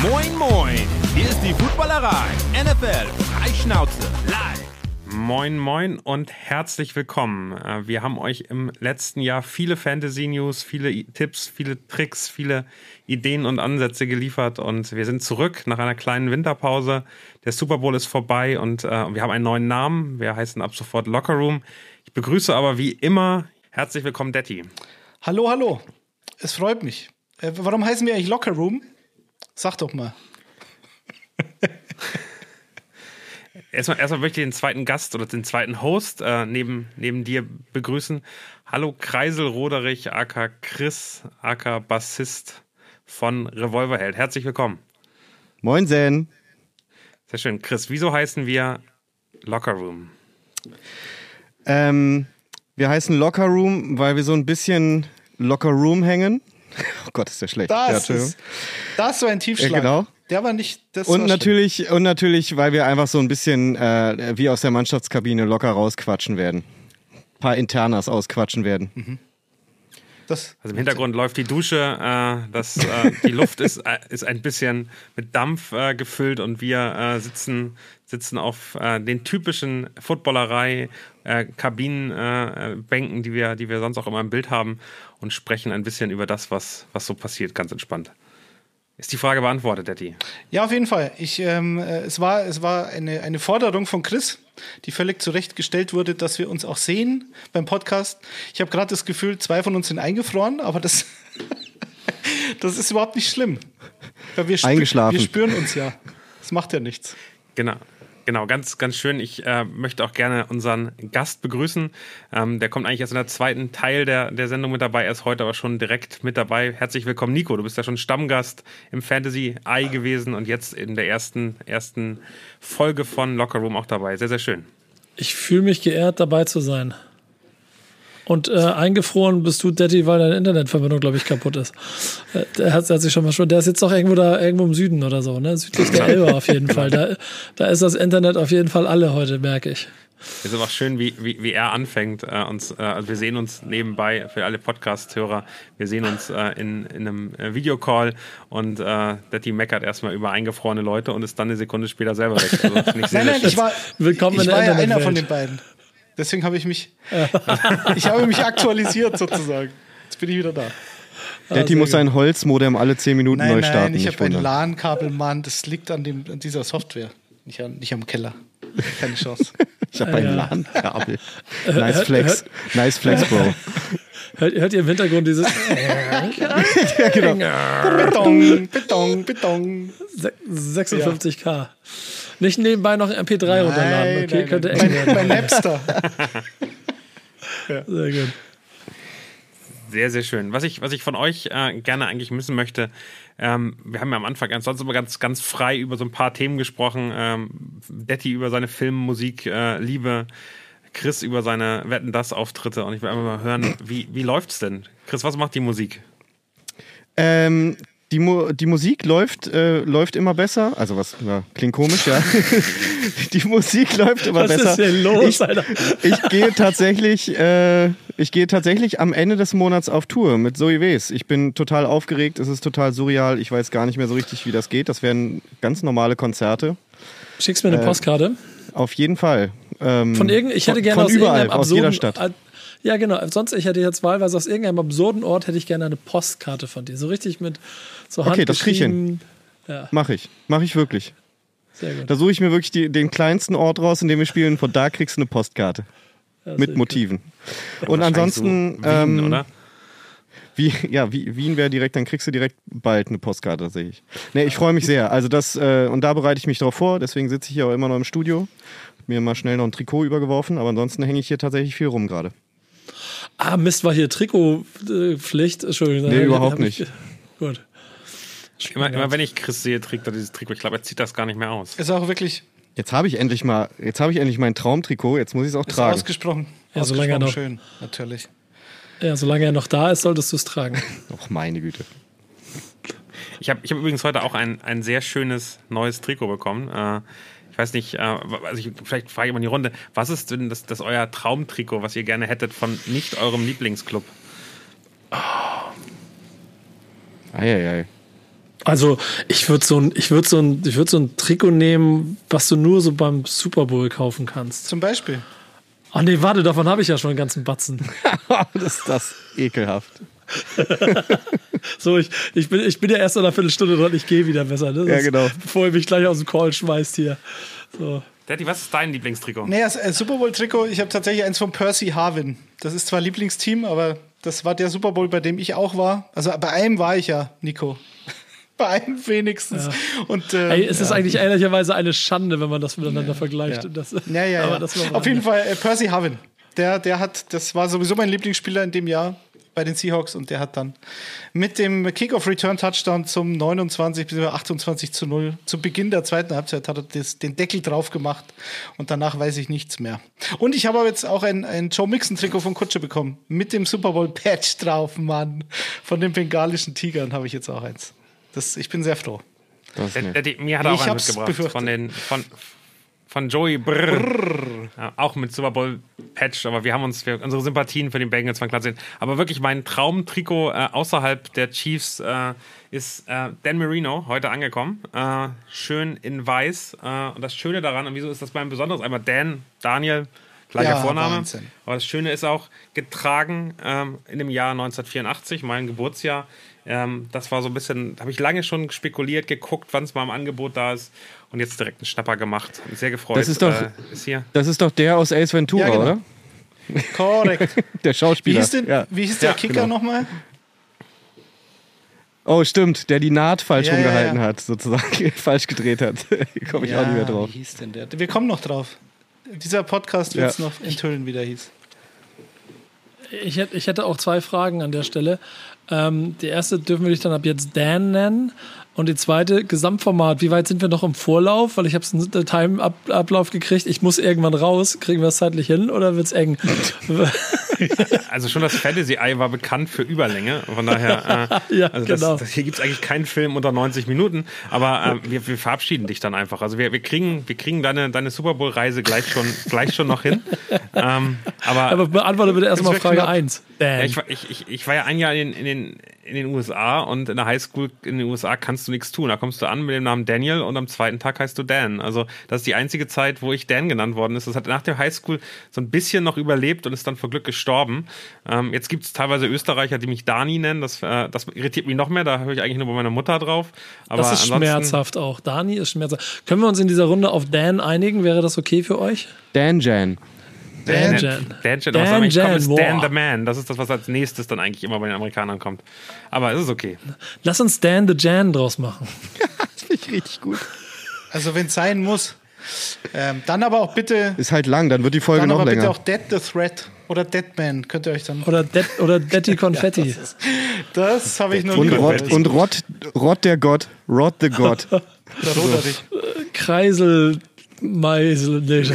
Moin Moin, hier ist die Footballerei, NFL Freischnauze live. Moin Moin und herzlich willkommen. Wir haben euch im letzten Jahr viele Fantasy-News, viele Tipps, viele Tricks, viele Ideen und Ansätze geliefert und wir sind zurück nach einer kleinen Winterpause. Der Super Bowl ist vorbei und wir haben einen neuen Namen. Wir heißen ab sofort Locker Room. Ich begrüße aber wie immer herzlich willkommen Detti. Hallo, hallo. Es freut mich. Warum heißen wir eigentlich Locker Room? Sag doch mal. Erstmal möchte ich den zweiten Gast oder den zweiten Host neben dir begrüßen. Hallo Kreisel Roderich, aka Chris, aka Bassist von Revolverheld. Herzlich willkommen. Moinsen. Sehr schön. Chris, wieso heißen wir Locker Room? Wir heißen Locker Room, weil wir so ein bisschen Locker Room hängen. Oh Gott, ist der schlecht. Das ist so ein Tiefschlag. Ja, genau. Der war nicht. Das Und war natürlich, weil wir einfach so ein bisschen wie aus der Mannschaftskabine locker rausquatschen werden. Ein paar Internas ausquatschen werden. Mhm. Also im Hintergrund läuft die Dusche, die Luft ist ein bisschen mit Dampf gefüllt und wir sitzen auf den typischen Footballerei Kabinenbänken, die wir sonst auch immer im Bild haben und sprechen ein bisschen über das, was so passiert, ganz entspannt. Ist die Frage beantwortet, Detti? Ja, auf jeden Fall. Es war eine Forderung von Chris, die völlig zu Recht gestellt wurde, dass wir uns auch sehen beim Podcast. Ich habe gerade das Gefühl, 2 von uns sind eingefroren, aber das ist überhaupt nicht schlimm. Weil Eingeschlafen. Wir spüren uns ja. Das macht ja nichts. Genau, ganz, ganz schön. Ich möchte auch gerne unseren Gast begrüßen. Der kommt eigentlich erst in der zweiten Teil der Sendung mit dabei. Er ist heute aber schon direkt mit dabei. Herzlich willkommen, Nico. Du bist ja schon Stammgast im Fantasy Eye gewesen und jetzt in der ersten Folge von Locker Room auch dabei. Sehr, sehr schön. Ich fühle mich geehrt, dabei zu sein. Und eingefroren bist du, Detti, weil deine Internetverbindung, glaube ich, kaputt ist. Der hat sich schon mal schon. Der ist jetzt doch irgendwo im Süden oder so, ne? Südlich der Elbe auf jeden Fall. Da ist das Internet auf jeden Fall alle heute, merke ich. Es ist auch schön, wie er anfängt. Also wir sehen uns nebenbei, für alle Podcast-Hörer, wir sehen uns in einem Videocall und Detti meckert erstmal über eingefrorene Leute und ist dann eine Sekunde später selber weg. Also, Nein, ich war ja einer von den beiden. Deswegen habe ich mich aktualisiert sozusagen. Jetzt bin ich wieder da. Detti muss sein Holzmodem alle 10 Minuten neu starten. Nein, ich habe ein LAN-Kabel, Mann. Das liegt an dieser Software, nicht am Keller. Keine Chance. Ich habe ein LAN-Kabel. Nice Flex, Bro. Hört ihr im Hintergrund dieses Ja, genau. Beton. 56K. Ja. Nicht nebenbei noch MP3 runterladen. Okay, könnte eng werden. Bei Napster. Ja. Sehr gut. Sehr, sehr schön. Was ich von euch gerne eigentlich wissen möchte, wir haben ja am Anfang sonst immer ganz, ganz frei über so ein paar Themen gesprochen. Detti über seine Filmmusik, Liebe, Chris über seine Wetten-Das-Auftritte und ich will einfach mal hören, wie läuft's denn? Chris, was macht die Musik? Die Musik läuft immer besser. Also klingt komisch, ja. Die Musik läuft immer besser. Was ist denn los, Alter? Ich gehe tatsächlich am Ende des Monats auf Tour mit Zoe Wes. Ich bin total aufgeregt, es ist total surreal. Ich weiß gar nicht mehr so richtig, wie das geht. Das wären ganz normale Konzerte. Schickst mir eine Postkarte? Auf jeden Fall. Ich hätte gerne von überall, aus jeder Stadt. Ja, genau. Sonst, ich hätte jetzt wahlweise aus irgendeinem absurden Ort, hätte ich gerne eine Postkarte von dir. So richtig mit so handgeschrieben. Okay, das krieg ich hin. Ja. Mach ich wirklich. Sehr gut. Da suche ich mir wirklich den kleinsten Ort raus, in dem wir spielen. Von da kriegst du eine Postkarte. Ja, mit Motiven. Ja, und ansonsten... So Wien, oder? Wien wäre direkt, dann kriegst du direkt bald eine Postkarte, tatsächlich. Nee, ich freue mich sehr. Also und da bereite ich mich drauf vor, deswegen sitze ich hier auch immer noch im Studio. Mir mal schnell noch ein Trikot übergeworfen, aber ansonsten hänge ich hier tatsächlich viel rum gerade. Ah, Mist, war hier Trikotpflicht? Entschuldigung. Nee, überhaupt nicht. Gut. Immer wenn ich Chris sehe, trägt er dieses Trikot. Ich glaube, er zieht das gar nicht mehr aus. Ist auch wirklich... Jetzt habe ich endlich mein Traumtrikot, jetzt muss ich es auch tragen. Ausgesprochen. Ja, solange er noch schön, natürlich. Ja, solange er noch da ist, solltest du es tragen. Och, meine Güte. Ich hab übrigens heute auch ein sehr schönes neues Trikot bekommen. Ich weiß nicht, vielleicht frage ich mal in die Runde, was ist denn das euer Traumtrikot, was ihr gerne hättet von nicht eurem Lieblingsclub? Eieiei. Also ich würde so ein Trikot nehmen, was du nur so beim Super Bowl kaufen kannst. Zum Beispiel. Ach nee, warte, davon habe ich ja schon einen ganzen Batzen. Ist das ekelhaft. So, ich bin ja erst in einer Viertelstunde dran, ich gehe wieder besser. Ne? Ja, genau. Bevor ihr mich gleich aus dem Call schmeißt hier. So. Daddy, was ist dein Lieblingstrikot? Naja, das Super Bowl-Trikot, ich habe tatsächlich eins von Percy Harvin. Das ist zwar Lieblingsteam, aber das war der Super Bowl, bei dem ich auch war. Also bei einem war ich ja, Nico. Bei einem wenigstens. Ja. Und, es ist eigentlich ehrlicherweise eine Schande, wenn man das miteinander vergleicht. Ja. Das, aber das war auf jeden Fall Percy Harvin. Das war sowieso mein Lieblingsspieler in dem Jahr bei den Seahawks und der hat dann mit dem Kick-Off-Return-Touchdown zum 29 bis 28:0 zu Beginn der zweiten Halbzeit hat er den Deckel drauf gemacht und danach weiß ich nichts mehr. Und ich habe aber jetzt auch ein Joe Mixon-Trikot von Kutsche bekommen mit dem Super Bowl-Patch drauf, Mann. Von den bengalischen Tigern habe ich jetzt auch eins. Ich bin sehr froh. Mir hat er auch eins mitgebracht von Joey Brrr. Ja, auch mit Super Bowl Patch, aber wir haben unsere Sympathien für den Bengals waren klar sehen. Aber wirklich mein Traumtrikot außerhalb der Chiefs ist Dan Marino heute angekommen. Schön in weiß. Und das Schöne daran, und wieso ist das mein Besonderes? Einmal Daniel, gleicher Vorname. Wahnsinn. Aber das Schöne ist auch, getragen in dem Jahr 1984, mein Geburtsjahr. Das war so ein bisschen, habe ich lange schon spekuliert, geguckt, wann es mal im Angebot da ist und jetzt direkt einen Schnapper gemacht. Bin sehr gefreut. Das ist doch der aus Ace Ventura, ja, genau. Oder? Korrekt. Der Schauspieler. Wie hieß der Kicker nochmal? Oh, stimmt, der die Naht falsch rumgehalten hat, sozusagen, falsch gedreht hat. Hier komme ich auch nicht mehr drauf. Wie hieß denn der? Wir kommen noch drauf. Dieser Podcast wird es noch enthüllen, wie der hieß. Ich hätte auch 2 Fragen an der Stelle. Die erste dürfen wir dich dann ab jetzt Dan nennen. Und die zweite, Gesamtformat. Wie weit sind wir noch im Vorlauf? Weil ich habe einen Time-Ablauf gekriegt. Ich muss irgendwann raus. Kriegen wir es zeitlich hin oder wird es eng? Also schon das Fantasy-Ei war bekannt für Überlänge. Von daher, genau. Hier gibt es eigentlich keinen Film unter 90 Minuten. Aber wir verabschieden dich dann einfach. Also wir kriegen deine Super Bowl-Reise gleich schon noch hin. Aber beantworte bitte erstmal Frage 1. Ja, ich war ja ein Jahr in den USA und in der Highschool in den USA kannst du nichts tun. Da kommst du an mit dem Namen Daniel und am zweiten Tag heißt du Dan. Also das ist die einzige Zeit, wo ich Dan genannt worden ist. Das hat nach der Highschool so ein bisschen noch überlebt und ist dann vor Glück gestorben. Jetzt gibt es teilweise Österreicher, die mich Dani nennen. Das irritiert mich noch mehr. Da höre ich eigentlich nur bei meiner Mutter drauf. Aber das ist schmerzhaft auch. Dani ist schmerzhaft. Können wir uns in dieser Runde auf Dan einigen? Wäre das okay für euch? Dan Jan. Dan the Man. Das ist das, was als nächstes dann eigentlich immer bei den Amerikanern kommt. Aber es ist okay. Lass uns Dan the Jan draus machen. Das finde ich richtig gut. Also wenn es sein muss. Dann aber auch bitte... Ist halt lang, dann wird die Folge noch länger. Dann aber bitte auch Dead the Threat oder Deadman könnt ihr euch dann... Oder Deadly Confetti. Ja, das habe ich noch nie gehört. Und Rod der Gott. Rod the God. Kreisel... Übrigens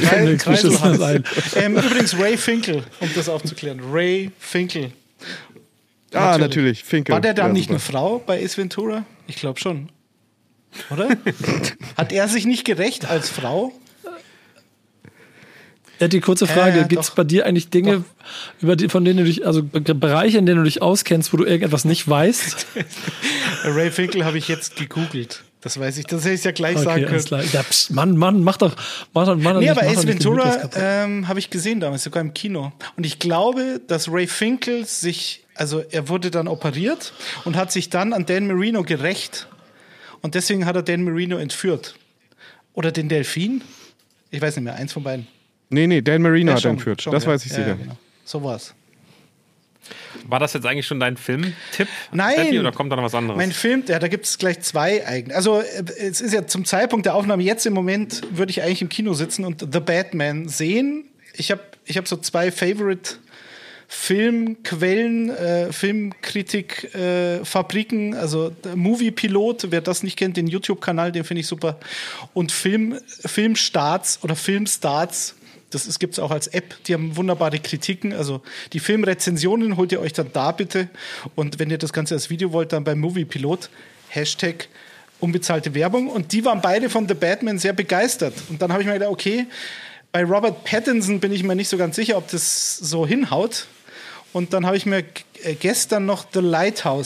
Ray Finkel, um das aufzuklären. Ray Finkel. Natürlich, Finkel. War der dann nicht eine Frau bei Ace Ventura? Ich glaube schon. Oder? Hat er sich nicht gerecht als Frau? Die kurze Frage, gibt es bei dir eigentlich Dinge, von denen du dich, also Bereiche, in denen du dich auskennst, wo du irgendetwas nicht weißt? Ray Finkel habe ich jetzt gegoogelt. Das weiß ich, das hätte ich ja gleich sagen können. Ja, Mann, mach doch. Nee, aber Ace Ventura habe ich gesehen damals, sogar im Kino. Und ich glaube, dass Ray Finkel er wurde dann operiert und hat sich dann an Dan Marino gerächt. Und deswegen hat er Dan Marino entführt. Oder den Delfin? Ich weiß nicht mehr, eins von beiden. Nee, Dan Marino hat er entführt. Das weiß ich sicher. Ja, genau. So war's. War das jetzt eigentlich schon dein Filmtipp? Nein. Daddy, oder kommt da noch was anderes? Mein Film, da gibt es gleich 2 eigentlich. Also es ist ja zum Zeitpunkt der Aufnahme jetzt im Moment, würde ich eigentlich im Kino sitzen und The Batman sehen. Ich hab so 2 Favorite Filmquellen, Filmkritik, Fabriken, also Movie-Pilot, wer das nicht kennt, den YouTube-Kanal, den finde ich super. Und Filmstarts oder Filmstarts. Das gibt es auch als App, die haben wunderbare Kritiken. Also die Filmrezensionen holt ihr euch dann da bitte. Und wenn ihr das Ganze als Video wollt, dann beim Moviepilot, Hashtag unbezahlte Werbung. Und die waren beide von The Batman sehr begeistert. Und dann habe ich mir gedacht, okay, bei Robert Pattinson bin ich mir nicht so ganz sicher, ob das so hinhaut. Und dann habe ich mir gestern noch The Lighthouse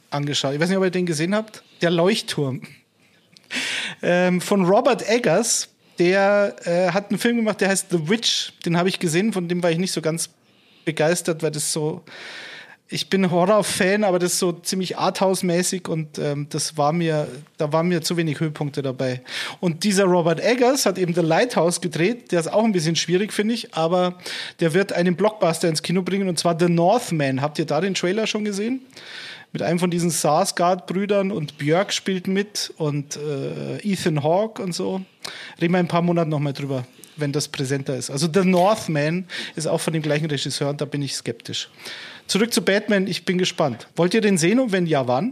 angeschaut. Ich weiß nicht, ob ihr den gesehen habt. Der Leuchtturm. Von Robert Eggers. Der hat einen Film gemacht, der heißt The Witch. Den habe ich gesehen, von dem war ich nicht so ganz begeistert, weil das so... Ich bin Horror-Fan, aber das ist so ziemlich Arthouse-mäßig und da waren mir zu wenig Höhepunkte dabei. Und dieser Robert Eggers hat eben The Lighthouse gedreht, der ist auch ein bisschen schwierig, finde ich, aber der wird einen Blockbuster ins Kino bringen, und zwar The Northman. Habt ihr da den Trailer schon gesehen? Mit einem von diesen Sarsgaard-Brüdern, und Björk spielt mit und Ethan Hawke und so. Reden wir in ein paar Monaten nochmal drüber, wenn das präsenter ist. Also The Northman ist auch von dem gleichen Regisseur, und da bin ich skeptisch. Zurück zu Batman, ich bin gespannt. Wollt ihr den sehen, und wenn ja, wann?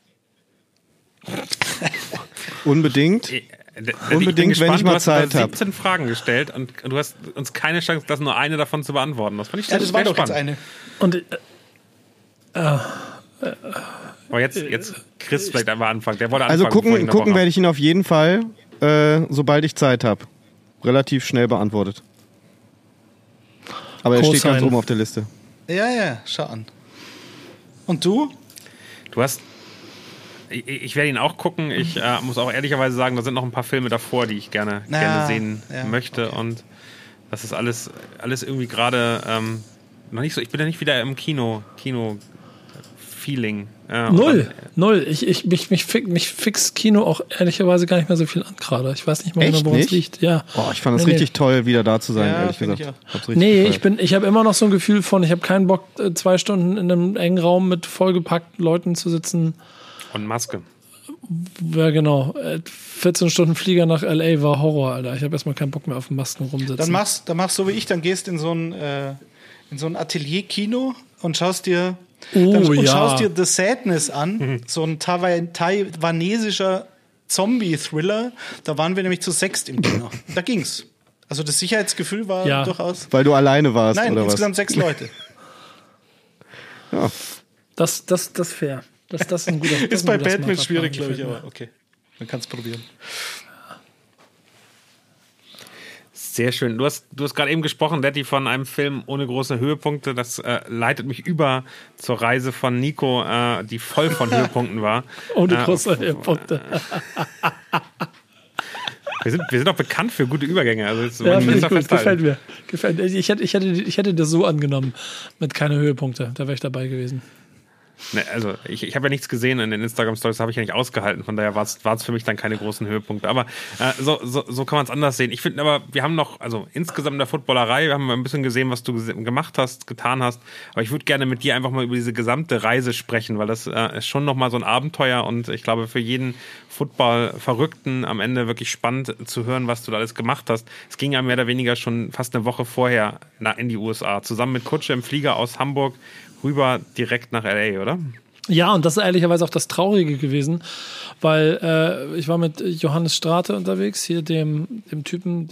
Unbedingt. Unbedingt, wenn ich mal Zeit habe. Du hast 17 Fragen gestellt und du hast uns keine Chance gelassen, nur eine davon zu beantworten. Das fand ich sehr das war doch spannend. jetzt eine. Und aber jetzt Chris vielleicht einmal anfangen. Der wollte anfangen. Also gucken werde ich ihn auf jeden Fall, sobald ich Zeit habe. Relativ schnell beantwortet. Aber er steht ganz oben auf der Liste. Ja, schau an. Und du? Du hast... Ich werde ihn auch gucken. Ich muss auch ehrlicherweise sagen, da sind noch ein paar Filme davor, die ich gerne sehen möchte. Okay. Und das ist alles irgendwie gerade noch nicht so... Ich bin ja nicht wieder im Kino-Feeling. Null. Mich fix Kino auch ehrlicherweise gar nicht mehr so viel an gerade. Ich weiß nicht mal genau, woran es liegt. Ja. Oh, ich fand es richtig toll, wieder da zu sein, ehrlich gesagt. Ich habe immer noch so ein Gefühl von, ich habe keinen Bock, 2 Stunden in einem engen Raum mit vollgepackten Leuten zu sitzen. Und Maske. Ja, genau. 14 Stunden Flieger nach L.A. war Horror, Alter. Ich habe erstmal keinen Bock mehr auf Masken rumsitzen. Dann machst so wie ich, dann gehst in so ein Atelier-Kino und schaust dir schaust dir The Sadness an, so ein taiwanesischer Zombie-Thriller. Da waren wir nämlich zu 6 im Kino. Da ging's. Also das Sicherheitsgefühl war durchaus... Weil du alleine warst, Nein, oder insgesamt was? 6 Leute. Ja. Das ist fair. Das ist ein guter... Ist bei Batman schwierig, glaube ich, aber okay. Man kann es probieren. Sehr schön. Du hast gerade eben gesprochen, Detti, von einem Film ohne große Höhepunkte. Das leitet mich über zur Reise von Nico, die voll von Höhepunkten war. Ohne große Höhepunkte. Wir sind auch bekannt für gute Übergänge. Also jetzt gefällt mir. Ich hätte das so angenommen, mit keine Höhepunkte. Da wäre ich dabei gewesen. Ne, also ich habe ja nichts gesehen in den Instagram-Stories, habe ich ja nicht ausgehalten, von daher war es für mich dann keine großen Höhepunkte, aber so kann man es anders sehen. Ich finde aber, wir haben noch, also insgesamt in der Footballerei, wir haben ein bisschen gesehen, was du gemacht hast, getan hast, aber ich würde gerne mit dir einfach mal über diese gesamte Reise sprechen, weil das ist schon nochmal so ein Abenteuer, und ich glaube für jeden Football-Verrückten am Ende wirklich spannend zu hören, was du da alles gemacht hast. Es ging ja mehr oder weniger schon fast eine Woche vorher in die USA, zusammen mit Kutsche im Flieger aus Hamburg rüber direkt nach L.A., oder? Ja, und das ist ehrlicherweise auch das Traurige gewesen, weil ich war mit Johannes Strate unterwegs, hier dem Typen,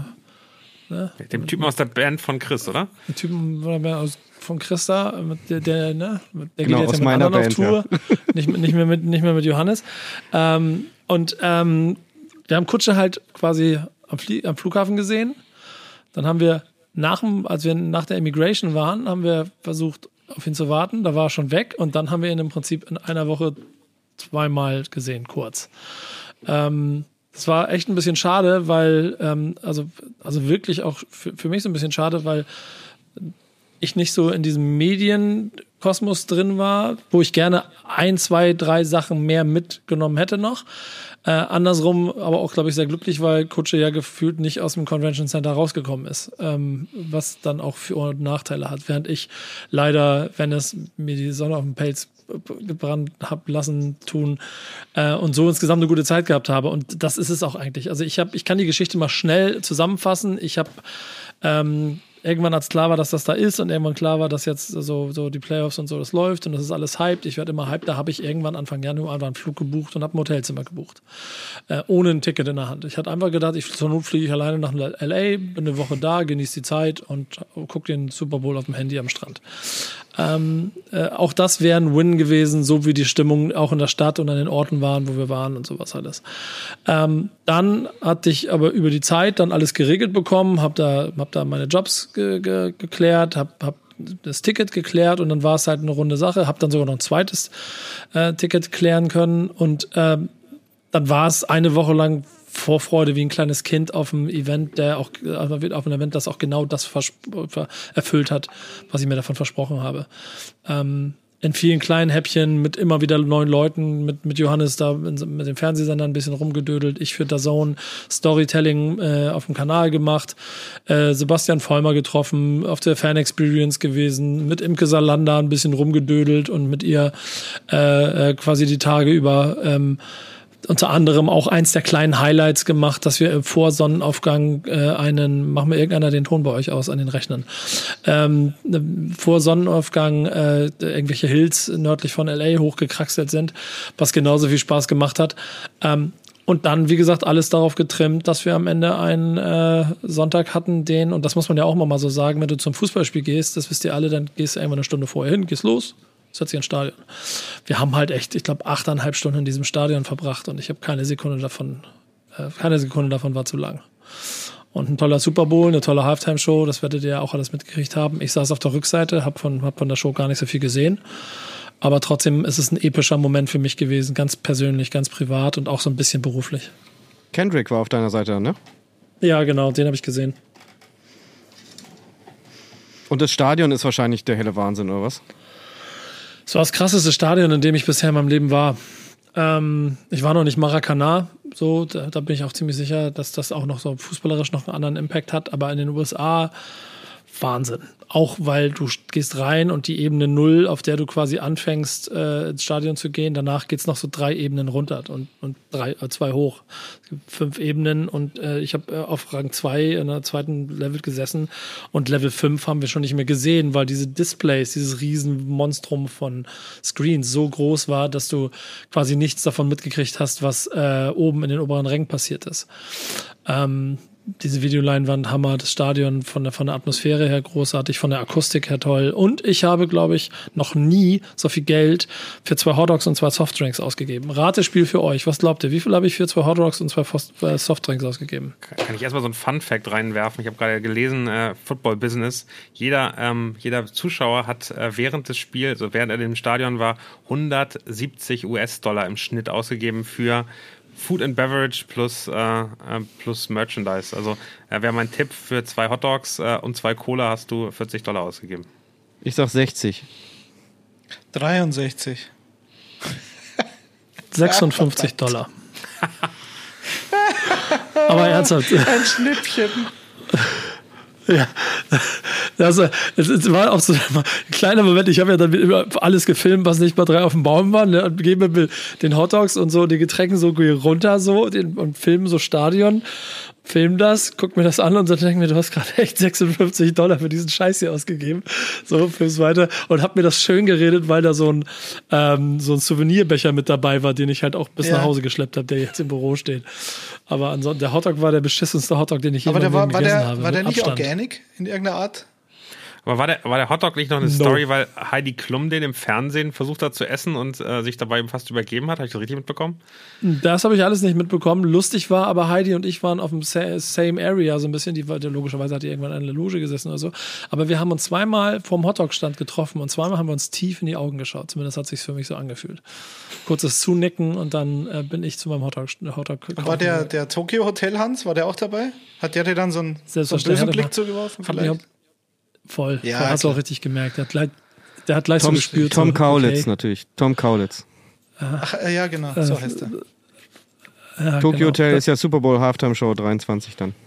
dem Typen aus der Band von Chris, oder? Der Typen von Chris da, der geht genau, jetzt ja mit anderen Band, auf Tour, ja. nicht mehr mit Johannes. Wir haben Kutsche halt quasi am Flughafen gesehen. Dann haben wir als wir nach der Immigration waren, haben wir versucht, auf ihn zu warten. Da war er schon weg, und dann haben wir ihn im Prinzip in einer Woche 2-mal gesehen, kurz. Das war echt ein bisschen schade, weil, also wirklich auch für mich so ein bisschen schade, weil ich nicht so in diesem Medienkosmos drin war, wo ich gerne 1, 2, 3 Sachen mehr mitgenommen hätte noch. Andersrum aber auch, glaube ich, sehr glücklich, weil Kutsche ja gefühlt nicht aus dem Convention Center rausgekommen ist, was dann auch Für- und Nachteile hat. Während ich leider, wenn es mir die Sonne auf dem Pelz gebrannt habe lassen tun und so insgesamt eine gute Zeit gehabt habe. Und das ist es auch eigentlich. Also ich kann die Geschichte mal schnell zusammenfassen. Ich habe irgendwann, als klar war, dass das da ist, und irgendwann klar war, dass jetzt so die Playoffs und so das läuft und das ist alles hyped. Ich werde immer hyped. Da habe ich irgendwann Anfang Januar einfach einen Flug gebucht und habe ein Hotelzimmer gebucht. Ohne ein Ticket in der Hand. Ich hatte einfach gedacht, zur Not fliege ich alleine nach L.A., bin eine Woche da, genieße die Zeit und gucke den Super Bowl auf dem Handy am Strand. Auch das wäre ein Win gewesen, so wie die Stimmung auch in der Stadt und an den Orten waren, wo wir waren und sowas alles. Dann hatte ich aber über die Zeit dann alles geregelt bekommen, hab da meine Jobs geklärt, hab das Ticket geklärt und dann war es halt eine runde Sache. Habe dann sogar noch ein zweites Ticket klären können und dann war es eine Woche lang Vorfreude wie ein kleines Kind auf einem Event, auf ein Event, das auch genau das erfüllt hat, was ich mir davon versprochen habe. In vielen kleinen Häppchen mit immer wieder neuen Leuten, mit Johannes da mit dem Fernsehsender ein bisschen rumgedödelt, ich für DAZN Storytelling auf dem Kanal gemacht, Sebastian Vollmer getroffen, auf der Fan-Experience gewesen, mit Imke Salander ein bisschen rumgedödelt und mit ihr quasi die Tage über unter anderem auch eins der kleinen Highlights gemacht, dass wir vor Sonnenaufgang machen wir irgendeiner den Ton bei euch aus an den Rechnern, vor Sonnenaufgang irgendwelche Hills nördlich von LA hochgekraxelt sind, was genauso viel Spaß gemacht hat. Und dann, wie gesagt, alles darauf getrimmt, dass wir am Ende einen Sonntag hatten, und das muss man ja auch mal so sagen, wenn du zum Fußballspiel gehst, das wisst ihr alle, dann gehst du irgendwann eine Stunde vorher hin, gehst los, setzt dich ins Stadion. Wir haben halt echt, ich glaube, 8,5 Stunden in diesem Stadion verbracht und ich habe keine Sekunde davon war zu lang. Und ein toller Super Bowl, eine tolle Halftime-Show, das werdet ihr ja auch alles mitgekriegt haben. Ich saß auf der Rückseite, hab von der Show gar nicht so viel gesehen. Aber trotzdem ist es ein epischer Moment für mich gewesen, ganz persönlich, ganz privat und auch so ein bisschen beruflich. Kendrick war auf deiner Seite, ne? Ja, genau, den habe ich gesehen. Und das Stadion ist wahrscheinlich der helle Wahnsinn, oder was? Es war das krasseste Stadion, in dem ich bisher in meinem Leben war. Ich war noch nicht Maracanã, so, da bin ich auch ziemlich sicher, dass das auch noch so fußballerisch noch einen anderen Impact hat, aber in den USA Wahnsinn. Auch weil du gehst rein und die Ebene 0, auf der du quasi anfängst, ins Stadion zu gehen, danach geht's noch so 3 Ebenen runter und 2 hoch. Es gibt 5 Ebenen und ich habe auf Rang 2 in der zweiten Level gesessen und Level 5 haben wir schon nicht mehr gesehen, weil diese Displays, dieses riesen Monstrum von Screens so groß war, dass du quasi nichts davon mitgekriegt hast, was oben in den oberen Rängen passiert ist. Diese Videoleinwand, Hammer, das Stadion von der Atmosphäre her großartig, von der Akustik her toll. Und ich habe, glaube ich, noch nie so viel Geld für 2 Hotdogs und 2 Softdrinks ausgegeben. Ratespiel für euch. Was glaubt ihr? Wie viel habe ich für 2 Hotdogs und 2 Softdrinks ausgegeben? Kann ich erstmal so ein Fun-Fact reinwerfen? Ich habe gerade gelesen, Football Business. Jeder Zuschauer hat während des Spiels, also während er im Stadion war, $170 im Schnitt ausgegeben für Food and Beverage plus Merchandise. Also wäre mein Tipp, für 2 Hotdogs und 2 Cola hast du $40 ausgegeben. Ich sag 60. 63. $56. Aber ernsthaft. Ein Schnippchen. Ja, das war auch so ein kleiner Moment. Ich habe ja dann alles gefilmt, was nicht bei 3 auf dem Baum war, ne, und gebe mir den Hotdogs und so, die Getränke so runter so und filmen so Stadion, film das, guck mir das an und dann denke ich mir, du hast gerade echt $56 für diesen Scheiß hier ausgegeben. So, film's weiter und hab mir das schön geredet, weil da so ein Souvenirbecher mit dabei war, den ich halt auch bis nach Hause geschleppt habe, der jetzt im Büro steht. Aber ansonsten, der Hotdog war der beschissenste Hotdog, den ich je gegessen habe. War der nicht organic in irgendeiner Art? Aber war der Hotdog nicht noch eine Story, weil Heidi Klum den im Fernsehen versucht hat zu essen und sich dabei fast übergeben hat? Habe ich das richtig mitbekommen? Das habe ich alles nicht mitbekommen. Lustig war, aber Heidi und ich waren auf dem same area so ein bisschen. Logischerweise hat die irgendwann in einer Loge gesessen oder so. Aber wir haben uns zweimal vorm Hotdog-Stand getroffen und zweimal haben wir uns tief in die Augen geschaut. Zumindest hat es sich für mich so angefühlt. Kurzes Zunicken und dann bin ich zu meinem Hotdog war der Tokyo Hotel Hans, war der auch dabei? Hat der dir dann so einen bösen Blick zugeworfen vielleicht? Voll. Ja, da hast du auch richtig gemerkt. Der hat gleich so gespürt. Tom Kaulitz natürlich. Tom Kaulitz. Ach, ja, genau. So heißt er. Ja, Tokyo Hotel ist ja Super Bowl Halftime Show 23 dann.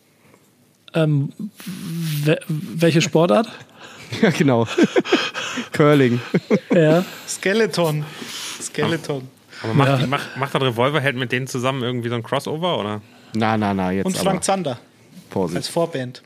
Welche Sportart? Ja, genau. Curling. Ja. Skeleton. Aber macht der Revolverheld mit denen zusammen irgendwie so ein Crossover, oder? Na, jetzt. Und Frank Zander. Vorsicht. Als Vorband.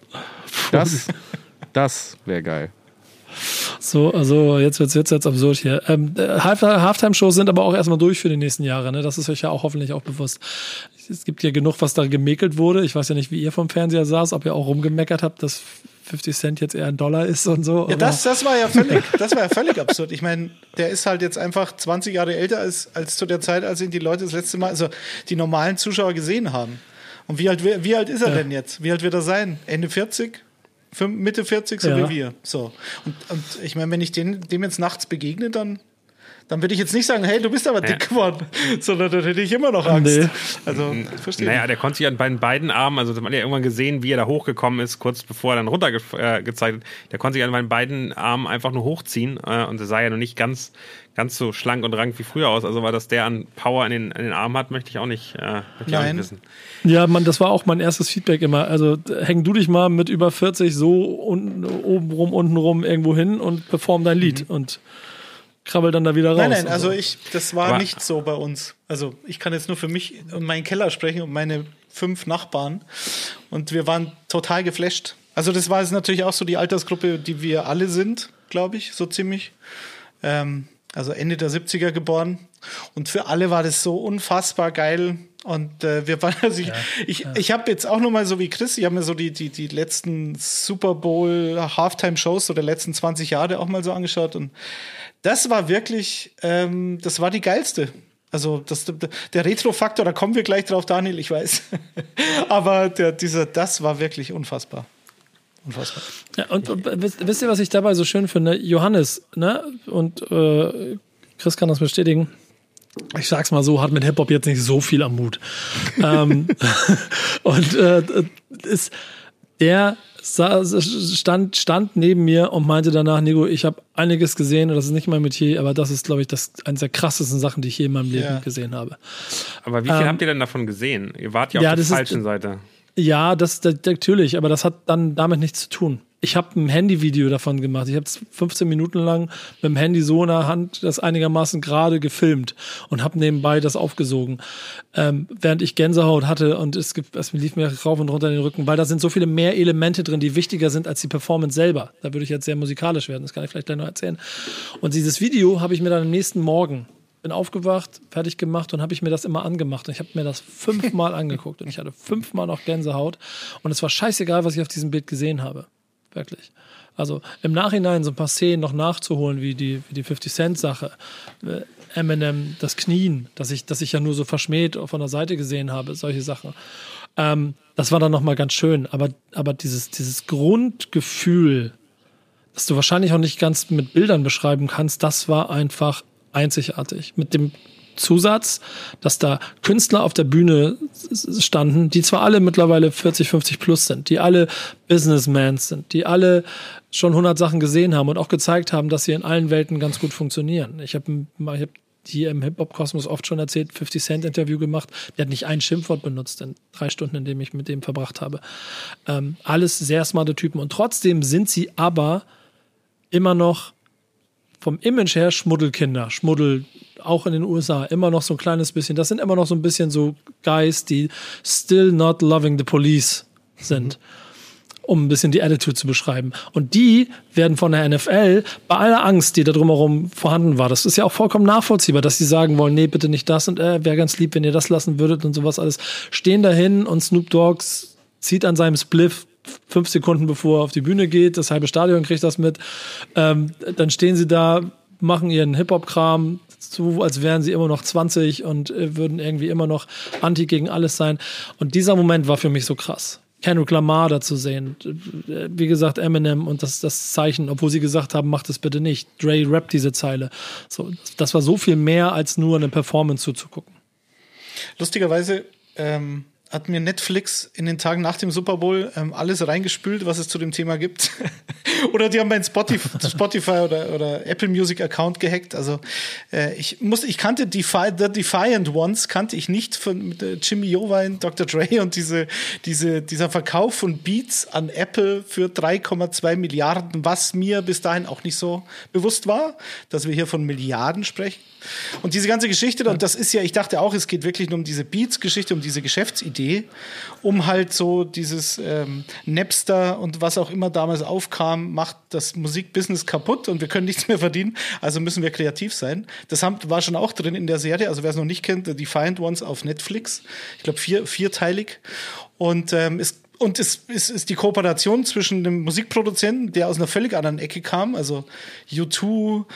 Das wäre geil. So, also jetzt wird's absurd hier. Halftime-Shows sind aber auch erstmal durch für die nächsten Jahre, ne? Das ist euch ja auch hoffentlich auch bewusst. Es gibt ja genug, was da gemäkelt wurde. Ich weiß ja nicht, wie ihr vom Fernseher saß, ob ihr auch rumgemeckert habt, dass 50 Cent jetzt eher $1 ist und so. Ja, das war ja völlig absurd. Ich meine, der ist halt jetzt einfach 20 Jahre älter als zu der Zeit, als ihn die Leute das letzte Mal, also die normalen Zuschauer gesehen haben. Und wie alt ist er denn jetzt? Wie alt wird er sein? Ende 40? Mitte 40, so wie wir. So. Und ich meine, wenn ich dem jetzt nachts begegne, dann würde ich jetzt nicht sagen, hey, du bist aber dick geworden, sondern dann hätte ich immer noch Angst. Nee. Also, verstehe. Naja, der konnte sich an beiden Armen, also man hat ja irgendwann gesehen, wie er da hochgekommen ist, kurz bevor er dann runtergezeigt hat. Der konnte sich an meinen beiden Armen einfach nur hochziehen und er sah ja noch nicht ganz so schlank und rank wie früher aus. Also, weil das der an Power an den Armen hat, möchte ich auch nicht wissen. Ja, das war auch mein erstes Feedback immer. Also, häng du dich mal mit über 40 so obenrum, untenrum irgendwo hin und perform dein Lied und krabbel dann da wieder raus. Nein, also das war nicht so bei uns. Also ich kann jetzt nur für mich und meinen Keller sprechen und meine 5 Nachbarn und wir waren total geflasht. Also das war jetzt natürlich auch so die Altersgruppe, die wir alle sind, glaube ich, so ziemlich. Also Ende der 70er geboren und für alle war das so unfassbar geil. Und wir waren, also ich habe jetzt auch nochmal so wie Chris, ich habe mir so die letzten Super Bowl Halftime-Shows so der letzten 20 Jahre auch mal so angeschaut und das war wirklich, das war die geilste. Also der Retro-Faktor, da kommen wir gleich drauf, Daniel, ich weiß. Aber das war wirklich unfassbar. Unfassbar. Ja, und wisst ihr, was ich dabei so schön finde? Johannes, ne? Und Chris kann das bestätigen. Ich sag's mal so, hat mit Hip-Hop jetzt nicht so viel am Hut. Der stand neben mir und meinte danach, Nico, ich habe einiges gesehen und das ist nicht mein Metier, aber das ist, glaube ich, eines der krassesten Sachen, die ich je in meinem Leben gesehen habe. Aber wie viel habt ihr denn davon gesehen? Ihr wart ja auf der falschen Seite. Ja, das natürlich, aber das hat dann damit nichts zu tun. Ich habe ein Handyvideo davon gemacht. Ich habe 15 Minuten lang mit dem Handy so in der Hand das einigermaßen gerade gefilmt und habe nebenbei das aufgesogen, während ich Gänsehaut hatte und es lief mir rauf und runter den Rücken, weil da sind so viele mehr Elemente drin, die wichtiger sind als die Performance selber. Da würde ich jetzt sehr musikalisch werden, das kann ich vielleicht gleich noch erzählen. Und dieses Video habe ich mir dann am nächsten Morgen, bin aufgewacht, fertig gemacht und habe ich mir das immer angemacht. Und ich habe mir das 5-mal angeguckt und ich hatte 5-mal noch Gänsehaut und es war scheißegal, was ich auf diesem Bild gesehen habe. Wirklich. Also im Nachhinein so ein paar Szenen noch nachzuholen, wie die 50-Cent-Sache, Eminem, das Knien, dass ich ja nur so verschmäht von der Seite gesehen habe, solche Sachen. Das war dann nochmal ganz schön. Aber dieses Grundgefühl, das du wahrscheinlich auch nicht ganz mit Bildern beschreiben kannst, das war einfach einzigartig. Mit dem Zusatz, dass da Künstler auf der Bühne standen, die zwar alle mittlerweile 40, 50 plus sind, die alle Businessmen sind, die alle schon 100 Sachen gesehen haben und auch gezeigt haben, dass sie in allen Welten ganz gut funktionieren. Ich hab hier im Hip-Hop-Kosmos oft schon erzählt, 50 Cent Interview gemacht, der hat nicht ein Schimpfwort benutzt in 3 Stunden, in denen ich mit dem verbracht habe. Alles sehr smarte Typen und trotzdem sind sie aber immer noch vom Image her Schmuddelkinder, auch in den USA, immer noch so ein kleines bisschen. Das sind immer noch so ein bisschen so Guys, die still not loving the police sind, um ein bisschen die Attitude zu beschreiben. Und die werden von der NFL bei aller Angst, die da drumherum vorhanden war, das ist ja auch vollkommen nachvollziehbar, dass sie sagen wollen, nee, bitte nicht das und wäre ganz lieb, wenn ihr das lassen würdet und sowas alles, stehen dahin und Snoop Dogg zieht an seinem Spliff 5 Sekunden bevor er auf die Bühne geht, das halbe Stadion kriegt das mit, dann stehen sie da, machen ihren Hip-Hop-Kram, so als wären sie immer noch 20 und würden irgendwie immer noch anti gegen alles sein. Und dieser Moment war für mich so krass. Kendrick Lamar da zu sehen, wie gesagt Eminem und das Zeichen, obwohl sie gesagt haben, macht es bitte nicht. Dre rappt diese Zeile. So, das war so viel mehr als nur eine Performance zuzugucken. Lustigerweise hat mir Netflix in den Tagen nach dem Super Bowl alles reingespült, was es zu dem Thema gibt. Oder die haben meinen Spotify oder Apple Music Account gehackt. Also ich kannte The Defiant Ones, kannte ich nicht von Jimmy Iovine, Dr. Dre und dieser Verkauf von Beats an Apple für 3,2 Milliarden, was mir bis dahin auch nicht so bewusst war, dass wir hier von Milliarden sprechen. Und diese ganze Geschichte, und das ist ja, ich dachte auch, es geht wirklich nur um diese Beats-Geschichte, um diese Geschäftsidee, um halt so dieses Napster und was auch immer damals aufkam, macht das Musikbusiness kaputt und wir können nichts mehr verdienen, also müssen wir kreativ sein. Das war schon auch drin in der Serie, also wer es noch nicht kennt, The Defiant Ones auf Netflix, ich glaube vierteilig und es ist die Kooperation zwischen dem Musikproduzenten, der aus einer völlig anderen Ecke kam, also U2,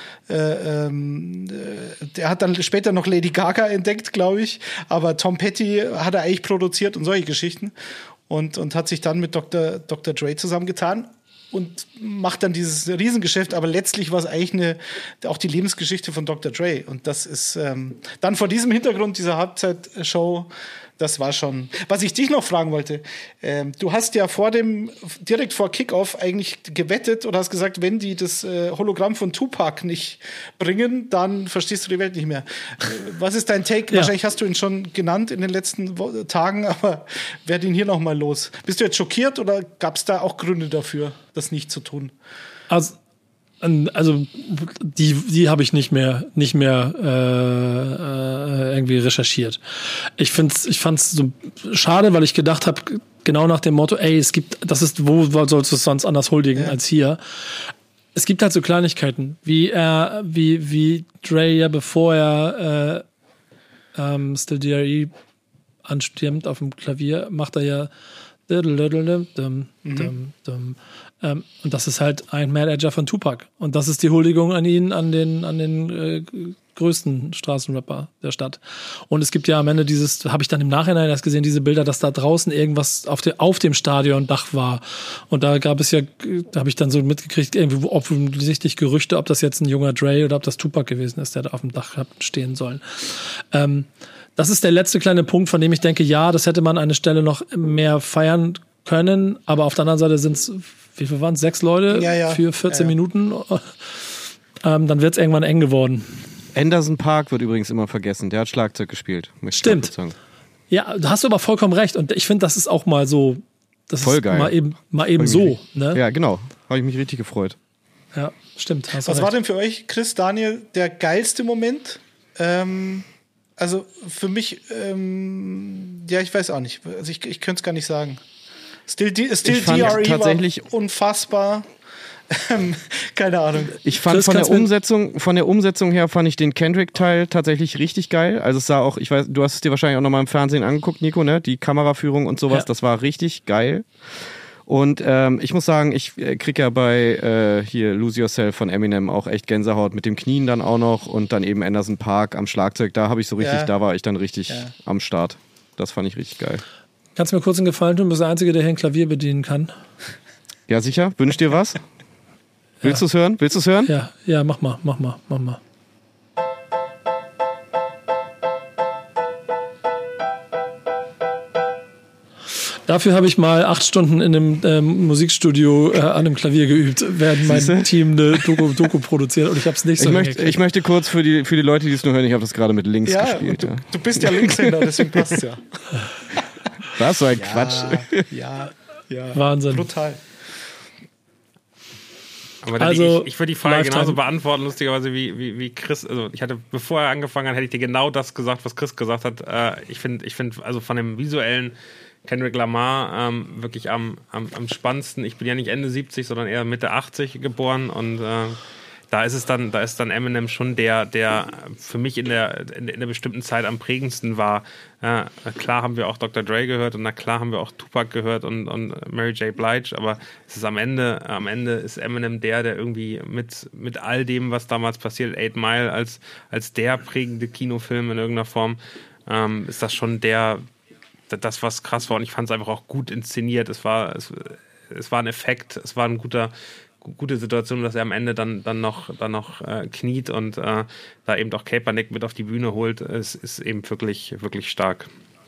der hat dann später noch Lady Gaga entdeckt, glaube ich, aber Tom Petty hat er eigentlich produziert und solche Geschichten und hat sich dann mit Dr. Dre zusammengetan. und macht dann dieses Riesengeschäft, aber letztlich war es eigentlich auch die Lebensgeschichte von Dr. Dre. Und das ist dann vor diesem Hintergrund dieser Halbzeitshow, das war schon. Was ich dich noch fragen wollte, du hast ja direkt vor Kickoff eigentlich gewettet oder hast gesagt, wenn die das Hologramm von Tupac nicht bringen, dann verstehst du die Welt nicht mehr. Was ist dein Take? Ja. Wahrscheinlich hast du ihn schon genannt in den letzten Tagen, aber werd ihn hier noch mal los. Bist du jetzt schockiert oder gab es da auch Gründe dafür, das nicht zu tun? Also die habe ich nicht mehr irgendwie recherchiert. Ich fand's so schade, weil ich gedacht habe, genau nach dem Motto, wo sollst du es sonst anders huldigen als hier? Es gibt halt so Kleinigkeiten, wie Dre ja, bevor er Still DRE anstürmt auf dem Klavier, macht er ja und das ist halt ein Manager von Tupac. Und das ist die Huldigung an ihn, an den größten Straßenrapper der Stadt. Und es gibt ja am Ende habe ich dann im Nachhinein erst gesehen, diese Bilder, dass da draußen irgendwas auf dem Stadiondach war. Und da gab es ja, da habe ich dann so mitgekriegt, irgendwie offensichtlich Gerüchte, ob das jetzt ein junger Dre oder ob das Tupac gewesen ist, der da auf dem Dach hat stehen sollen. Das ist der letzte kleine Punkt, von dem ich denke, ja, das hätte man an einer Stelle noch mehr feiern können, aber auf der anderen Seite sind es, wie viel waren es, 6 Leute für 14 Minuten? Dann wird es irgendwann eng geworden. Anderson .Paak wird übrigens immer vergessen, der hat Schlagzeug gespielt. Stimmt. Ja, da hast du aber vollkommen recht und ich finde, das ist auch mal so, das voll ist geil. mal eben so. Ne? Ja, genau. Habe ich mich richtig gefreut. Ja, stimmt. Was war denn für euch, Chris, Daniel, der geilste Moment? Also für mich, ich weiß auch nicht. Also ich könnte es gar nicht sagen. Still DRE tatsächlich war unfassbar. Keine Ahnung. Ich fand von der Umsetzung her fand ich den Kendrick-Teil tatsächlich richtig geil. Also es sah auch, ich weiß, du hast es dir wahrscheinlich auch nochmal im Fernsehen angeguckt, Nico, ne? Die Kameraführung und sowas, das war richtig geil. Und ich muss sagen, ich krieg ja bei hier Lose Yourself von Eminem auch echt Gänsehaut mit dem Knien dann auch noch und dann eben Anderson .Paak am Schlagzeug. Da habe ich so richtig, da war ich dann richtig am Start. Das fand ich richtig geil. Kannst du mir kurz einen Gefallen tun? Du bist der Einzige, der hier ein Klavier bedienen kann. Ja, sicher. Wünsch dir was? Willst du es hören? Ja, mach mal. Dafür habe ich mal 8 Stunden in einem Musikstudio an einem Klavier geübt, während mein Team eine Doku produziert und ich habe es nicht so Ich möchte kurz für die Leute, die es nur hören, ich habe das gerade mit links gespielt. Du bist ja Linkshänder, deswegen passt es ja. Was so ein Quatsch. Ja. Wahnsinn. Brutal. Aber also, ich würde die Frage genauso beantworten, lustigerweise wie Chris. Also ich hatte, bevor er angefangen hat, hätte ich dir genau das gesagt, was Chris gesagt hat. Ich finde, also von dem visuellen Kendrick Lamar wirklich am spannendsten. Ich bin ja nicht Ende 70, sondern eher Mitte 80 geboren und da ist dann Eminem schon der für mich in der bestimmten Zeit am prägendsten war. Klar haben wir auch Dr. Dre gehört und na klar haben wir auch Tupac gehört und Mary J. Blige, aber es ist am Ende ist Eminem der irgendwie mit all dem, was damals passiert, 8 Mile als der prägende Kinofilm in irgendeiner Form, ist das schon das, was krass war und ich fand es einfach auch gut inszeniert. Es war ein Effekt, es war eine gute Situation, dass er am Ende dann noch kniet und da eben auch Kaepernick mit auf die Bühne holt, ist eben wirklich, wirklich stark.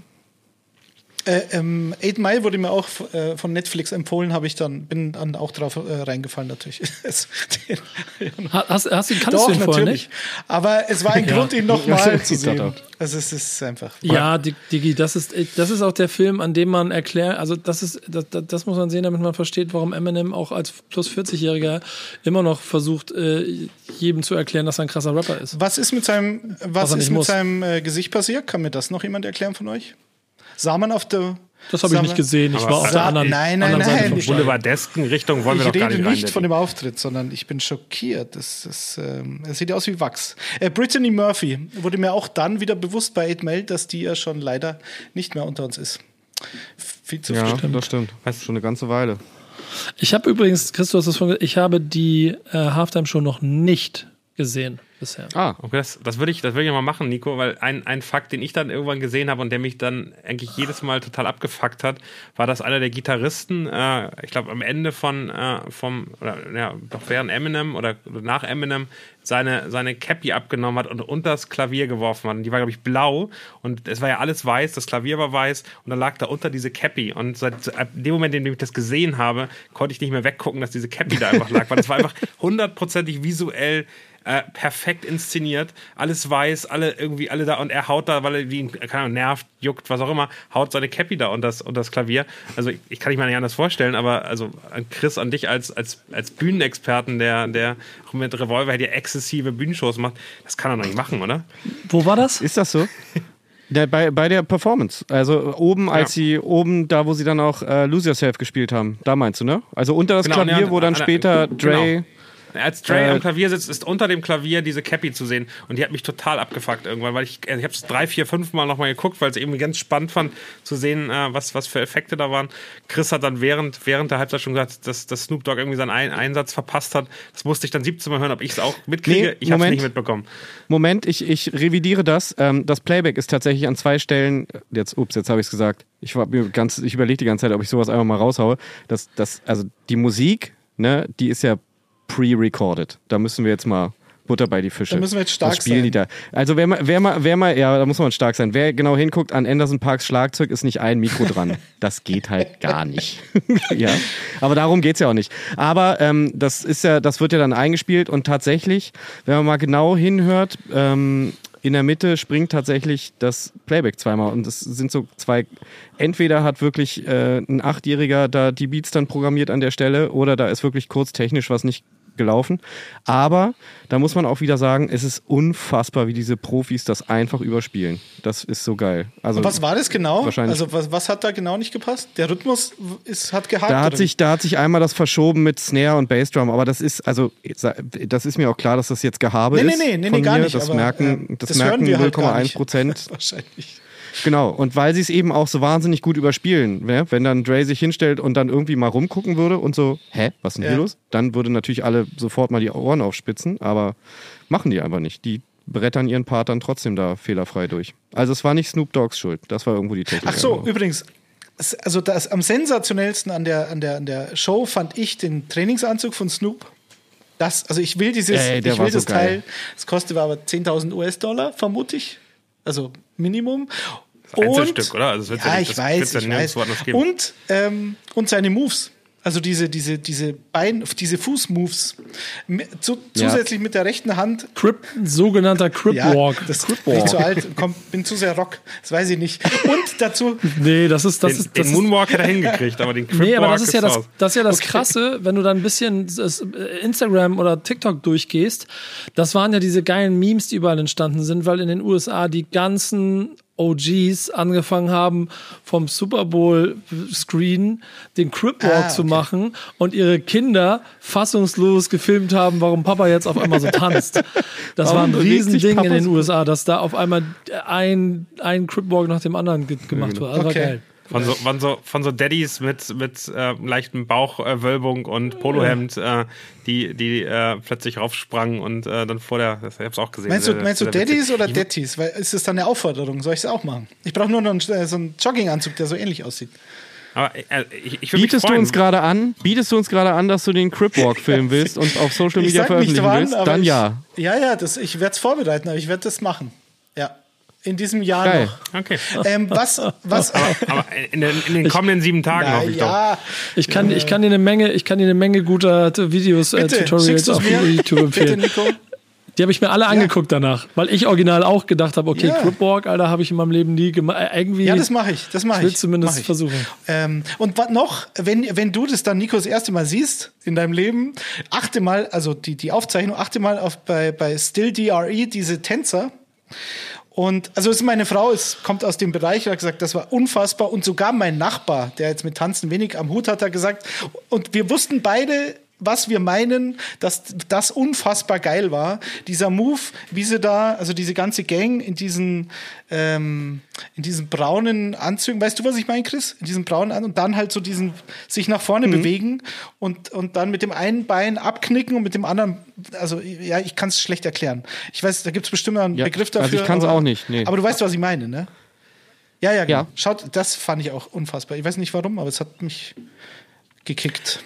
8 Mile wurde mir auch von Netflix empfohlen, bin dann auch drauf reingefallen natürlich. Kannst du ihn vorher nicht? Aber es war ein Grund, ihn nochmal zu sehen. Also es ist einfach... Ja, Digi, das ist auch der Film, an dem man erklärt, also das muss man sehen, damit man versteht, warum Eminem auch als plus 40-Jähriger immer noch versucht, jedem zu erklären, dass er ein krasser Rapper ist. Was ist mit seinem Gesicht passiert? Kann mir das noch jemand erklären von euch? Sah man auf der... Das habe ich nicht gesehen. Ich war auf der anderen Seite vom Stadion. Boulevardesken Richtung wollen wir doch gar nicht rein. Ich rede nicht von dem Auftritt, sondern ich bin schockiert. Es sieht aus wie Wachs. Brittany Murphy wurde mir auch dann wieder bewusst bei 8 Mile, dass die ja schon leider nicht mehr unter uns ist. Viel zu früh. Ja, das stimmt. Schon eine ganze Weile. Ich habe übrigens, Chris, du hast das von gesagt, ich habe die Halftime-Show noch nicht gesehen. bisher. Okay, das würde ich mal machen, Nico, weil ein Fakt, den ich dann irgendwann gesehen habe und der mich dann eigentlich jedes Mal total abgefuckt hat, war, dass einer der Gitarristen, ich glaube am Ende während Eminem oder nach Eminem seine Cappy abgenommen hat und unter das Klavier geworfen hat. Und die war, glaube ich, blau und es war ja alles weiß, das Klavier war weiß und dann lag da unter diese Cappy. Und seit dem Moment, in dem ich das gesehen habe, konnte ich nicht mehr weggucken, dass diese Cappy da einfach lag, weil das war einfach 100%ig visuell perfekt inszeniert, alles weiß, alle da und er haut da, weil er ihn, keine Ahnung, nervt, juckt, was auch immer, haut seine Cappy da unter das Klavier. Also ich kann mich mir nicht anders vorstellen, aber also an Chris, an dich als Bühnenexperten, der auch mit Revolver die exzessive Bühnenshows macht, das kann er noch nicht machen, oder? Wo war das? Ist das so? Bei der Performance. Also oben, da, wo sie dann auch Lose Yourself gespielt haben. Da meinst du, ne? Also unter das Klavier, wo dann später Dre... Genau. Als Dre am Klavier sitzt, ist unter dem Klavier diese Cappy zu sehen. Und die hat mich total abgefuckt irgendwann, weil ich habe es 3, 4, 5 Mal nochmal geguckt, weil es eben ganz spannend fand, zu sehen, was für Effekte da waren. Chris hat dann während der Halbzeit schon gesagt, dass Snoop Dogg irgendwie seinen Einsatz verpasst hat. Das musste ich dann 17 Mal hören, ob ich es auch mitkriege. Nee, ich habe es nicht mitbekommen. Moment, ich revidiere das. Das Playback ist tatsächlich an 2 Stellen, jetzt habe ich es gesagt. Ich überlege die ganze Zeit, ob ich sowas einfach mal raushaue. Also die Musik, ne, die ist ja pre-recorded. Da müssen wir jetzt mal Butter bei die Fische. Da müssen wir jetzt stark sein. Die da. Also wer mal, ja, da muss man stark sein. Wer genau hinguckt, an Anderson Paaks Schlagzeug ist nicht ein Mikro dran. Das geht halt gar nicht. Ja. Aber darum geht's ja auch nicht. Aber das wird ja dann eingespielt und tatsächlich, wenn man mal genau hinhört, in der Mitte springt tatsächlich das Playback zweimal und es sind so 2, entweder hat wirklich ein 8-Jähriger da die Beats dann programmiert an der Stelle oder da ist wirklich kurz technisch was nicht gelaufen, aber da muss man auch wieder sagen, es ist unfassbar, wie diese Profis das einfach überspielen. Das ist so geil. Also, und was war das genau? Wahrscheinlich. Also was hat da genau nicht gepasst? Der Rhythmus hat gehakt? Da hat sich einmal das verschoben mit Snare und Bassdrum, aber das ist mir auch klar, dass das jetzt Gehabe ist. Nee, gar nicht. Das aber, merken das merken 0,1%. Wahrscheinlich. Genau, und weil sie es eben auch so wahnsinnig gut überspielen, ne? Wenn dann Dre sich hinstellt und dann irgendwie mal rumgucken würde und so, was ist denn hier los? Dann würde natürlich alle sofort mal die Ohren aufspitzen, aber machen die einfach nicht. Die brettern ihren Part dann trotzdem da fehlerfrei durch. Also es war nicht Snoop Doggs Schuld, das war irgendwo die Technik. Ach so, übrigens, also das am sensationellsten an der Show fand ich den Trainingsanzug von Snoop. Ich will das Teil, das kostet aber $10.000, vermute ich. Also Minimum. Einzelstück, oder? Also ich weiß. Und seine Moves. Also diese Fußmoves. Zusätzlich mit der rechten Hand. Sogenannter Crip-Walk. Ja, bin ich zu alt, bin zu sehr Rock. Das weiß ich nicht. Und dazu... Nee, den Moonwalk hat er hingekriegt, aber den Crip-Walk nee, aber das ist ja das Krasse, wenn du dann ein bisschen Instagram oder TikTok durchgehst. Das waren ja diese geilen Memes, die überall entstanden sind, weil in den USA die ganzen OGs angefangen haben, vom Super Bowl Screen den Crip-Walk zu machen und ihre Kinder fassungslos gefilmt haben, warum Papa jetzt auf einmal so tanzt. Das war ein Riesending in den USA, dass da auf einmal ein Crip-Walk nach dem anderen gemacht wurde. Das war geil. Von so Daddys mit leichtem Bauchwölbung und Polohemd, die plötzlich raufsprangen und dann vor ich hab's auch gesehen. Meinst du Daddys oder Daddies? Weil ist das dann eine Aufforderung? Soll ich es auch machen? Ich brauche nur noch so einen Jogginganzug, der so ähnlich aussieht. Aber ich Bietest du uns gerade an, dass du den Crip-Walk filmen willst und auf Social Media veröffentlichen willst? Dann ja. Ja, ich werde es vorbereiten, aber ich werde das machen. Ja. In diesem Jahr geil. noch. Okay. Was? Aber in den kommenden 7 Tagen hoffe ich doch. Ich kann dir eine Menge guter Videos, Tutorials auf YouTube empfehlen. Bitte, Nico. Die habe ich mir alle angeguckt danach, weil ich original auch gedacht habe, okay, Crip-Walk, Alter, habe ich in meinem Leben nie gemacht. Irgendwie. Ja, das mache ich. Ich will zumindest versuchen. Und was noch, wenn du das dann, Nico, das erste Mal siehst in deinem Leben, achte mal, also die Aufzeichnung, bei Still DRE, diese Tänzer. Und also ist meine Frau, kommt aus dem Bereich, hat gesagt, das war unfassbar. Und sogar mein Nachbar, der jetzt mit Tanzen wenig am Hut hat, hat gesagt, und wir wussten beide, was wir meinen, dass das unfassbar geil war. Dieser Move, wie sie da, also diese ganze Gang in diesen braunen Anzügen, weißt du, was ich meine, Chris? In diesen braunen Anzügen und dann halt so diesen sich nach vorne bewegen und dann mit dem einen Bein abknicken und mit dem anderen, also ja, ich kann es schlecht erklären. Ich weiß, da gibt es bestimmt einen Begriff dafür. Also ich kann es auch nicht, nee. Aber du weißt, was ich meine, ne? Ja, genau. Ja. Schaut, das fand ich auch unfassbar. Ich weiß nicht warum, aber es hat mich gekickt.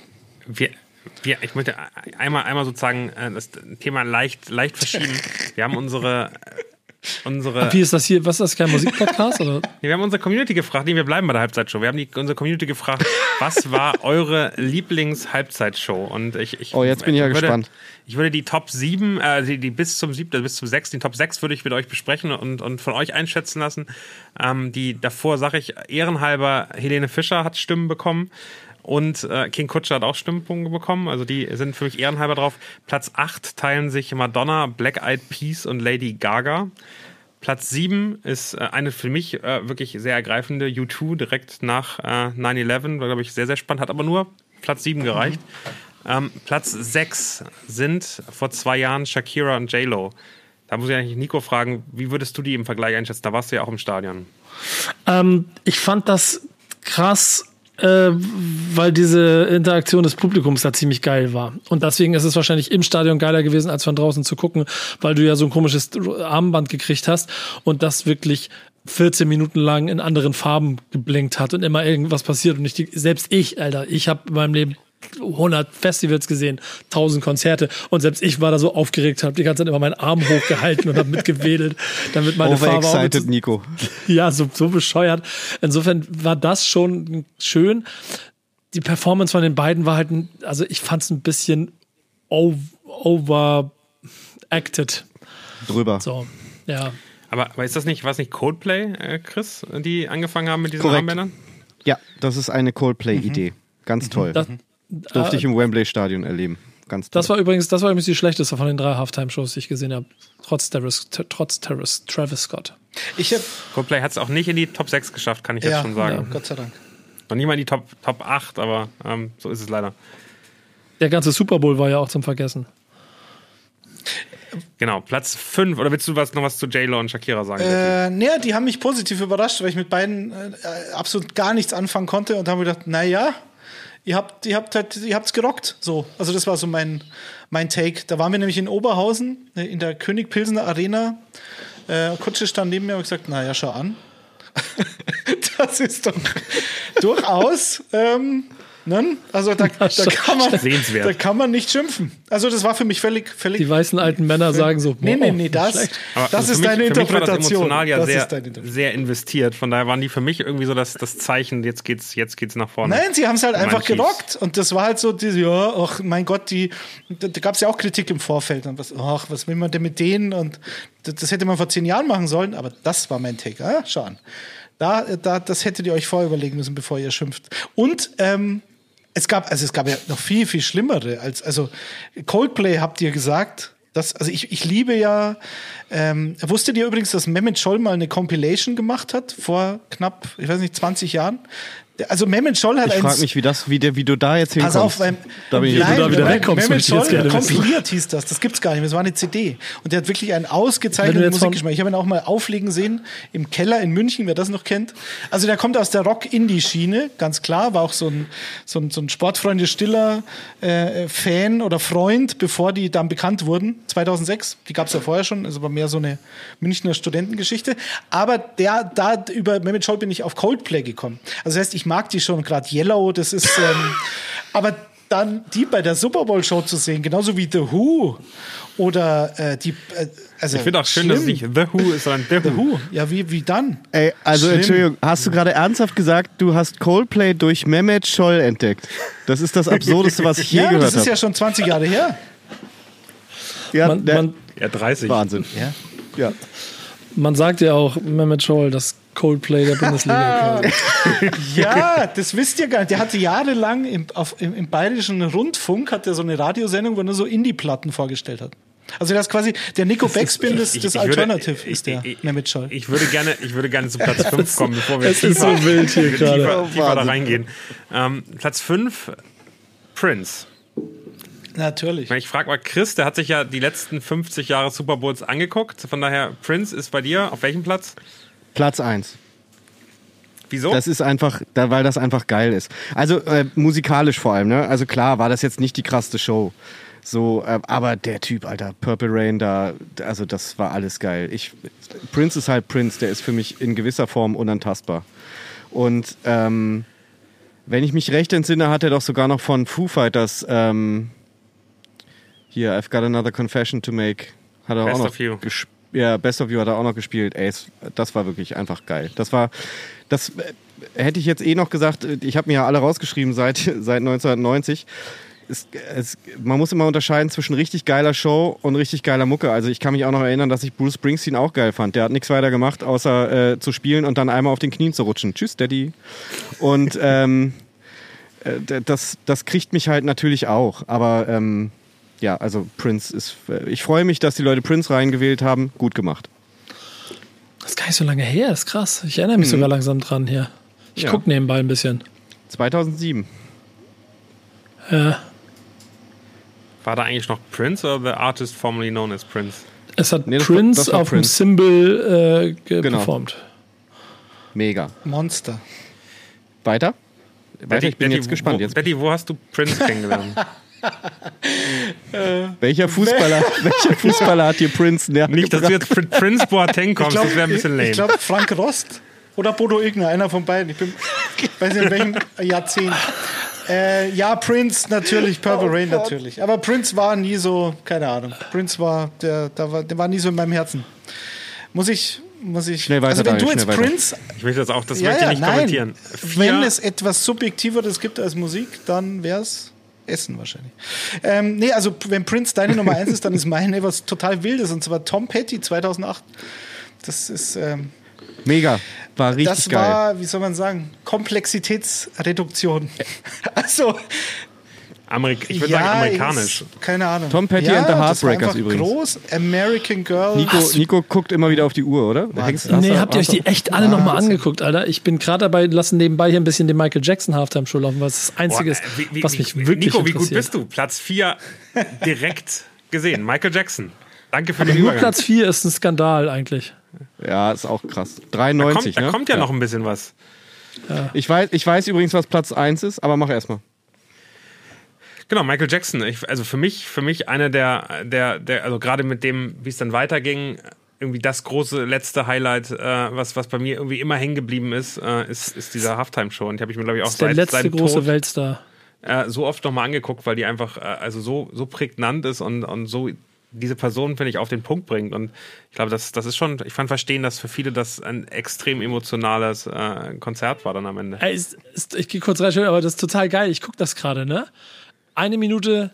Ich möchte einmal sozusagen das Thema leicht verschieben. Wir haben unsere Wie ist das hier? Was ist das, kein Musikpodcast? Oder? Wir haben unsere Community gefragt, wir bleiben bei der Halbzeitshow. Wir haben unsere Community gefragt, was war eure Lieblings-Halbzeitshow? Und jetzt bin ich gespannt. Ich würde die Top 7, die bis zum 6, die Top 6 würde ich mit euch besprechen und von euch einschätzen lassen. Die davor, sage ich, ehrenhalber, Helene Fischer hat Stimmen bekommen. Und King Kutscher hat auch Stimmenpunkte bekommen. Also die sind für mich ehrenhalber drauf. Platz 8 teilen sich Madonna, Black Eyed Peas und Lady Gaga. Platz 7 ist eine für mich wirklich sehr ergreifende U2 direkt nach 9/11. War, glaube ich, sehr, sehr spannend. Hat aber nur Platz 7 gereicht. Platz 6 sind vor 2 Jahren Shakira und J-Lo. Da muss ich eigentlich Nico fragen, wie würdest du die im Vergleich einschätzen? Da warst du ja auch im Stadion. Ich fand das krass, weil diese Interaktion des Publikums da ziemlich geil war. Und deswegen ist es wahrscheinlich im Stadion geiler gewesen, als von draußen zu gucken, weil du ja so ein komisches Armband gekriegt hast und das wirklich 14 Minuten lang in anderen Farben geblinkt hat und immer irgendwas passiert. Und selbst ich habe in meinem Leben 100 Festivals gesehen, 1000 Konzerte und selbst ich war da so aufgeregt, habe die ganze Zeit immer meinen Arm hochgehalten und habe mitgewedelt, damit meine Farbe Overexcited, Nico. Ja, so bescheuert. Insofern war das schon schön. Die Performance von den beiden war halt, also ich fand es ein bisschen overacted. Drüber. So, ja. Aber ist das nicht, was nicht Coldplay, Chris, die angefangen haben mit diesen Korrekt. Armbändern? Ja, das ist eine Coldplay-Idee. Ganz toll. Durfte ich im Wembley-Stadion erleben. Ganz toll. Das war übrigens die schlechteste von den 3 Halftime-Shows, die ich gesehen habe. Trotz Travis Scott. Coldplay hat es auch nicht in die Top 6 geschafft, kann ich jetzt schon sagen. Ja, Gott sei Dank. Noch nie mal in die Top 8, aber so ist es leider. Der ganze Super Bowl war ja auch zum Vergessen. Genau, Platz 5. Oder willst du noch was zu J-Lo und Shakira sagen? Nee, die haben mich positiv überrascht, weil ich mit beiden absolut gar nichts anfangen konnte und habe mir gedacht, naja, ihr habt's gerockt. So. Also das war so mein Take. Da waren wir nämlich in Oberhausen, in der König Pilsener Arena. Kutsche stand neben mir und gesagt, naja, schau an. Das ist doch durchaus also da kann man nicht schimpfen. Also das war für mich völlig. Die weißen alten Männer sagen so, nee, das ist deine Interpretation. Für mich war das emotional sehr investiert. Von daher waren die für mich irgendwie so das Zeichen, jetzt geht's nach vorne. Nein, sie haben es halt einfach gerockt. Und das war halt so, mein Gott, da gab es ja auch Kritik im Vorfeld. Und was will man denn mit denen? Und das hätte man vor 10 Jahren machen sollen, aber das war mein Take. Schau an. Das hättet ihr euch vorher überlegen müssen, bevor ihr schimpft. Und es gab ja noch viel, viel schlimmere. Also Coldplay habt ihr gesagt. Ich liebe ja. Wusstet ihr übrigens, dass Mehmet Scholl mal eine Compilation gemacht hat vor knapp, 20 Jahren? Also Mehmet Scholl hat Ich frage mich, wie du da jetzt hinkommst. Pass auf, da wieder wegkommst. Mehmet Scholl kompiliert hieß das. Das gibt's gar nicht mehr. Das war eine CD. Und der hat wirklich einen ausgezeichneten Musikgeschmack. Ich habe ihn auch mal auflegen sehen im Keller in München, wer das noch kennt. Also der kommt aus der Rock-Indie-Schiene, ganz klar. War auch so ein Sportfreunde Stiller Fan oder Freund, bevor die dann bekannt wurden. 2006. Die gab's ja vorher schon. Also war mehr so eine Münchner Studentengeschichte. Aber über Mehmet Scholl bin ich auf Coldplay gekommen. Also das heißt, ich mag die schon, gerade Yellow, das ist, aber dann die bei der Super Bowl Show zu sehen, genauso wie The Who oder also ich finde auch schön, dass es nicht The Who ist, sondern The Who. Ja, wie dann? Ey, also schlimm. Entschuldigung, hast du gerade ernsthaft gesagt, du hast Coldplay durch Mehmet Scholl entdeckt? Das ist das Absurdeste, was ich je gehört habe. Ja, das ist ja schon 20 Jahre her. Ja, 30. Wahnsinn. Ja. Man sagt ja auch, Mehmet Scholl, das Coldplay der Bundesliga. Ja, das wisst ihr gar nicht. Der hatte jahrelang im Bayerischen Rundfunk hat er so eine Radiosendung, wo er nur so Indie-Platten vorgestellt hat. Also das ist quasi der Nico Backspin des Alternative ist der Mehmet Scholl. Ich würde gerne zu Platz 5 kommen, bevor wir so wild hier tiefer da reingehen. Platz 5, Prince. Natürlich. Ich frage mal Chris, der hat sich ja die letzten 50 Jahre Super Bowls angeguckt. Von daher, Prince ist bei dir auf welchem Platz? Platz 1. Wieso? Das ist einfach, weil das einfach geil ist. Also musikalisch vor allem, ne? Also klar, war das jetzt nicht die krasseste Show. So, aber der Typ, Alter, Purple Rain also das war alles geil. Prince ist halt Prince, der ist für mich in gewisser Form unantastbar. Und wenn ich mich recht entsinne, hat er doch sogar noch von Foo Fighters hier, I've Got Another Confession to Make, hat er Best auch noch of You. Ja, Best of You hat er auch noch gespielt. Ey, das war wirklich einfach geil. Das hätte ich jetzt noch gesagt, ich habe mir ja alle rausgeschrieben seit 1990. Man muss immer unterscheiden zwischen richtig geiler Show und richtig geiler Mucke. Also ich kann mich auch noch erinnern, dass ich Bruce Springsteen auch geil fand. Der hat nichts weiter gemacht, außer zu spielen und dann einmal auf den Knien zu rutschen. Tschüss, Daddy. Und das kriegt mich halt natürlich auch. Aber ja, also Prince ist... Ich freue mich, dass die Leute Prince reingewählt haben. Gut gemacht. Das ist gar nicht so lange her, das ist krass. Ich erinnere mich sogar langsam dran hier. Ich gucke nebenbei ein bisschen. 2007. Ja. War da eigentlich noch Prince oder the artist formerly known as Prince? Es hat Nee, das Prince war auf dem Prince. Symbol Genau. performt. Mega. Monster. Weiter? Ich bin jetzt gespannt. Betty, wo hast du Prince kennengelernt? Welcher Fußballer hat hier Prince näher Nicht, dass du jetzt mit Prince Boateng kommst, das wäre ein bisschen lame. Ich glaube, Frank Rost oder Bodo Igner, einer von beiden. Ich weiß nicht, in welchem Jahrzehnt. Ja, Prince natürlich, Purple Rain natürlich. Aber Prince war nie so, keine Ahnung. Prince der war nie so in meinem Herzen. Muss ich Schnell weiter, also wenn du Daniel, jetzt schnell weiter. Prince, Ich möchte das auch, das möchte ich nicht nein. kommentieren. Wenn es etwas Subjektiveres gibt als Musik, dann wäre es Essen wahrscheinlich. Nee, also wenn Prince deine Nummer 1 ist, dann ist meine was total Wildes, und zwar Tom Petty 2008. Das ist Mega. War richtig das geil. war, wie soll man sagen, Komplexitätsreduktion. Also Ich würde sagen amerikanisch. Keine Ahnung. Tom Petty and the das war Heartbreakers einfach übrigens. Groß, American Girl. Nico guckt immer wieder auf die Uhr, oder? Nee, habt ihr euch die echt alle nochmal angeguckt, Alter? Ich bin gerade dabei, lassen nebenbei hier ein bisschen den Michael Jackson Halftime-Show laufen, was das Einzige ist, was mich wirklich Nico, wie interessiert. gut bist du? Platz 4 direkt gesehen. Michael Jackson. Danke für den Nur Übergang. Platz 4 ist ein Skandal eigentlich. Ja, ist auch krass. 93, Da kommt ja noch ein bisschen was. Ich weiß übrigens, was Platz 1 ist, aber mach erst mal. Genau, Michael Jackson. Also für mich einer der also gerade mit dem, wie es dann weiterging, irgendwie das große letzte Highlight, was bei mir irgendwie immer hängen geblieben ist dieser Halftime-Show. Und die habe ich mir, glaube ich, auch Das ist der letzte seinem große Tod Weltstar. so oft nochmal angeguckt, weil die einfach also so prägnant ist und so diese Person, finde ich, auf den Punkt bringt. Und ich glaube, das ist schon, ich kann verstehen, dass für viele das ein extrem emotionales Konzert war dann am Ende. Ich gehe kurz rein, aber das ist total geil. Ich gucke das gerade, ne? 1 Minute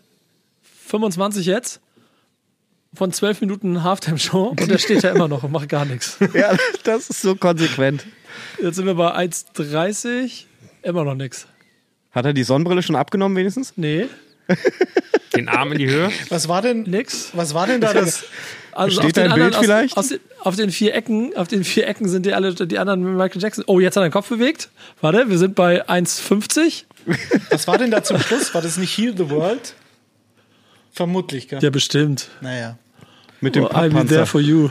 25 jetzt von 12 Minuten Halftime-Show und der steht ja immer noch und macht gar nichts. Ja, das ist so konsequent. Jetzt sind wir bei 1,30, immer noch nichts. Hat er die Sonnenbrille schon abgenommen wenigstens? Nee, Den Arm in die Höhe. Was war denn nix. Was war denn da das? Also Steht da ein Bild vielleicht? Auf den 4 Ecken sind die anderen mit Michael Jackson. Oh, jetzt hat er den Kopf bewegt. Warte, wir sind bei 1,50. Was war denn da zum Schluss? War das nicht Heal the World? Vermutlich, gell? Ja, bestimmt. Naja. Mit dem I'll be there Papppanzer. for you.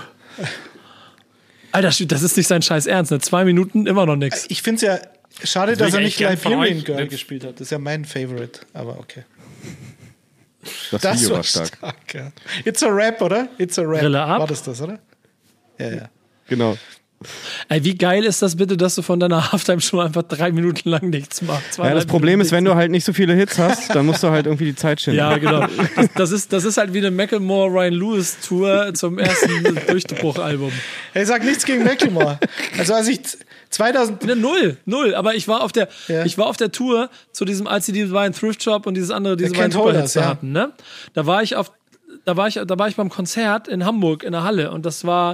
Alter, das ist nicht sein scheiß Ernst. Ne? 2 Minuten, immer noch nichts. Ich finde es ja schade, dass er ich nicht gern von Liberian euch- Girl gespielt hat. Das ist ja mein Favorite, aber okay. Das Video war stark. ja. It's a Rap, oder? It's a Rap. Brille ab. War das, oder? Ja. Genau. Ey, wie geil ist das bitte, dass du von deiner Halftime-Show einfach 3 Minuten lang nichts machst? Ja, das Problem ist, wenn du halt nicht so viele Hits hast, dann musst du halt irgendwie die Zeit schinden. Ja, genau. Das ist halt wie eine Macklemore-Ryan-Lewis-Tour zum ersten Durchbruchalbum. Hey, sag nichts gegen Macklemore. Also als ich 2000... Ne, null. Aber ich war auf der Tour zu diesem, als sie die beiden Thrift Shop und diese beiden Kent Superhits Holders, ja. hatten, ne? Da war ich beim Konzert in Hamburg in der Halle und das war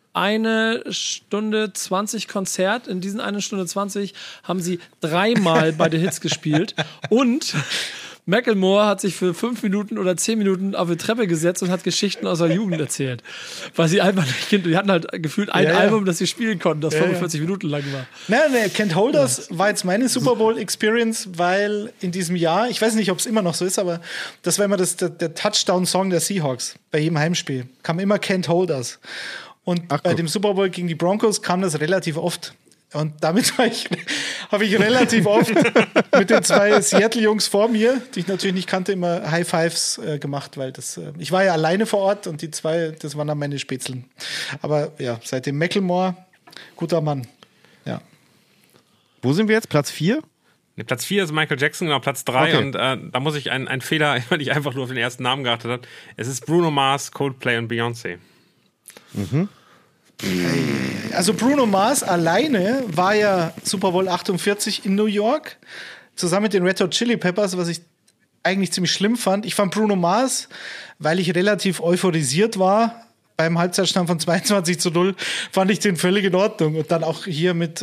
1 Stunde 20 Konzert. In diesen 1 Stunde 20 haben sie 3-mal beide Hits gespielt und Macklemore hat sich für 5 Minuten oder 10 Minuten auf eine Treppe gesetzt und hat Geschichten aus der Jugend erzählt. Weil sie einfach nicht, die hatten halt gefühlt ein Album, das sie spielen konnten, das 45 Minuten lang war. Nee, Kent Holders war jetzt meine Super Bowl-Experience, weil in diesem Jahr, ich weiß nicht, ob es immer noch so ist, aber das war immer der Touchdown-Song der Seahawks bei jedem Heimspiel. Kam immer Kent Holders. Und bei dem Super Bowl gegen die Broncos kam das relativ oft. Und damit habe ich relativ oft mit den 2 Seattle-Jungs vor mir, die ich natürlich nicht kannte, immer High Fives gemacht, weil ich war ja alleine vor Ort und die 2, das waren dann meine Spätzeln. Aber ja, seitdem Macklemore, guter Mann. Ja. Wo sind wir jetzt? Platz 4? Nee, Platz 4 ist Michael Jackson, genau, Platz 3. Okay. Und da muss ich einen Fehler, weil ich einfach nur auf den ersten Namen geachtet habe. Es ist Bruno Mars, Coldplay und Beyoncé. Mhm. Also Bruno Mars alleine war ja Super Bowl 48 in New York, zusammen mit den Red Hot Chili Peppers, was ich eigentlich ziemlich schlimm fand. Ich fand Bruno Mars, weil ich relativ euphorisiert war, beim Halbzeitstand von 22:0, fand ich den völlig in Ordnung. Und dann auch hier mit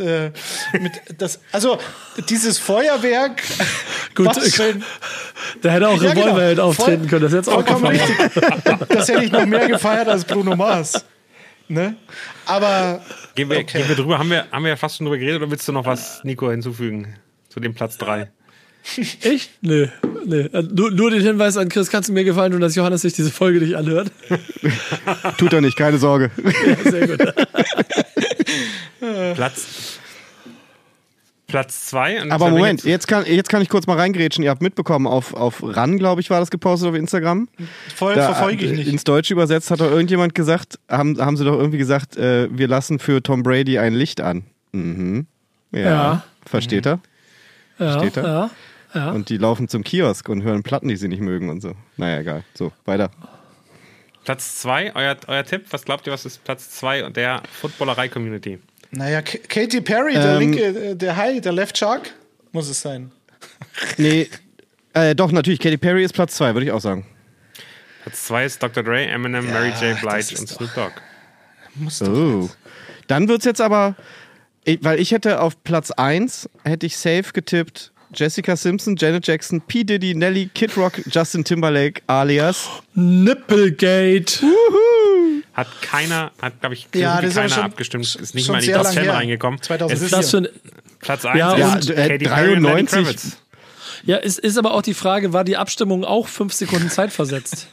dieses Feuerwerk. Gut, da hätte auch Revolverheld auftreten können. Das hätte auch richtig. Das hätte ich noch mehr gefeiert als Bruno Mars. Ne? Aber gehen wir drüber, haben wir ja fast schon drüber geredet, oder willst du noch was, Nico, hinzufügen zu dem Platz 3? Echt? Nee. Nur den Hinweis an Chris, kannst du mir gefallen tun, dass Johannes sich diese Folge nicht anhört? Tut er nicht, keine Sorge. Ja, sehr gut. Platz 2. Aber Moment, jetzt kann ich kurz mal reingrätschen. Ihr habt mitbekommen, auf RAN, glaube ich, war das gepostet auf Instagram. Verfolge ich nicht. Ins Deutsche übersetzt hat doch irgendjemand gesagt, haben sie doch irgendwie gesagt, wir lassen für Tom Brady ein Licht an. Mhm. Ja. Versteht er? Versteht er? Ja. Und die laufen zum Kiosk und hören Platten, die sie nicht mögen und so. Naja, egal. So, weiter. Platz 2, euer Tipp, was glaubt ihr, was ist Platz 2 der Footballerei-Community? Naja, Katy Perry, der linke, der Left Shark, muss es sein. Nee, doch, natürlich, Katy Perry ist Platz 2, würde ich auch sagen. Platz 2 ist Dr. Dre, Eminem, Mary J. Blige und Snoop Dogg. Dann wird's jetzt aber, weil ich hätte auf Platz 1, hätte ich safe getippt, Jessica Simpson, Janet Jackson, P. Diddy, Nelly, Kid Rock, Justin Timberlake, alias Nipplegate. Hat glaube ich, das keiner abgestimmt. Ist nicht mal in die Top 10 reingekommen. 2004. Platz 1 und Katy Perry und Lenny Kravitz. Ja, es ist aber auch die Frage, war die Abstimmung auch 5 Sekunden Zeit versetzt?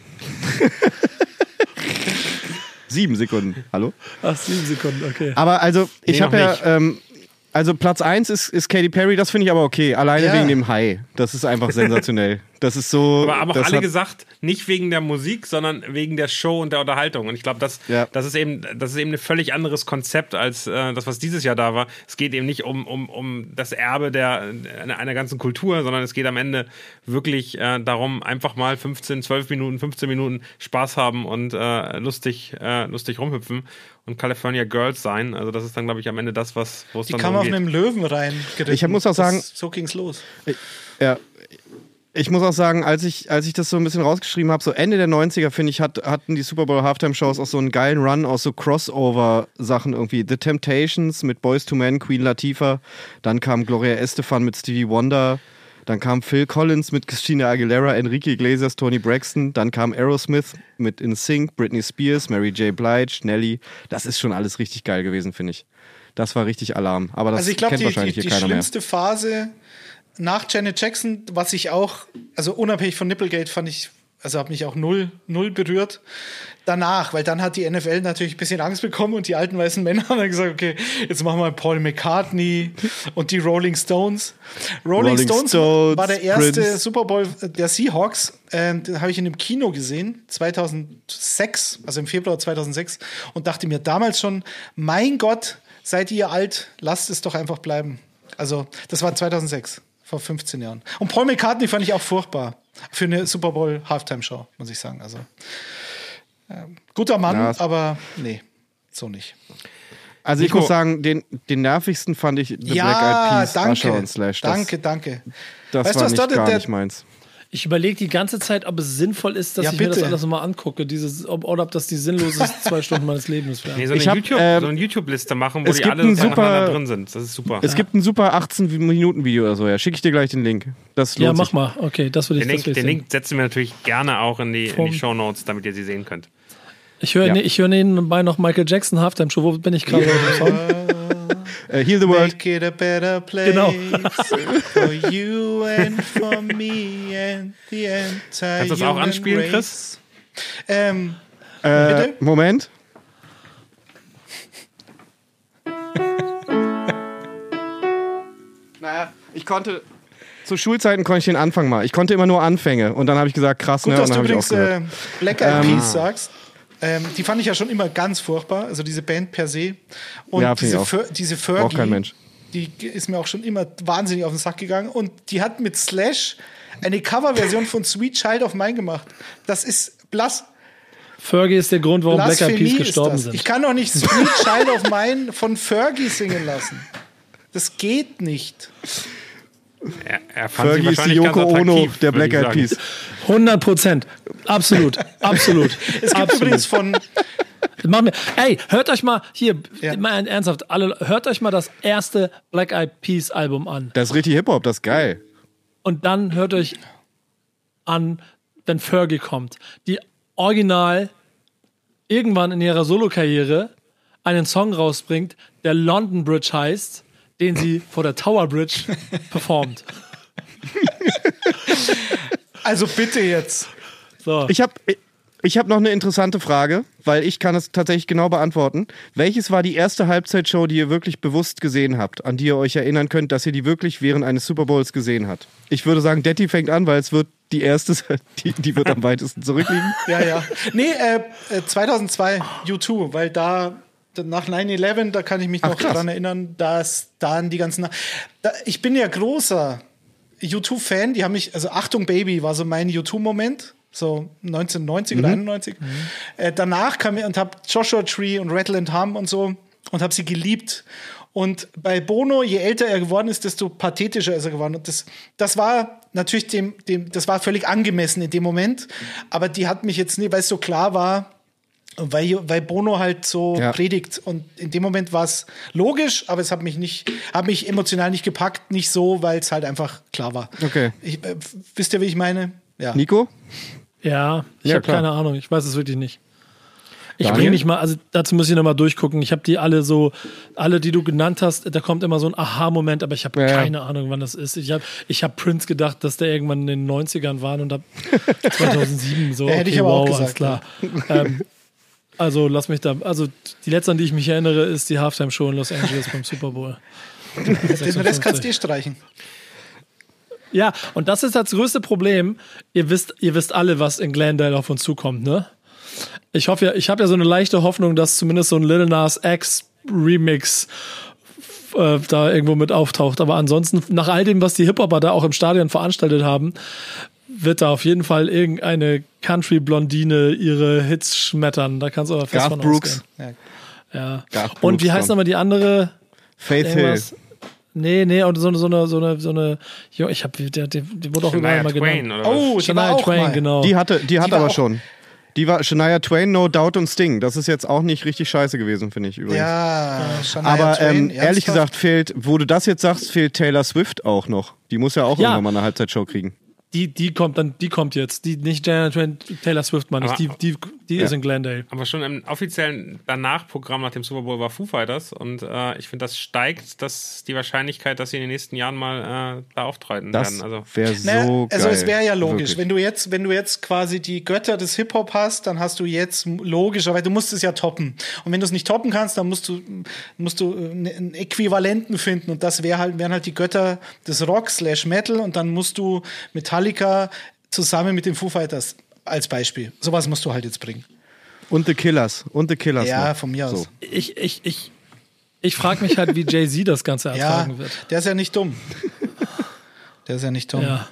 7 Sekunden, hallo? Ach, 7 Sekunden, okay. Aber also, ich habe ja, also Platz 1 ist Katy Perry, das finde ich aber okay. Alleine wegen dem High. Das ist einfach sensationell. Das ist so. Aber auch alle gesagt, nicht wegen der Musik, sondern wegen der Show und der Unterhaltung. Und ich glaube, das ist eben ein völlig anderes Konzept als das, was dieses Jahr da war. Es geht eben nicht um das Erbe einer ganzen Kultur, sondern es geht am Ende wirklich darum, einfach mal 15 Minuten Spaß haben und lustig rumhüpfen und California Girls sein. Also das ist dann, glaube ich, am Ende das, wo es dann Die kam auf einem Löwen rein. Ich muss auch sagen, so ging's los. Ich muss auch sagen, als ich das so ein bisschen rausgeschrieben habe, so Ende der 90er, finde ich, hatten die Super Bowl Halftime-Shows auch so einen geilen Run aus so Crossover-Sachen irgendwie. The Temptations mit Boyz II Men, Queen Latifah, dann kam Gloria Estefan mit Stevie Wonder, dann kam Phil Collins mit Christina Aguilera, Enrique Iglesias, Toni Braxton, dann kam Aerosmith mit NSYNC, Britney Spears, Mary J. Blige, Nelly. Das ist schon alles richtig geil gewesen, finde ich. Das war richtig Alarm. Aber das kennt wahrscheinlich hier keiner mehr. Die schlimmste Phase nach Janet Jackson, was ich auch, also unabhängig von Nipplegate hat mich auch null berührt. Danach, weil dann hat die NFL natürlich ein bisschen Angst bekommen und die alten weißen Männer haben dann gesagt, okay, jetzt machen wir Paul McCartney und die Rolling Stones. Rolling Stones war der erste Prince. Super Bowl der Seahawks. Den habe ich in einem Kino gesehen, 2006, also im Februar 2006 und dachte mir damals schon, mein Gott, seid ihr alt, lasst es doch einfach bleiben. Also das war 2006. Vor 15 Jahren. Und Paul McCartney fand ich auch furchtbar. Für eine Super Bowl Halftime-Show, muss ich sagen. Also guter Mann, aber nee, so nicht. Also Nico, ich muss sagen, den nervigsten fand ich The Black Eyed Peas, Usher und Slash. Danke. Das war gar nicht meins. Ich überlege die ganze Zeit, ob es sinnvoll ist, dass ich mir das alles nochmal angucke. Oder ob das die sinnloseste 2 Stunden meines Lebens wäre. Nee, so eine YouTube-Liste machen, wo die alle nacheinander drin sind. Das ist super. Es gibt ein super 18-Minuten-Video oder so. Ja, schicke ich dir gleich den Link. Das lohnt sich. Mach mal. Okay, das würde ich Den Link setzen wir natürlich gerne auch in die Shownotes, damit ihr sie sehen könnt. Ich höre nebenbei noch Michael Jackson Halftime Show. Wo bin ich gerade bei dem Song? Heal the World. Make it a better place for you and for me and the entire Kannst du das auch anspielen, Chris? Bitte? Moment. Naja, zu Schulzeiten konnte ich den Anfang mal. Ich konnte immer nur Anfänge und dann habe ich gesagt, krass, Gut, ne? dass und du dann übrigens ich Black Eyed Peas sagst. Die fand ich ja schon immer ganz furchtbar, also diese Band per se. Und ja, diese Fergie, braucht kein Mensch. Die ist mir auch schon immer wahnsinnig auf den Sack gegangen. Und die hat mit Slash eine Coverversion von Sweet Child of Mine gemacht. Das ist blass. Fergie ist der Grund, warum Black Eyed Peas gestorben sind. Ich kann doch nicht Sweet Child of Mine von Fergie singen lassen. Das geht nicht. Er fand Fergie ist die Yoko Ono der Black Eyed Peas. 100%. Absolut. Es gibt übrigens von... Ey, hört euch mal, mal ernsthaft, alle, hört euch mal das erste Black Eyed Peas Album an. Das ist richtig Hip-Hop, das ist geil. Und dann hört euch an, wenn Fergie kommt. Die original irgendwann in ihrer Solokarriere einen Song rausbringt, der London Bridge heißt, den sie vor der Tower Bridge performt. Also bitte jetzt. So. Ich hab noch eine interessante Frage, weil ich kann es tatsächlich genau beantworten. Welches war die erste Halbzeitshow, die ihr wirklich bewusst gesehen habt, an die ihr euch erinnern könnt, dass ihr die wirklich während eines Super Bowls gesehen habt? Ich würde sagen, Detti fängt an, weil es wird die erste, die wird am weitesten zurückliegen. Ja. Nee, 2002 U2, weil da nach 9/11, da kann ich mich noch dran erinnern, dass dann die ganzen... ich bin ja großer U2-Fan, die haben mich... Also Achtung Baby war so mein U2-Moment, so 1990 oder 91. Danach kam ich und habe Joshua Tree und Rattle and Hum und so und habe sie geliebt. Und bei Bono, je älter er geworden ist, desto pathetischer ist er geworden. Und das war natürlich das war völlig angemessen in dem Moment, aber die hat mich jetzt nicht, weil es so klar war, weil Bono halt so predigt. Und in dem Moment war es logisch, aber es hat mich emotional nicht gepackt, nicht so, weil es halt einfach klar war. Okay. Wisst ihr, wie ich meine? Ja. Nico? Ja, ich habe keine Ahnung. Ich weiß es wirklich nicht. Ich Daniel? bringe mich mal, also dazu muss ich nochmal durchgucken. Ich habe die alle, die du genannt hast, da kommt immer so ein Aha-Moment, aber ich habe keine Ahnung, wann das ist. Ich hab Prince gedacht, dass der irgendwann in den 90ern war und ab 2007 so. Hätte ich aber auch gesagt. Alles klar. Also lass mich da, also die letzte, an die ich mich erinnere, ist die Halftime-Show in Los Angeles beim Super Bowl. Den Rest kannst du streichen. Ja, und das ist das größte Problem. Ihr wisst alle, was in Glendale auf uns zukommt, ne? Ich habe ja so eine leichte Hoffnung, dass zumindest so ein Lil Nas X Remix da irgendwo mit auftaucht. Aber ansonsten, nach all dem, was die Hip-Hopper da auch im Stadion veranstaltet haben, wird da auf jeden Fall irgendeine Country-Blondine ihre Hits schmettern. Da kannst du aber fest von Brooks. ausgehen. Ja. Garth Und wie Brooks heißt nochmal die andere? Faith Hill. Nee, und so eine, jo, die wurde auch überall mal genannt. Oder was? Shania Twain, genau. Die hat aber schon. Die war Shania Twain, No Doubt und Sting. Das ist jetzt auch nicht richtig scheiße gewesen, finde ich übrigens. Ja, Shania aber Twain, ehrlich gesagt wo du das jetzt sagst, fehlt Taylor Swift auch noch. Die muss ja auch irgendwann mal eine Halbzeitshow kriegen. Die kommt jetzt. Die nicht Shania Twain, Taylor Swift, meine ich. Die ist in Glendale. Aber schon im offiziellen Danach-Programm nach dem Super Bowl war Foo Fighters und ich finde, das steigt die Wahrscheinlichkeit, dass sie in den nächsten Jahren mal da auftreten werden. Das wäre so geil. Also es wäre ja logisch. Wirklich. Wenn du jetzt quasi die Götter des Hip-Hop hast, dann hast du jetzt logischerweise, du musst es ja toppen. Und wenn du es nicht toppen kannst, dann musst du einen Äquivalenten finden und das wären halt die Götter des Rock / Metal und dann musst du Metallica zusammen mit den Foo Fighters als Beispiel. Sowas musst du halt jetzt bringen. Und The Killers. Ja, noch. von mir aus. So. Ich frage mich halt, wie Jay-Z das Ganze ertragen wird. Der ist ja nicht dumm. Ja,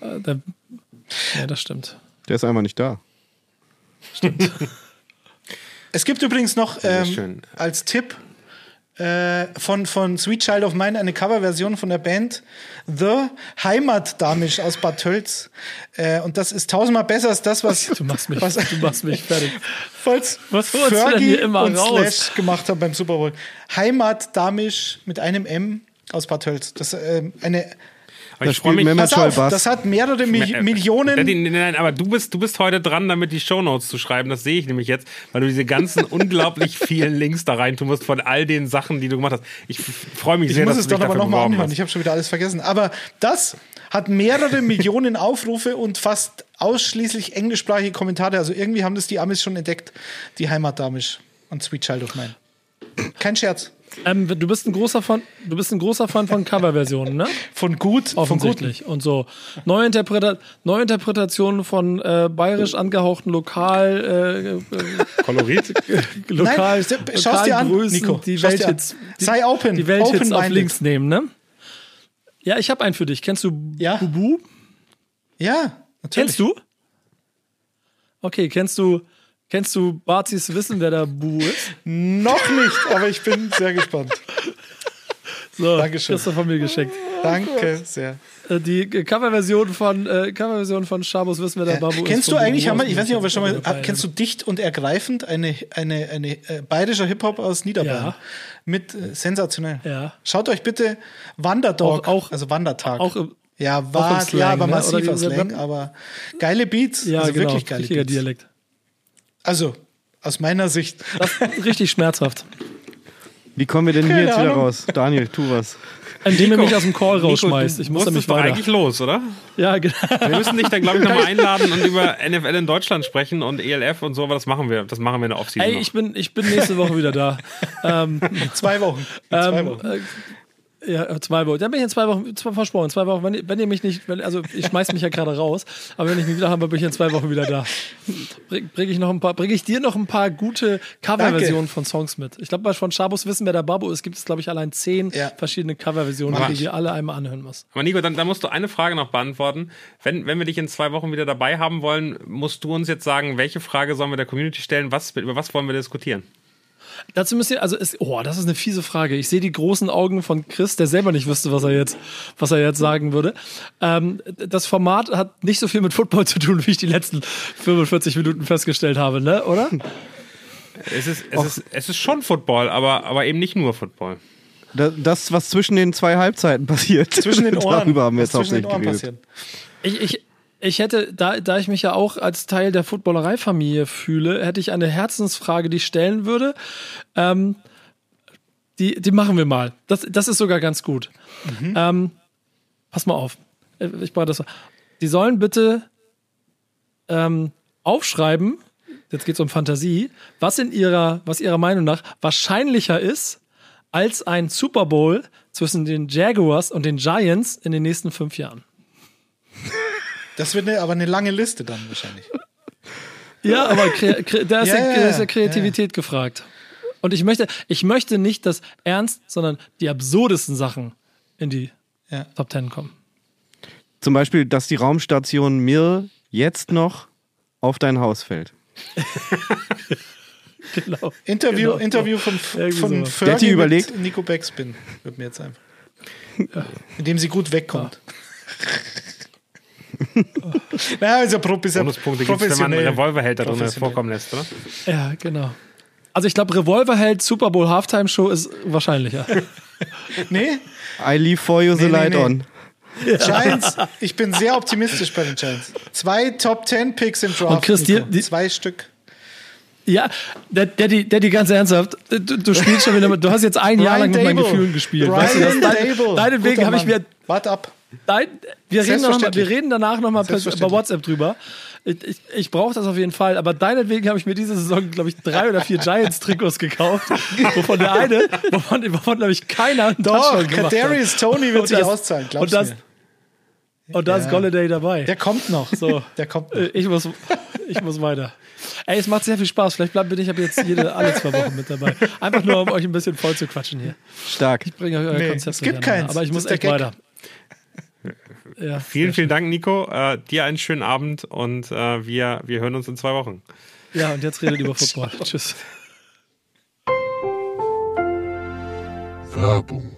das stimmt. Der ist einfach nicht da. Es gibt übrigens noch als Tipp von Sweet Child of Mine, eine Coverversion von der Band The Heimatdamisch aus Bad Tölz. Und das ist tausendmal besser als das, was Du machst mich fertig. was Was holst du denn Fergie hier immer und raus? Slash gemacht haben beim Super Bowl. Heimatdamisch mit einem M aus Bad Tölz. Das eine Aber Da ich freue spielt mich. Mehmet Pass auf, Scholl-Bass. das hat mehrere Millionen. Nein, aber du bist heute dran, damit die Shownotes zu schreiben. Das sehe ich nämlich jetzt, weil du diese ganzen unglaublich vielen Links da rein tun musst von all den Sachen, die du gemacht hast. Ich freue mich Ich sehr, muss dass es du dich dann aber dafür nochmal beworben anhören. hast. Ich habe schon wieder alles vergessen. Aber das hat mehrere Millionen Aufrufe und fast ausschließlich englischsprachige Kommentare. Also irgendwie haben das die Amis schon entdeckt, die Heimatdamisch und Sweet Child of Mine. Kein Scherz. Du bist ein großer Fan von Coverversionen, ne? Von gut, von guten. Offensichtlich. Und so. Neuinterpretationen von bayerisch angehauchten Kolorit? Nein, schau's dir an, Größen, Nico. die Schau's dir an. Welthits, Sei open. die Welthits auf open-minded. links nehmen, ne? Ja, ich habe einen für dich. Kennst du Ja. Bubu? Ja, natürlich. Kennst du? Okay, kennst du Barzis Wissen, wer der Bubu ist? Noch nicht, aber ich bin sehr gespannt. So, Dankeschön. das ist von mir geschenkt. Danke sehr. Die Coverversion von Schabos Wissen, wer der Babu ist. Kennst du von eigentlich, Bubu ich weiß nicht, ob wir schon mal, dabei. kennst du Dicht und Ergreifend, eine bayerischer Hip-Hop aus Niederbayern? Ja. Mit sensationell. Ja. Schaut euch bitte Wanderdog, Auch- also Wandertag. auch im- ja, im war Slang, ja, aber ne? Oder massiver die- Slang, aber geile Beats, Ja, also genau, wirklich geile richtiger Beats. Dialekt. Also, aus meiner Sicht. Das ist richtig schmerzhaft. Wie kommen wir denn hier Keine jetzt wieder Ahnung. raus? Daniel, tu was. Indem er mich aus dem Call Nico, rausschmeißt. du Ich muss musstest nämlich doch weiter. eigentlich los, oder? Ja, genau. Wir müssen dich dann, glaube ich, nochmal einladen und über NFL in Deutschland sprechen und ELF und so, aber das machen wir in der Offseason Ey, noch. ich bin nächste Woche wieder da. 2 Wochen. In 2 Wochen. Ja, 2 Wochen. Dann bin ich in 2 Wochen, versprochen, 2 Wochen. Wenn ihr mich nicht, also ich schmeiß mich ja gerade raus, aber wenn ich mich wieder habe, bin ich in 2 Wochen wieder da. Bringe ich dir noch ein paar gute Coverversionen von Songs mit. Ich glaube, von Schabos Wissen, wer der Babu ist, gibt es, glaube ich, allein 10 Ja. verschiedene Coverversionen, Mach die ich. wir alle einmal anhören müssen. Aber Nico, dann musst du eine Frage noch beantworten. Wenn wir dich in 2 Wochen wieder dabei haben wollen, musst du uns jetzt sagen, welche Frage sollen wir der Community stellen? Über was wollen wir diskutieren? Dazu müsst ihr, das ist eine fiese Frage. Ich sehe die großen Augen von Chris, der selber nicht wüsste, was er jetzt sagen würde. Das Format hat nicht so viel mit Football zu tun, wie ich die letzten 45 Minuten festgestellt habe, ne? Oder? Es ist schon Football, aber eben nicht nur Football. Das, was zwischen den 2 Halbzeiten passiert. Zwischen den Ohren. Darüber haben wir jetzt was zwischen den hauptsächlich Ohren geredet. passiert. Ich hätte, da ich mich ja auch als Teil der Footballerei-Familie fühle, hätte ich eine Herzensfrage, die ich stellen würde. Die machen wir mal. Das ist sogar ganz gut. Pass mal auf. Ich brauche das. Die sollen bitte aufschreiben, jetzt geht es um Fantasie, was ihrer Meinung nach wahrscheinlicher ist als ein Super Bowl zwischen den Jaguars und den Giants in den nächsten 5 Jahren. Das wird aber eine lange Liste dann wahrscheinlich. Ja, aber da ist Ja, ja Kreativität gefragt. Und ich möchte nicht das Ernst, sondern die absurdesten Sachen in die Ja. Top 10 kommen. Zum Beispiel, dass die Raumstation Mir jetzt noch auf dein Haus fällt. Genau. Interview Irgendwie von sowas. Fergie Detti überlegt. mit Nico Backspin wird mir jetzt einfach. Mit dem sie gut wegkommt. Ja, ist ja Bonuspunkte gibt es, wenn man einen Revolverhälter drin vorkommen lässt, oder? Ja, genau. Also ich glaube, Revolverheld Super Bowl Halftime Show ist wahrscheinlicher. Nee, I leave for you the Nee, light nee. on. Giants, ich bin sehr optimistisch bei den Giants. 2 Top 10 Picks im Draft. Und Chris, Nico. die 2 Stück. Ja, Daddy, ganz ernsthaft, du spielst schon wieder mit, du hast jetzt ein Jahr lang mit meinen Gefühlen gespielt. Weißt du, Ryan Dable. deinetwegen Guter habe ich Mann. mir... Wart ab. Wir Selbstverständlich. reden danach nochmal bei Selbstverständlich. WhatsApp drüber. Ich brauche das auf jeden Fall, aber deinetwegen habe ich mir diese Saison, glaube ich, 3 oder 4 Giants-Trikots gekauft, wovon der eine, wovon glaube ich, keiner einen Doch, Touchdown gemacht hat. Kadarius Toney wird Und sich das- auszahlen, glaubst und du mir. Und da ist Golladay dabei. Der kommt noch. So. Der kommt noch. Ich muss weiter. Ey, es macht sehr viel Spaß. Vielleicht bin ich ab jetzt alle 2 Wochen mit dabei. Einfach nur, um euch ein bisschen voll zu quatschen hier. Stark. Ich bringe euch euer Nee, Konzept es gibt durcheinander. keins. Aber ich Das muss ist der echt Gag. weiter. Ja, Vielen Dank, Nico. Dir einen schönen Abend und wir hören uns in 2 Wochen. Ja, und jetzt redet über Football. Tschüss. Werbung.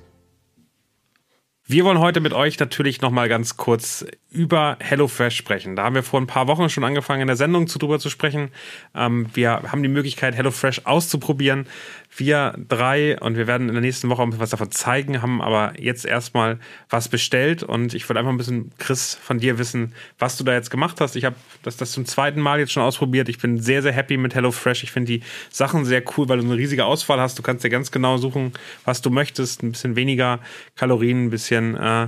Wir wollen heute mit euch natürlich nochmal ganz kurz über HelloFresh sprechen. Da haben wir vor ein paar Wochen schon angefangen, in der Sendung drüber zu sprechen. Wir haben die Möglichkeit, HelloFresh auszuprobieren. Wir drei, und wir werden in der nächsten Woche ein bisschen was davon zeigen, haben aber jetzt erstmal was bestellt. Und ich würde einfach ein bisschen, Chris, von dir wissen, was du da jetzt gemacht hast. Ich habe das zum zweiten Mal jetzt schon ausprobiert. Ich bin sehr, sehr happy mit HelloFresh. Ich finde die Sachen sehr cool, weil du eine riesige Auswahl hast. Du kannst dir ganz genau suchen, was du möchtest. Ein bisschen weniger Kalorien, ein bisschen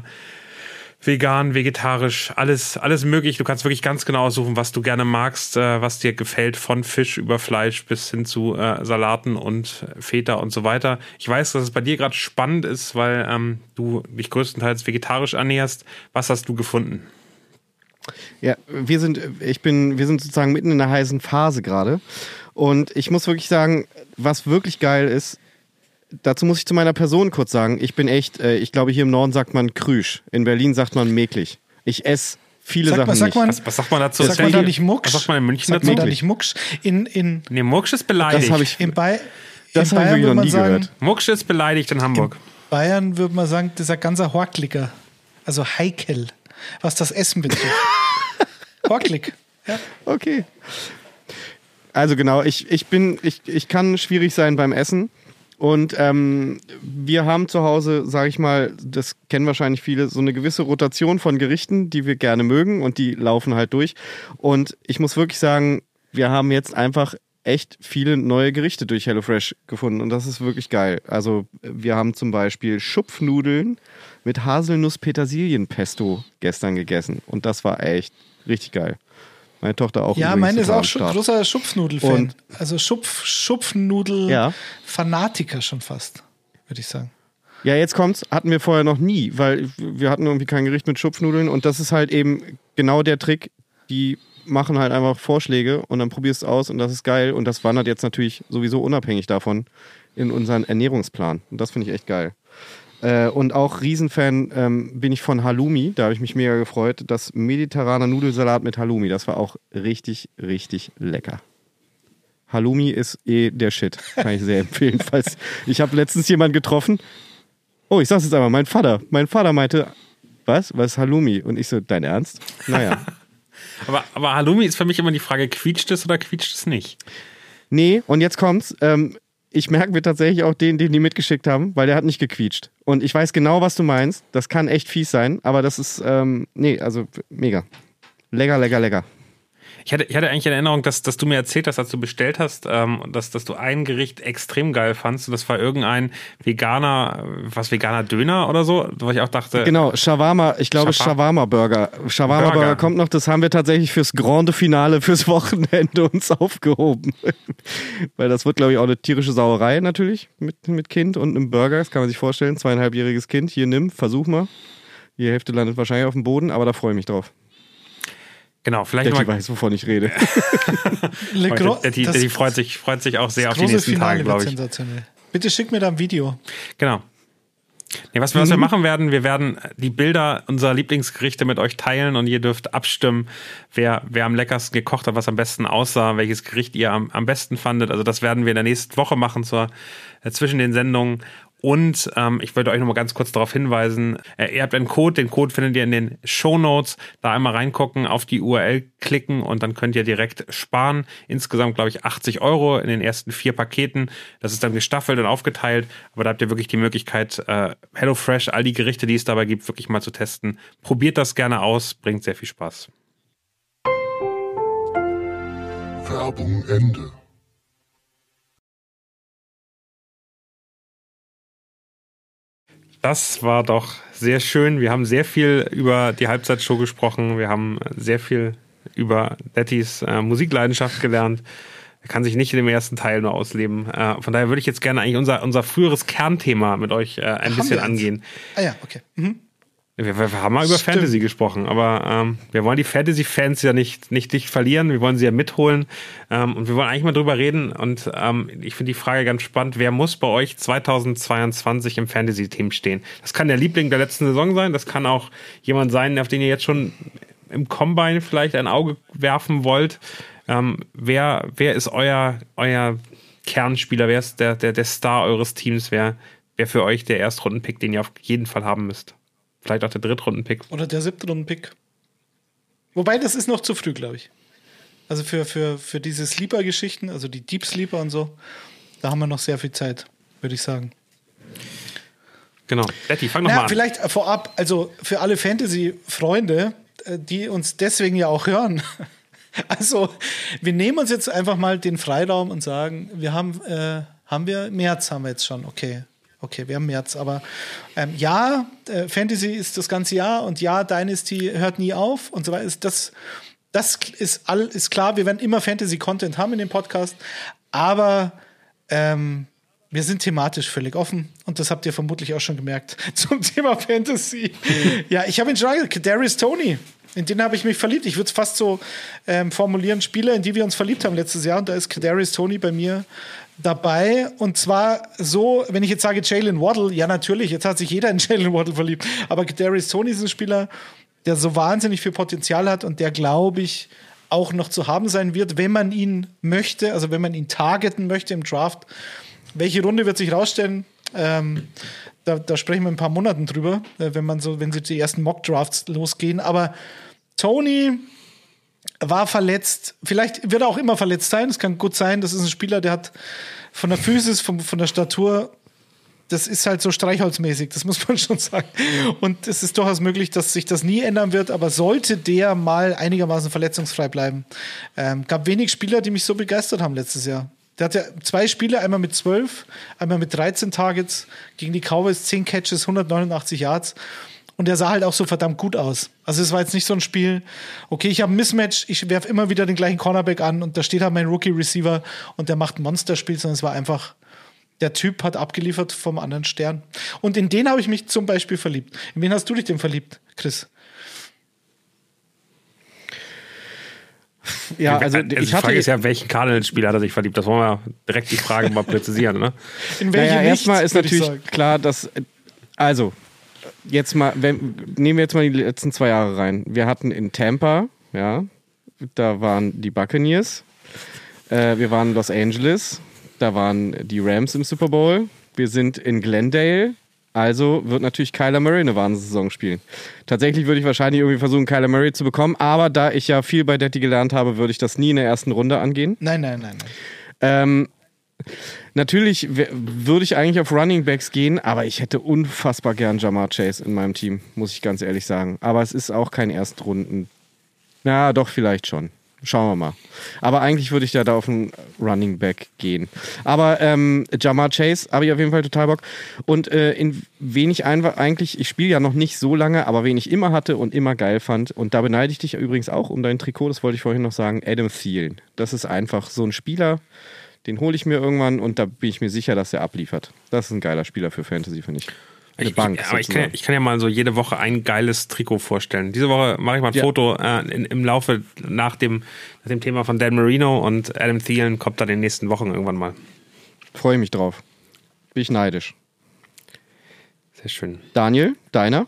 vegan, vegetarisch, alles möglich. Du kannst wirklich ganz genau aussuchen, was du gerne magst, was dir gefällt, von Fisch über Fleisch bis hin zu Salaten und Feta und so weiter. Ich weiß, dass es bei dir gerade spannend ist, weil du dich größtenteils vegetarisch ernährst. Was hast du gefunden? Ja, wir sind sozusagen mitten in einer heißen Phase gerade. Und ich muss wirklich sagen, was wirklich geil ist, dazu muss ich zu meiner Person kurz sagen, ich bin echt, ich glaube hier im Norden sagt man Krüsch, in Berlin sagt man Mäklig. Ich esse viele Sachen nicht. Was sagt man dazu? Sagt man da nicht Mucksch? Was sagt man in München dazu? Sagt man da nicht Mucksch? Nee, Mucksch ist beleidigt. Das habe ich, In das Bayern hab ich würde noch man nie sagen, gehört. Mucksch ist beleidigt in Hamburg. Bayern würde man sagen, das ist ein ganzer Horklicker. Also heikel, was das Essen betrifft. Horklig. Ja. Okay. Also genau, ich kann schwierig sein beim Essen. Und wir haben zu Hause, sage ich mal, das kennen wahrscheinlich viele, so eine gewisse Rotation von Gerichten, die wir gerne mögen und die laufen halt durch. Und ich muss wirklich sagen, wir haben jetzt einfach echt viele neue Gerichte durch HelloFresh gefunden und das ist wirklich geil. Also wir haben zum Beispiel Schupfnudeln mit Haselnuss-Petersilien-Pesto gestern gegessen und das war echt richtig geil. Meine Tochter auch. Ja, meine ist auch großer Und- Schupfnudel-Fan. Also Schupfnudel-Fanatiker schon fast, würde ich sagen. Ja, jetzt kommt's, hatten wir vorher noch nie, weil wir hatten irgendwie kein Gericht mit Schupfnudeln und das ist halt eben genau der Trick, die machen halt einfach Vorschläge und dann probierst du es aus und das ist geil und das wandert jetzt natürlich sowieso unabhängig davon in unseren Ernährungsplan und das finde ich echt geil. Und auch Riesenfan bin ich von Halloumi, da habe ich mich mega gefreut, das mediterrane Nudelsalat mit Halloumi, das war auch richtig, richtig lecker. Halloumi ist der Shit, kann ich sehr empfehlen. Falls ich habe letztens jemanden getroffen, oh, ich sag's jetzt einmal, mein Vater meinte, was ist Halloumi? Und ich so, dein Ernst? Naja. Aber Halloumi ist für mich immer die Frage, quietscht es oder quietscht es nicht? Nee, und jetzt kommt's. Ich merke mir tatsächlich auch den die mitgeschickt haben, weil der hat nicht gequietscht. Und ich weiß genau, was du meinst. Das kann echt fies sein, aber das ist, also mega. Lecker. Ich hatte eigentlich in Erinnerung, dass du mir erzählt hast, als du bestellt hast, dass du ein Gericht extrem geil fandst. Und das war irgendein veganer Döner oder so, wo ich auch dachte. Genau, Shawarma, ich glaube Shawarma-Burger. Shawarma-Burger kommt noch, das haben wir tatsächlich fürs Grande Finale, fürs Wochenende uns aufgehoben. Weil das wird, glaube ich, auch eine tierische Sauerei natürlich mit Kind und einem Burger. Das kann man sich vorstellen. 2,5-jähriges Kind, hier nimm, versuch mal. Die Hälfte landet wahrscheinlich auf dem Boden, aber da freue ich mich drauf. Genau, vielleicht Detti mal. weiß, wovon ich rede. Detti freut sich auch sehr auf die nächsten Tage, glaube ich. Sensationell. Bitte schick mir da ein Video. Genau. Nee, was wir machen werden, wir werden die Bilder unserer Lieblingsgerichte mit euch teilen und ihr dürft abstimmen, wer am leckersten gekocht hat, was am besten aussah, welches Gericht ihr am besten fandet. Also das werden wir in der nächsten Woche machen zwischen den Sendungen. Und ich wollte euch noch mal ganz kurz darauf hinweisen, ihr habt einen Code, den Code findet ihr in den Shownotes, da einmal reingucken, auf die URL klicken und dann könnt ihr direkt sparen. Insgesamt, glaube ich, 80 € in den ersten 4 Paketen. Das ist dann gestaffelt und aufgeteilt, aber da habt ihr wirklich die Möglichkeit, HelloFresh, all die Gerichte, die es dabei gibt, wirklich mal zu testen. Probiert das gerne aus, bringt sehr viel Spaß. Werbung Ende. Das war doch sehr schön. Wir haben sehr viel über die Halbzeitshow gesprochen. Wir haben sehr viel über Dettis Musikleidenschaft gelernt. Er kann sich nicht in dem ersten Teil nur ausleben. Von daher würde ich jetzt gerne eigentlich unser früheres Kernthema mit euch ein bisschen angehen. Ah ja, okay. Mhm. Wir haben mal über Fantasy gesprochen, aber wir wollen die Fantasy-Fans ja nicht verlieren, wir wollen sie ja mitholen und wir wollen eigentlich mal drüber reden und ich finde die Frage ganz spannend, wer muss bei euch 2022 im Fantasy-Team stehen? Das kann der Liebling der letzten Saison sein, das kann auch jemand sein, auf den ihr jetzt schon im Combine vielleicht ein Auge werfen wollt. Wer ist euer Kernspieler, wer ist der Star eures Teams, wer wer für euch der Erstrunden-Pick, den ihr auf jeden Fall haben müsst. Vielleicht auch der Drittrunden-Pick. Oder der 7. Pick. Wobei, das ist noch zu früh, glaube ich. Also für diese Sleeper-Geschichten, also die Deep Sleeper und so, da haben wir noch sehr viel Zeit, würde ich sagen. Genau. Betty, fang nochmal an. Vielleicht vorab, also für alle Fantasy-Freunde, die uns deswegen ja auch hören. Also, wir nehmen uns jetzt einfach mal den Freiraum und sagen, wir haben wir März haben wir jetzt schon, okay, wir haben März, aber Fantasy ist das ganze Jahr und Dynasty hört nie auf und so weiter. Das ist klar, wir werden immer Fantasy-Content haben in dem Podcast, aber wir sind thematisch völlig offen und das habt ihr vermutlich auch schon gemerkt zum Thema Fantasy. Ja, ich habe ihn schon Kadarius Toney. In den habe ich mich verliebt. Ich würde es fast so formulieren, Spieler, in die wir uns verliebt haben letztes Jahr. Und da ist Kadarius Toney bei mir dabei. Und zwar so, wenn ich jetzt sage Jalen Waddle, ja natürlich, jetzt hat sich jeder in Jalen Waddle verliebt. Aber Kadarius Toney ist ein Spieler, der so wahnsinnig viel Potenzial hat und der, glaube ich, auch noch zu haben sein wird, wenn man ihn möchte, also wenn man ihn targeten möchte im Draft. Welche Runde wird sich rausstellen? Da sprechen wir in ein paar Monaten drüber, wenn sie die ersten Mock-Drafts losgehen. Aber Toney war verletzt. Vielleicht wird er auch immer verletzt sein. Es kann gut sein. Das ist ein Spieler, der hat von der Physis, von der Statur, das ist halt so streichholzmäßig. Das muss man schon sagen. Und es ist durchaus möglich, dass sich das nie ändern wird. Aber sollte der mal einigermaßen verletzungsfrei bleiben, gab wenig Spieler, die mich so begeistert haben letztes Jahr. Der hatte 2 Spiele, einmal mit 12, einmal mit 13 Targets, gegen die Cowboys 10 Catches, 189 Yards. Und der sah halt auch so verdammt gut aus. Also es war jetzt nicht so ein Spiel, okay, ich habe ein Mismatch, ich werfe immer wieder den gleichen Cornerback an und da steht halt mein Rookie-Receiver und der macht ein Monsterspiel, sondern es war einfach, der Typ hat abgeliefert vom anderen Stern. Und in den habe ich mich zum Beispiel verliebt. In wen hast du dich denn verliebt, Chris? Ja, also die Frage ist ja, welchen Cardinals-Spieler hat er sich verliebt? Das wollen wir direkt die Frage mal präzisieren, ne? In welche erstmal ist natürlich klar, dass, also, nehmen wir jetzt mal die letzten 2 Jahre rein. Wir hatten in Tampa, ja, da waren die Buccaneers, wir waren in Los Angeles, da waren die Rams im Super Bowl, wir sind in Glendale, also wird natürlich Kyler Murray eine Wahnsinnssaison spielen. Tatsächlich würde ich wahrscheinlich irgendwie versuchen, Kyler Murray zu bekommen, aber da ich ja viel bei Detti gelernt habe, würde ich das nie in der ersten Runde angehen. Nein. Natürlich würde ich eigentlich auf Running Backs gehen, aber ich hätte unfassbar gern Ja'Marr Chase in meinem Team, muss ich ganz ehrlich sagen. Aber es ist auch kein Erstrunden. Ja, doch, vielleicht schon. Schauen wir mal. Aber eigentlich würde ich da auf einen Running Back gehen. Aber Ja'Marr Chase habe ich auf jeden Fall total Bock. Und in wen ich eigentlich, ich spiele ja noch nicht so lange, aber wen ich immer hatte und immer geil fand, und da beneide ich dich übrigens auch um dein Trikot, das wollte ich vorhin noch sagen, Adam Thielen. Das ist einfach so ein Spieler, den hole ich mir irgendwann und da bin ich mir sicher, dass er abliefert. Das ist ein geiler Spieler für Fantasy, finde ich. Ich kann ja mal so jede Woche ein geiles Trikot vorstellen. Diese Woche mache ich mal ein Foto im Laufe nach dem Thema von Dan Marino, und Adam Thielen kommt dann in den nächsten Wochen irgendwann mal. Freue mich drauf. Bin ich neidisch. Sehr schön. Daniel, deiner?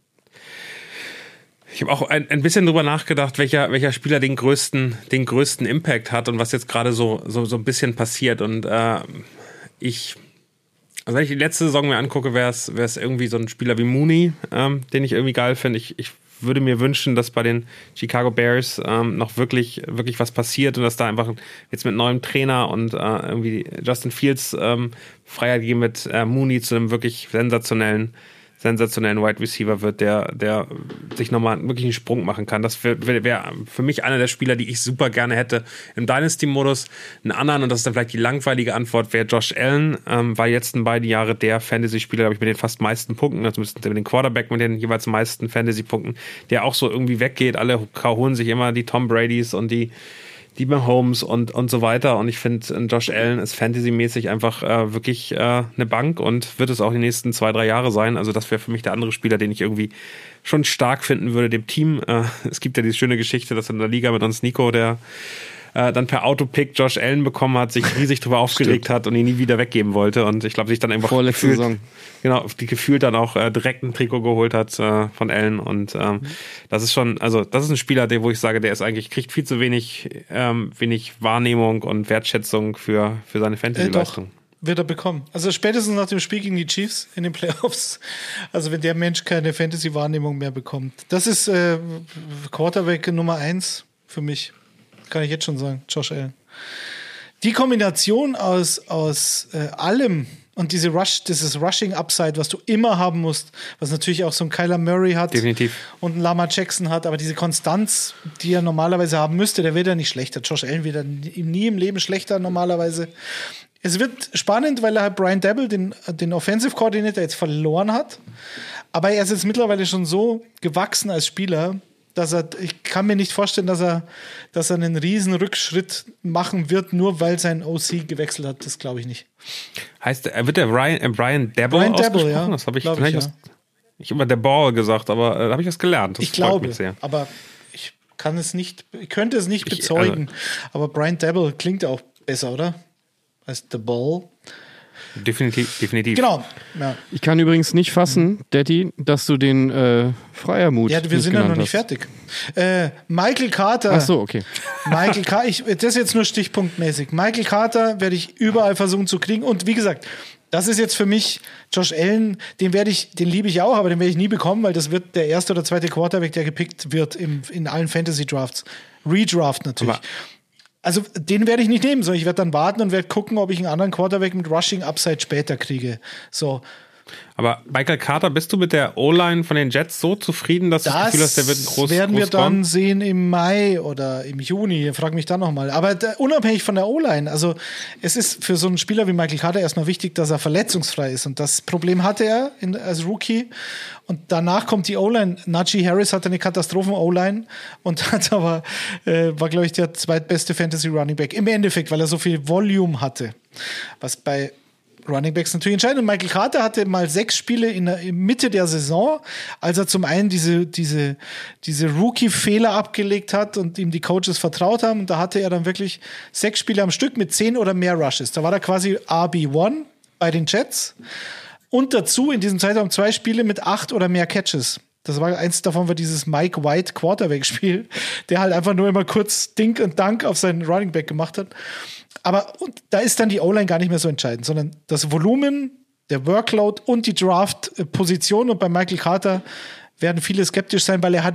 Ich habe auch ein bisschen drüber nachgedacht, welcher Spieler den größten Impact hat und was jetzt gerade so ein bisschen passiert. Und also wenn ich die letzte Saison mir angucke, wäre es irgendwie so ein Spieler wie Mooney, den ich irgendwie geil finde. Ich würde mir wünschen, dass bei den Chicago Bears noch wirklich was passiert und dass da einfach jetzt mit neuem Trainer und irgendwie Justin Fields Freiheit geben mit Mooney zu einem wirklich sensationellen Wide Receiver wird, der sich nochmal wirklich einen Sprung machen kann. Das wäre für mich einer der Spieler, die ich super gerne hätte im Dynasty-Modus. Einen anderen, und das ist dann vielleicht die langweilige Antwort, wäre Josh Allen. War die letzten beiden Jahre der Fantasy-Spieler, glaube ich, mit den fast meisten Punkten, also mit den Quarterback mit den jeweils meisten Fantasy-Punkten, der auch so irgendwie weggeht. Alle holen sich immer die Tom Bradys und die Mahomes und so weiter. Und ich finde, Josh Allen ist fantasymäßig einfach wirklich eine Bank und wird es auch die nächsten 2-3 Jahre sein. Also das wäre für mich der andere Spieler, den ich irgendwie schon stark finden würde, dem Team. Es gibt ja diese schöne Geschichte, dass in der Liga mit uns Nico, der dann per Autopick Josh Allen bekommen hat, sich riesig drüber aufgeregt hat und ihn nie wieder weggeben wollte. Und ich glaube, sich dann einfach gefühlt dann auch direkt ein Trikot geholt hat von Allen. Und das ist schon, also das ist ein Spieler, wo ich sage, der ist eigentlich, kriegt viel zu wenig Wahrnehmung und Wertschätzung für seine Fantasy-Leistung. wird er bekommen. Also spätestens nach dem Spiel gegen die Chiefs in den Playoffs. Also wenn der Mensch keine Fantasy-Wahrnehmung mehr bekommt. Das ist Quarterback Nummer 1 für mich. Kann ich jetzt schon sagen. Josh Allen. Die Kombination aus allem und dieses Rushing-Upside, was du immer haben musst, was natürlich auch so ein Kyler Murray hat. Definitiv. Und ein Lamar Jackson hat, aber diese Konstanz, die er normalerweise haben müsste, der wird ja nicht schlechter. Josh Allen wird nie im Leben schlechter normalerweise. Es wird spannend, weil er halt Brian Daboll, den Offensive Coordinator, jetzt verloren hat. Aber er ist jetzt mittlerweile schon so gewachsen als Spieler, ich kann mir nicht vorstellen, dass er einen riesen Rückschritt machen wird, nur weil sein OC gewechselt hat. Das glaube ich nicht. Heißt, wird der Brian Daboll ausgesprochen? Ja. Das habe ich ich habe immer der Ball gesagt, aber da habe ich was gelernt. Das ich glaube, aber ich könnte es nicht bezeugen. Aber Brian Daboll klingt auch besser, oder? Als The Ball. Definitiv. Genau. Ja. Ich kann übrigens nicht fassen, Daddy, dass du den Freiermut Ja, wir sind ja noch nicht fertig. Michael Carter. Ach so, okay. Michael Carter, das ist jetzt nur stichpunktmäßig. Michael Carter werde ich überall versuchen zu kriegen. Und wie gesagt, das ist jetzt für mich Josh Allen, den liebe ich auch, aber den werde ich nie bekommen, weil das wird der erste oder zweite Quarterback, der gepickt wird in allen Fantasy-Drafts. Redraft natürlich. Also den werde ich nicht nehmen, sondern ich werde dann warten und werde gucken, ob ich einen anderen Quarterback mit Rushing Upside später kriege. So. Aber Michael Carter, bist du mit der O-Line von den Jets so zufrieden, dass du das Gefühl hast, der wird groß werden wir dann sehen im Mai oder im Juni, frag mich dann nochmal. Aber unabhängig von der O-Line, also es ist für so einen Spieler wie Michael Carter erstmal wichtig, dass er verletzungsfrei ist. Und das Problem hatte er als Rookie. Und danach kommt die O-Line. Najee Harris hatte eine Katastrophen-O-Line und war, glaube ich, der zweitbeste Fantasy-Running-Back. Im Endeffekt, weil er so viel Volume hatte. Was bei Running Backs natürlich entscheidend. Und Michael Carter hatte mal 6 Spiele in der Mitte der Saison, als er zum einen diese Rookie-Fehler abgelegt hat und ihm die Coaches vertraut haben. Und da hatte er dann wirklich 6 Spiele am Stück mit 10 oder mehr Rushes. Da war er quasi RB1 bei den Jets. Und dazu in diesem Zeitraum 2 Spiele mit 8 oder mehr Catches. Das war eins davon, war dieses Mike White Quarterback-Spiel, der halt einfach nur immer kurz Dink und Dank auf seinen Running Back gemacht hat. Aber da ist dann die O-Line gar nicht mehr so entscheidend, sondern das Volumen, der Workload und die Draft-Position. Und bei Michael Carter werden viele skeptisch sein, weil er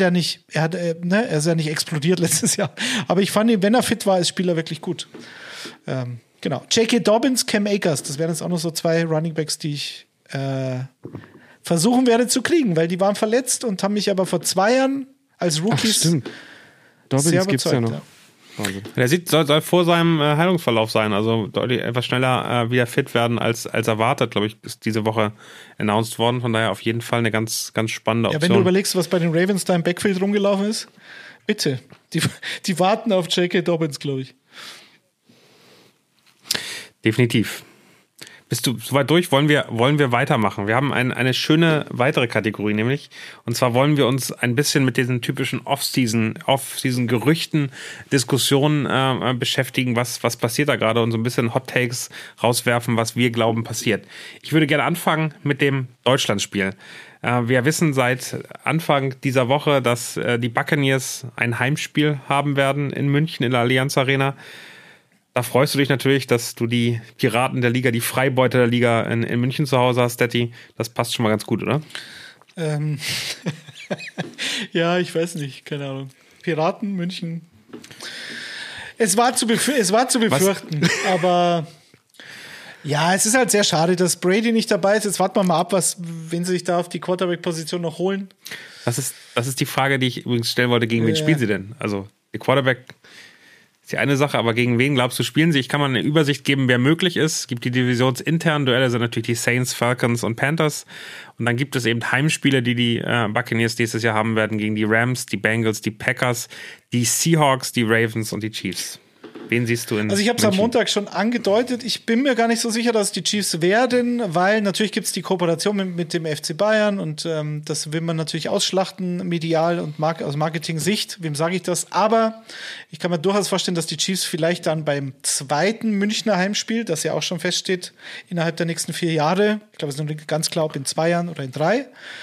ist ja nicht explodiert letztes Jahr. Aber ich fand ihn, wenn er fit war, als Spieler wirklich gut. Genau. J.K. Dobbins, Cam Akers, das wären jetzt auch noch so 2 Running Backs, die ich versuchen werde zu kriegen, weil die waren verletzt und haben mich aber vor 2 Jahren als Rookies Dobbins gibt's ja noch. Ja. Der soll vor seinem Heilungsverlauf sein, also deutlich etwas schneller wieder fit werden als erwartet, glaube ich, ist diese Woche announced worden. Von daher auf jeden Fall eine ganz, ganz spannende Option. Ja, wenn du überlegst, was bei den Ravens da im Backfield rumgelaufen ist, bitte. Die warten auf J.K. Dobbins, glaube ich. Definitiv. Bist du soweit durch? Wollen wir weitermachen? Wir haben eine schöne weitere Kategorie, nämlich, und zwar wollen wir uns ein bisschen mit diesen typischen Off-Season-Gerüchten, Diskussionen beschäftigen, was passiert da gerade und so ein bisschen Hot Takes rauswerfen, was wir glauben passiert. Ich würde gerne anfangen mit dem Deutschlandspiel. Wir wissen seit Anfang dieser Woche, dass die Buccaneers ein Heimspiel haben werden in München in der Allianz Arena. Da freust du dich natürlich, dass du die Piraten der Liga, die Freibeuter der Liga in München zu Hause hast, Detti. Das passt schon mal ganz gut, oder? Ja, ich weiß nicht, keine Ahnung. Piraten, München. Es war zu befürchten, aber ja, es ist halt sehr schade, dass Brady nicht dabei ist. Jetzt warten wir mal ab, wenn sie sich da auf die Quarterback-Position noch holen. Das ist die Frage, die ich übrigens stellen wollte. Gegen wen spielen sie denn? Also, der Quarterback ist die eine Sache, aber gegen wen glaubst du, spielen sie? Ich kann mal eine Übersicht geben, wer möglich ist. Es gibt die divisionsinternen Duelle, sind natürlich die Saints, Falcons und Panthers. Und dann gibt es eben Heimspiele, die Buccaneers nächstes Jahr haben werden, gegen die Rams, die Bengals, die Packers, die Seahawks, die Ravens und die Chiefs. Wen siehst du in Also ich habe es am Montag schon angedeutet. Ich bin mir gar nicht so sicher, dass es die Chiefs werden, weil natürlich gibt es die Kooperation mit dem FC Bayern und das will man natürlich ausschlachten, medial und aus Marketing-Sicht. Wem sage ich das? Aber ich kann mir durchaus vorstellen, dass die Chiefs vielleicht dann beim 2. Münchner Heimspiel, das ja auch schon feststeht, innerhalb der nächsten 4 Jahre, ich glaube, es ist noch nicht ganz klar, ob in 2 Jahren oder in 3,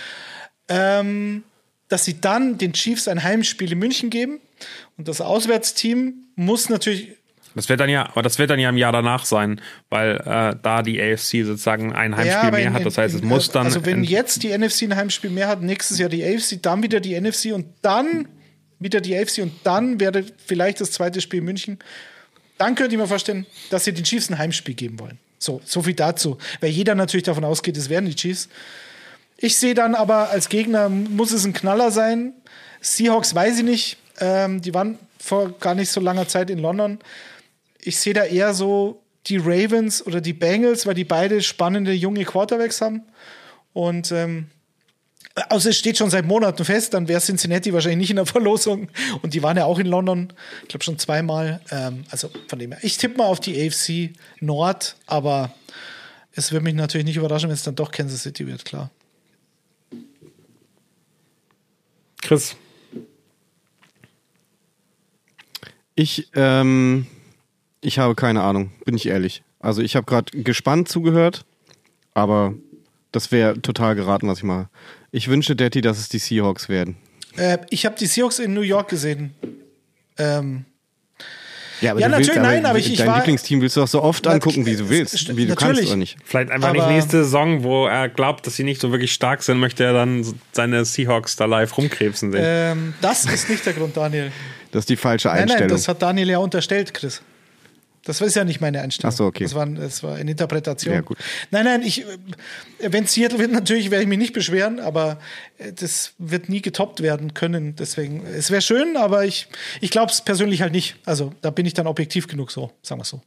dass sie dann den Chiefs ein Heimspiel in München geben. Und das Auswärtsteam muss natürlich Das wird dann ja im Jahr danach sein, weil da die AFC sozusagen ein Heimspiel mehr hat. Das heißt, es muss dann. Also wenn jetzt die NFC ein Heimspiel mehr hat, nächstes Jahr die AFC, dann wieder die NFC und dann wieder die AFC und dann wäre vielleicht das zweite Spiel München. Dann könnte ich mir vorstellen, dass sie den Chiefs ein Heimspiel geben wollen. So viel dazu. Weil jeder natürlich davon ausgeht, es werden die Chiefs. Ich sehe dann aber als Gegner, muss es ein Knaller sein. Seahawks weiß ich nicht. Die waren vor gar nicht so langer Zeit in London. Ich sehe da eher so die Ravens oder die Bengals, weil die beide spannende junge Quarterbacks haben. Und außer es steht schon seit Monaten fest, dann wäre Cincinnati wahrscheinlich nicht in der Verlosung. Und die waren ja auch in London, ich glaube schon zweimal. Also von dem her. Ich tippe mal auf die AFC Nord, aber es würde mich natürlich nicht überraschen, wenn es dann doch Kansas City wird, klar. Chris. Ich habe keine Ahnung, bin ich ehrlich. Also ich habe gerade gespannt zugehört, aber das wäre total geraten, was ich mache. Ich wünsche Detti, dass es die Seahawks werden. Ich habe die Seahawks in New York gesehen. Ja, aber ja, natürlich, willst, nein, aber ich dein war... Lieblingsteam willst du doch so oft angucken, wie du willst, wie du kannst oder nicht. Vielleicht einfach nicht nächste Saison, wo er glaubt, dass sie nicht so wirklich stark sind, möchte er dann seine Seahawks da live rumkrebsen sehen. Das ist nicht der Grund, Daniel. Das ist die falsche Einstellung. Nein, das hat Daniel ja unterstellt, Chris. Das ist ja nicht meine Einstellung. Ach so, okay. Das war eine Interpretation. Ja, gut. Nein, wenn Seattle wird, natürlich werde ich mich nicht beschweren, aber das wird nie getoppt werden können. Deswegen, es wäre schön, aber ich glaube es persönlich halt nicht. Also da bin ich dann objektiv genug, so, sagen wir es so.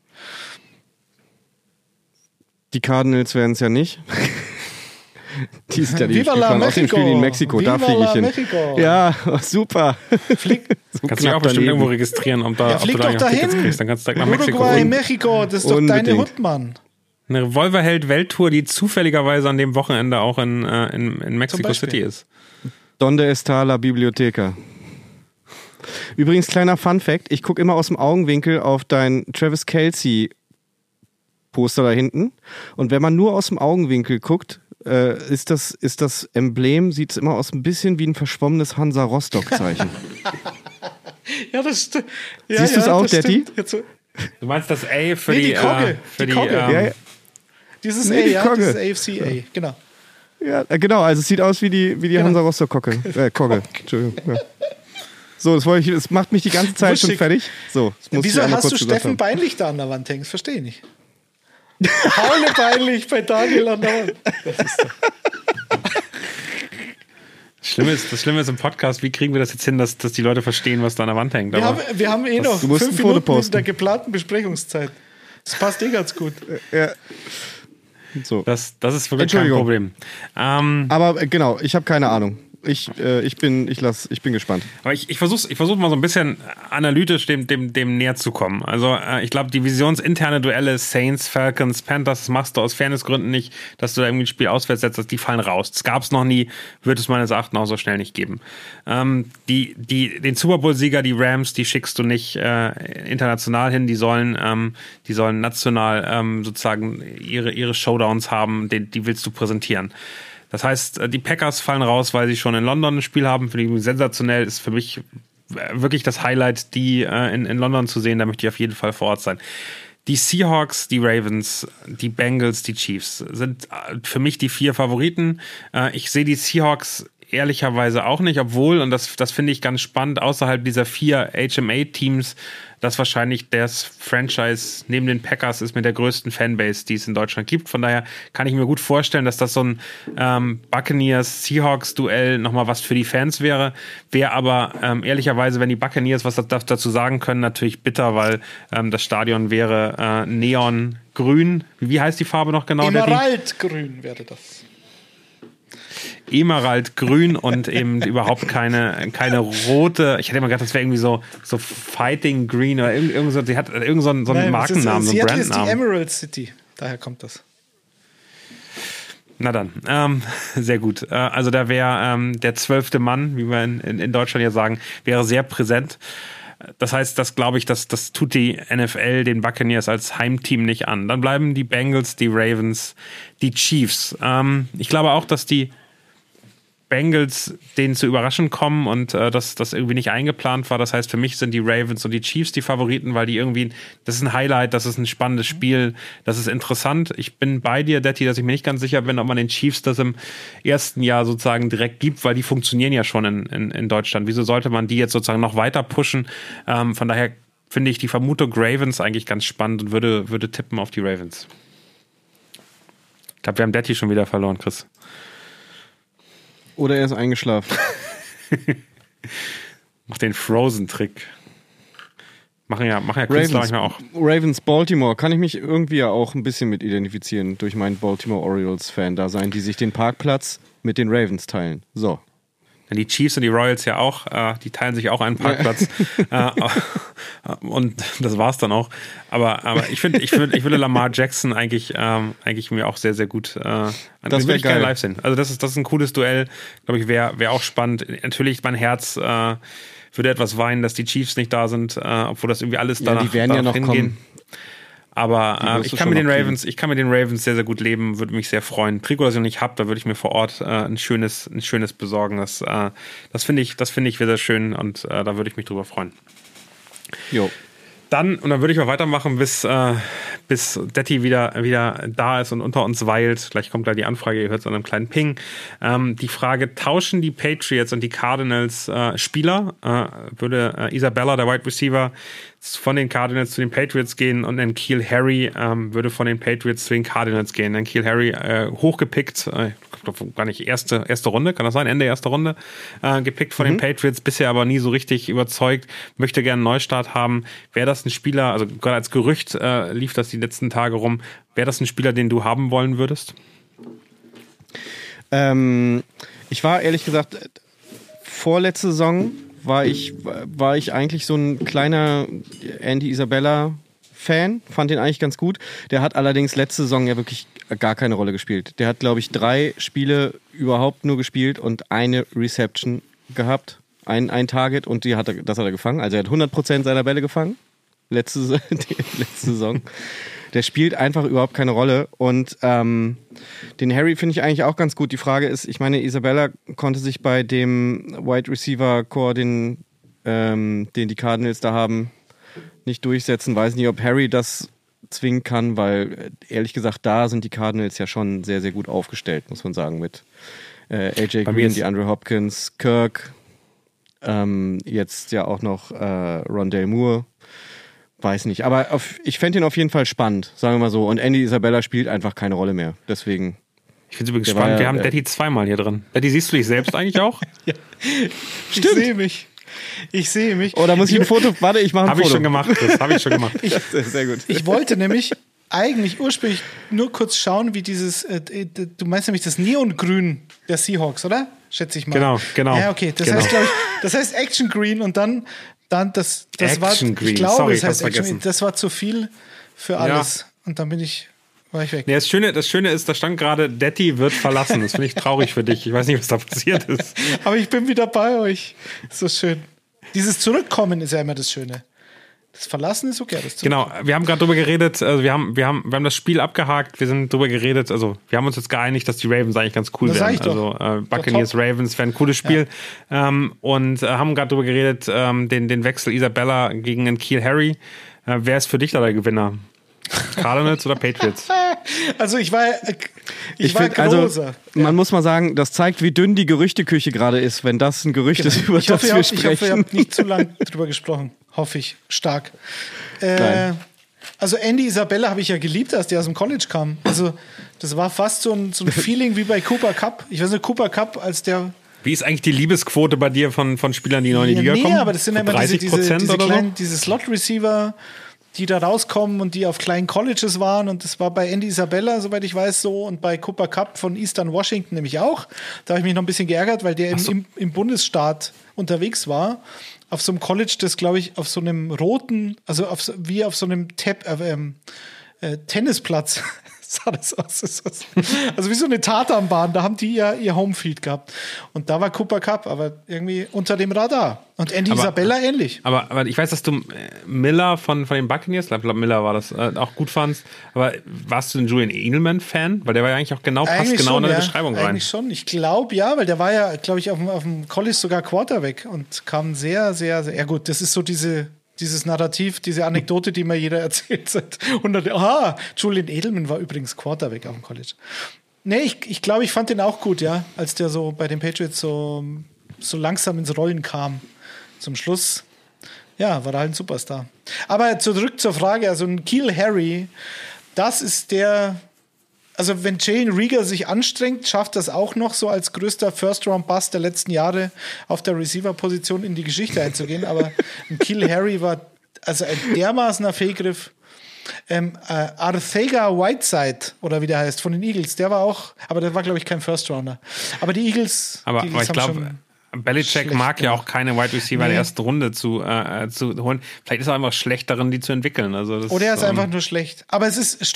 Die Cardinals werden es ja nicht. Die ist ja die Viva la aus dem Spiel in Mexiko, Viva da fliege ich hin. Mexico. Ja, super. So kannst du dich auch bestimmt irgendwo registrieren, ob du da Tickets kriegst. Dann kannst du direkt nach Mexiko Uruguay, fahren. Mexiko, das ist doch deine Hut, Mann. Eine Revolverheld-Welttour, die zufälligerweise an dem Wochenende auch in Mexico City ist. Donde está la biblioteca? Übrigens, kleiner Fun-Fact, ich gucke immer aus dem Augenwinkel auf dein Travis Kelce Poster da hinten. Und wenn man nur aus dem Augenwinkel guckt, ist das Emblem, sieht es immer aus ein bisschen wie ein verschwommenes Hansa-Rostock-Zeichen. Ja, das stimmt. Ja, siehst du es auch, Detti? Du meinst das A für nee, die Kogge. Für die Kogge. Ja. Dieses Nee, A, Kogge. dieses AFC-A, genau. Ja, genau, also es sieht aus wie die Genau. Hansa-Rostock-Kogge. Kogge, Entschuldigung. Ja. So, das macht mich die gange Zeit schon fertig. So, das muss Wieso ich einmal hast du kurz gesagt Steffen haben. Beinlich da an der Wand hängen? Das verstehe ich nicht. Paul Beinlich bei Daniel an der Wand. Das Schlimme ist im Podcast, wie kriegen wir das jetzt hin, dass die Leute verstehen, was da an der Wand hängt? Wir haben noch du musst 5 ein Foto Minuten in posten. der geplanten Besprechungszeit. Das passt ganz gut. Ja. So. Das ist wirklich kein Problem. Aber genau, ich habe keine Ahnung. Ich bin gespannt. Aber ich versuch mal so ein bisschen analytisch dem näher zu kommen. Also ich glaube, divisionsinterne Duelle, Saints, Falcons, Panthers, das machst du aus Fairnessgründen nicht, dass du da irgendwie ein Spiel auswärts setzt, die fallen raus. Das gab es noch nie, wird es meines Erachtens auch so schnell nicht geben. Den Super Bowl-Sieger, die Rams, die schickst du nicht international hin, die sollen national sozusagen ihre Showdowns haben, die willst du präsentieren. Das heißt, die Packers fallen raus, weil sie schon in London ein Spiel haben. Finde ich sensationell. Ist für mich wirklich das Highlight, die in London zu sehen. Da möchte ich auf jeden Fall vor Ort sein. Die Seahawks, die Ravens, die Bengals, die Chiefs sind für mich die 4 Favoriten. Ich sehe die Seahawks ehrlicherweise auch nicht, obwohl, und das finde ich ganz spannend, außerhalb dieser 4 HMA-Teams, das wahrscheinlich das Franchise neben den Packers ist mit der größten Fanbase, die es in Deutschland gibt. Von daher kann ich mir gut vorstellen, dass das so ein Buccaneers-Seahawks-Duell nochmal was für die Fans wäre. Wäre aber ehrlicherweise, wenn die Buccaneers was dazu sagen können, natürlich bitter, weil das Stadion wäre neongrün. Wie heißt die Farbe noch genau? Emeraldgrün wäre das. Emeraldgrün und eben überhaupt keine rote. Ich hätte immer gedacht, das wäre irgendwie so Fighting Green oder irgend so. Sie hat irgend so einen Markennamen, so einen Seattle ist die Brandnamen. Emerald City. Daher kommt das. Na dann, sehr gut. Also da wäre der 12. Mann, wie wir in Deutschland ja sagen, wäre sehr präsent. Das heißt, das glaube ich, das tut die NFL den Buccaneers als Heimteam nicht an. Dann bleiben die Bengals, die Ravens, die Chiefs. Ich glaube auch, dass die Bengals denen zu überraschend kommen und dass das irgendwie nicht eingeplant war. Das heißt, für mich sind die Ravens und die Chiefs die Favoriten, weil die irgendwie, das ist ein Highlight, das ist ein spannendes Spiel, das ist interessant. Ich bin bei dir, Detti, dass ich mir nicht ganz sicher bin, ob man den Chiefs das im ersten Jahr sozusagen direkt gibt, weil die funktionieren ja schon in Deutschland. Wieso sollte man die jetzt sozusagen noch weiter pushen? Von daher finde ich die Vermutung Ravens eigentlich ganz spannend und würde tippen auf die Ravens. Ich glaube, wir haben Detti schon wieder verloren, Chris. Oder er ist eingeschlafen. Mach den Frozen-Trick. Machen ja Künstler manchmal auch. Ravens Baltimore kann ich mich irgendwie ja auch ein bisschen mit identifizieren durch meinen Baltimore Orioles-Fan da sein, die sich den Parkplatz mit den Ravens teilen. So. Die Chiefs und die Royals ja auch, die teilen sich auch einen Parkplatz. Und das war's dann auch. Aber ich würde Lamar Jackson eigentlich mir auch sehr, sehr gut das würde ich gerne live sehen. Also das ist ein cooles Duell, glaube ich, wäre auch spannend. Natürlich, mein Herz würde etwas weinen, dass die Chiefs nicht da sind, obwohl das irgendwie alles danach die werden ja noch hingehen. kommen. Aber ich kann mit den Ravens sehr, sehr gut leben, würde mich sehr freuen. Trikot, das ich noch nicht habe, da würde ich mir vor Ort ein schönes besorgen. Das finde ich sehr schön und da würde ich mich drüber freuen. Jo. Dann würde ich mal weitermachen, bis Detti wieder da ist und unter uns weilt. Gleich kommt die Anfrage, ihr hört es an einem kleinen Ping. Die Frage, tauschen die Patriots und die Cardinals Spieler? Würde Isabella, der Wide Receiver, von den Cardinals zu den Patriots gehen und N'Keal Harry würde von den Patriots zu den Cardinals gehen. N'Keal Harry hochgepickt, gar nicht erste Runde, kann das sein? Ende erste Runde, gepickt von den Patriots, bisher aber nie so richtig überzeugt, möchte gerne einen Neustart haben. Wäre das ein Spieler, also gerade als Gerücht lief das die letzten Tage rum, wäre das ein Spieler, den du haben wollen würdest? Ich war ehrlich gesagt vorletzte Saison war ich eigentlich so ein kleiner Andy Isabella-Fan, fand den eigentlich ganz gut. Der hat allerdings letzte Saison ja wirklich gar keine Rolle gespielt. Der hat, glaube ich, 3 Spiele überhaupt nur gespielt und eine Reception gehabt, ein Target und das hat er gefangen. Also er hat 100% seiner Bälle gefangen, letzte Saison. Der spielt einfach überhaupt keine Rolle. Und den Harry finde ich eigentlich auch ganz gut. Die Frage ist, ich meine, Isabella konnte sich bei dem Wide Receiver Core, den die Cardinals da haben, nicht durchsetzen. Weiß nicht, ob Harry das zwingen kann, weil ehrlich gesagt, da sind die Cardinals ja schon sehr, sehr gut aufgestellt, muss man sagen, mit AJ Green, DeAndre Hopkins, Kirk, jetzt ja auch noch Rondale Moore. Weiß nicht, aber ich fände ihn auf jeden Fall spannend, sagen wir mal so. Und Andy Isabella spielt einfach keine Rolle mehr, deswegen. Ich finde es übrigens spannend, wir haben Detti zweimal hier drin. Detti, siehst du dich selbst eigentlich auch? Ja. Stimmt. Ich sehe mich. Oh, da muss ich ein Foto, warte, ich mache ein Foto. Habe ich schon gemacht. Sehr gut. Ich wollte nämlich eigentlich ursprünglich nur kurz schauen, wie dieses, du meinst nämlich das Neongrün der Seahawks, oder? Schätze ich mal. Genau. Ja, okay, heißt, glaube ich, das heißt Action Green und dann das war, ich glaube, sorry, das heißt Action Green, das war zu viel für alles. Ja. Und dann war ich weg. Nee, das Schöne ist, da stand gerade, Detti wird verlassen. Das finde ich traurig für dich. Ich weiß nicht, was da passiert ist. Aber ich bin wieder bei euch. So schön. Dieses Zurückkommen ist ja immer das Schöne. Das Verlassen ist okay. Genau, wir haben gerade drüber geredet, also wir haben das Spiel abgehakt, wir sind drüber geredet, also wir haben uns jetzt geeinigt, dass die Ravens eigentlich ganz cool wären. Also Buccaneers, Ravens wären ein cooles Spiel. Ja. Und haben gerade drüber geredet, den Wechsel Isabella gegen N'Keal Harry. Wer ist für dich da der Gewinner? Cardinals oder Patriots? Also ich war großer. Also, man muss mal sagen, das zeigt, wie dünn die Gerüchteküche gerade ist, wenn das ein Gerücht ist, über das wir sprechen. Ich hoffe, ihr habt nicht zu lange drüber gesprochen. Hoffe ich. Stark. Also Andy Isabella habe ich ja geliebt, als der aus dem College kam. Also das war fast so ein Feeling wie bei Cooper Kupp. Ich weiß nicht, Cooper Kupp, als der... Wie ist eigentlich die Liebesquote bei dir von Spielern, die neu in die Liga kommen? Nee, aber das sind immer 30% oder so? Diese Slot-Receiver, die da rauskommen und die auf kleinen Colleges waren. Und das war bei Andy Isabella, soweit ich weiß, so. Und bei Cooper Kupp von Eastern Washington nämlich auch. Da habe ich mich noch ein bisschen geärgert, weil der im Bundesstaat unterwegs war. Auf so einem College, das, glaube ich, auf so einem roten, also wie auf so einem Tennisplatz sah das aus. Also wie so eine Tatanbahn, da haben die ihr Homefield gehabt. Und da war Cooper Kupp, aber irgendwie unter dem Radar. Und Andy Isabella ähnlich. Aber ich weiß, dass du Miller von den Buccaneers, ich glaube Miller war das, auch gut fandst. Aber warst du ein Julian Edelman-Fan? Weil der war ja eigentlich auch passt genau in der Beschreibung rein. Eigentlich schon. Ich glaube, ja, weil der war ja, glaube ich, auf dem College sogar Quarterback und kam sehr, sehr, sehr, ja gut, das ist so dieses Narrativ, diese Anekdote, die mir jeder erzählt seit 100 Jahren. Aha, Julian Edelman war übrigens Quarterback auf dem College. Nee, ich glaube, ich fand den auch gut, ja, als der so bei den Patriots so langsam ins Rollen kam. Zum Schluss, ja, war er halt ein Superstar. Aber zurück zur Frage, also ein N'Keal Harry, das ist also wenn Jalen Reagor sich anstrengt, schafft das auch noch so als größter First-Round-Bust der letzten Jahre auf der Receiver-Position in die Geschichte einzugehen. Aber N'Keal Harry war also ein dermaßener Fehlgriff. Arcega Whiteside, oder wie der heißt, von den Eagles, der war auch, aber der war, glaube ich, kein First-Rounder. Aber die Eagles, aber ich glaube, Belichick mag ja auch keine Wide Receiver in der ersten Runde zu holen. Vielleicht ist er einfach schlecht darin, die zu entwickeln. Also das, oder er ist einfach nur schlecht. Aber es ist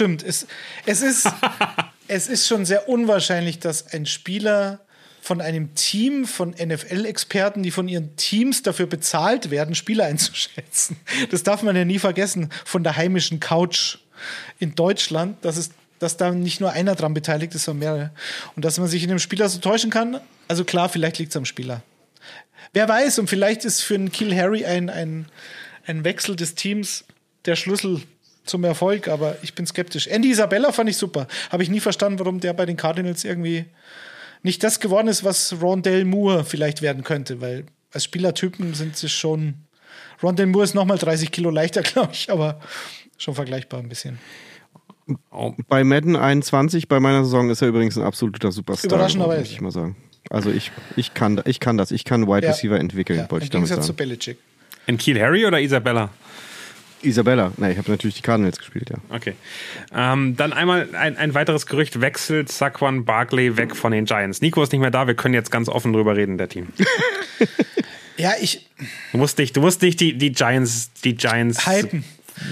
schon sehr unwahrscheinlich, dass ein Spieler von einem Team von NFL-Experten, die von ihren Teams dafür bezahlt werden, Spieler einzuschätzen. Das darf man ja nie vergessen, von der heimischen Couch in Deutschland, dass da nicht nur einer dran beteiligt ist, sondern mehrere. Und dass man sich in einem Spieler so täuschen kann, also klar, vielleicht liegt es am Spieler. Wer weiß, und vielleicht ist für einen N'Keal Harry ein Wechsel des Teams der Schlüssel zum Erfolg, aber ich bin skeptisch. Andy Isabella fand ich super. Habe ich nie verstanden, warum der bei den Cardinals irgendwie nicht das geworden ist, was Rondale Moore vielleicht werden könnte, weil als Spielertypen sind sie schon. Rondale Moore ist nochmal 30 Kilo leichter, glaube ich, aber schon vergleichbar ein bisschen. Bei Madden 21 bei meiner Saison ist er übrigens ein absoluter Superstar. Überraschenderweise. Muss ich mal sagen. Also ich kann das. Ich kann Wide Receiver entwickeln, wollte ich damit sagen. Zu Belichick. N'Keal Harry oder Isabella? Isabella. Nein, ich habe natürlich die Cardinals gespielt, ja. Okay. Dann einmal ein weiteres Gerücht. Wechselt Saquon Barkley weg von den Giants. Nico ist nicht mehr da. Wir können jetzt ganz offen drüber reden, der Team. Ja, Du musst nicht die Giants hypen.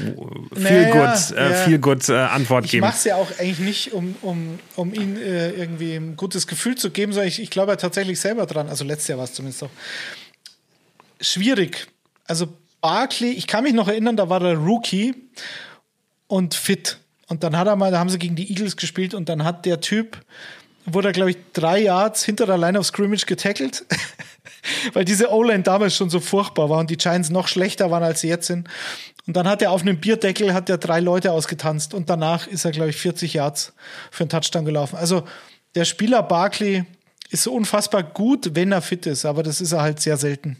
Viel gut Antwort geben. Ich mache es ja auch eigentlich nicht, um ihm irgendwie ein gutes Gefühl zu geben, sondern ich glaube ja tatsächlich selber dran. Also letztes Jahr war es zumindest auch. Schwierig. Also Barkley, ich kann mich noch erinnern, da war der Rookie und fit. Und dann da haben sie gegen die Eagles gespielt und dann hat der Typ, wurde er, glaube ich, 3 Yards hinter der Line of Scrimmage getackelt, weil diese O-Line damals schon so furchtbar war und die Giants noch schlechter waren, als sie jetzt sind. Und dann hat er auf einem Bierdeckel 3 Leute ausgetanzt und danach ist er, glaube ich, 40 Yards für einen Touchdown gelaufen. Also der Spieler Barkley ist so unfassbar gut, wenn er fit ist, aber das ist er halt sehr selten.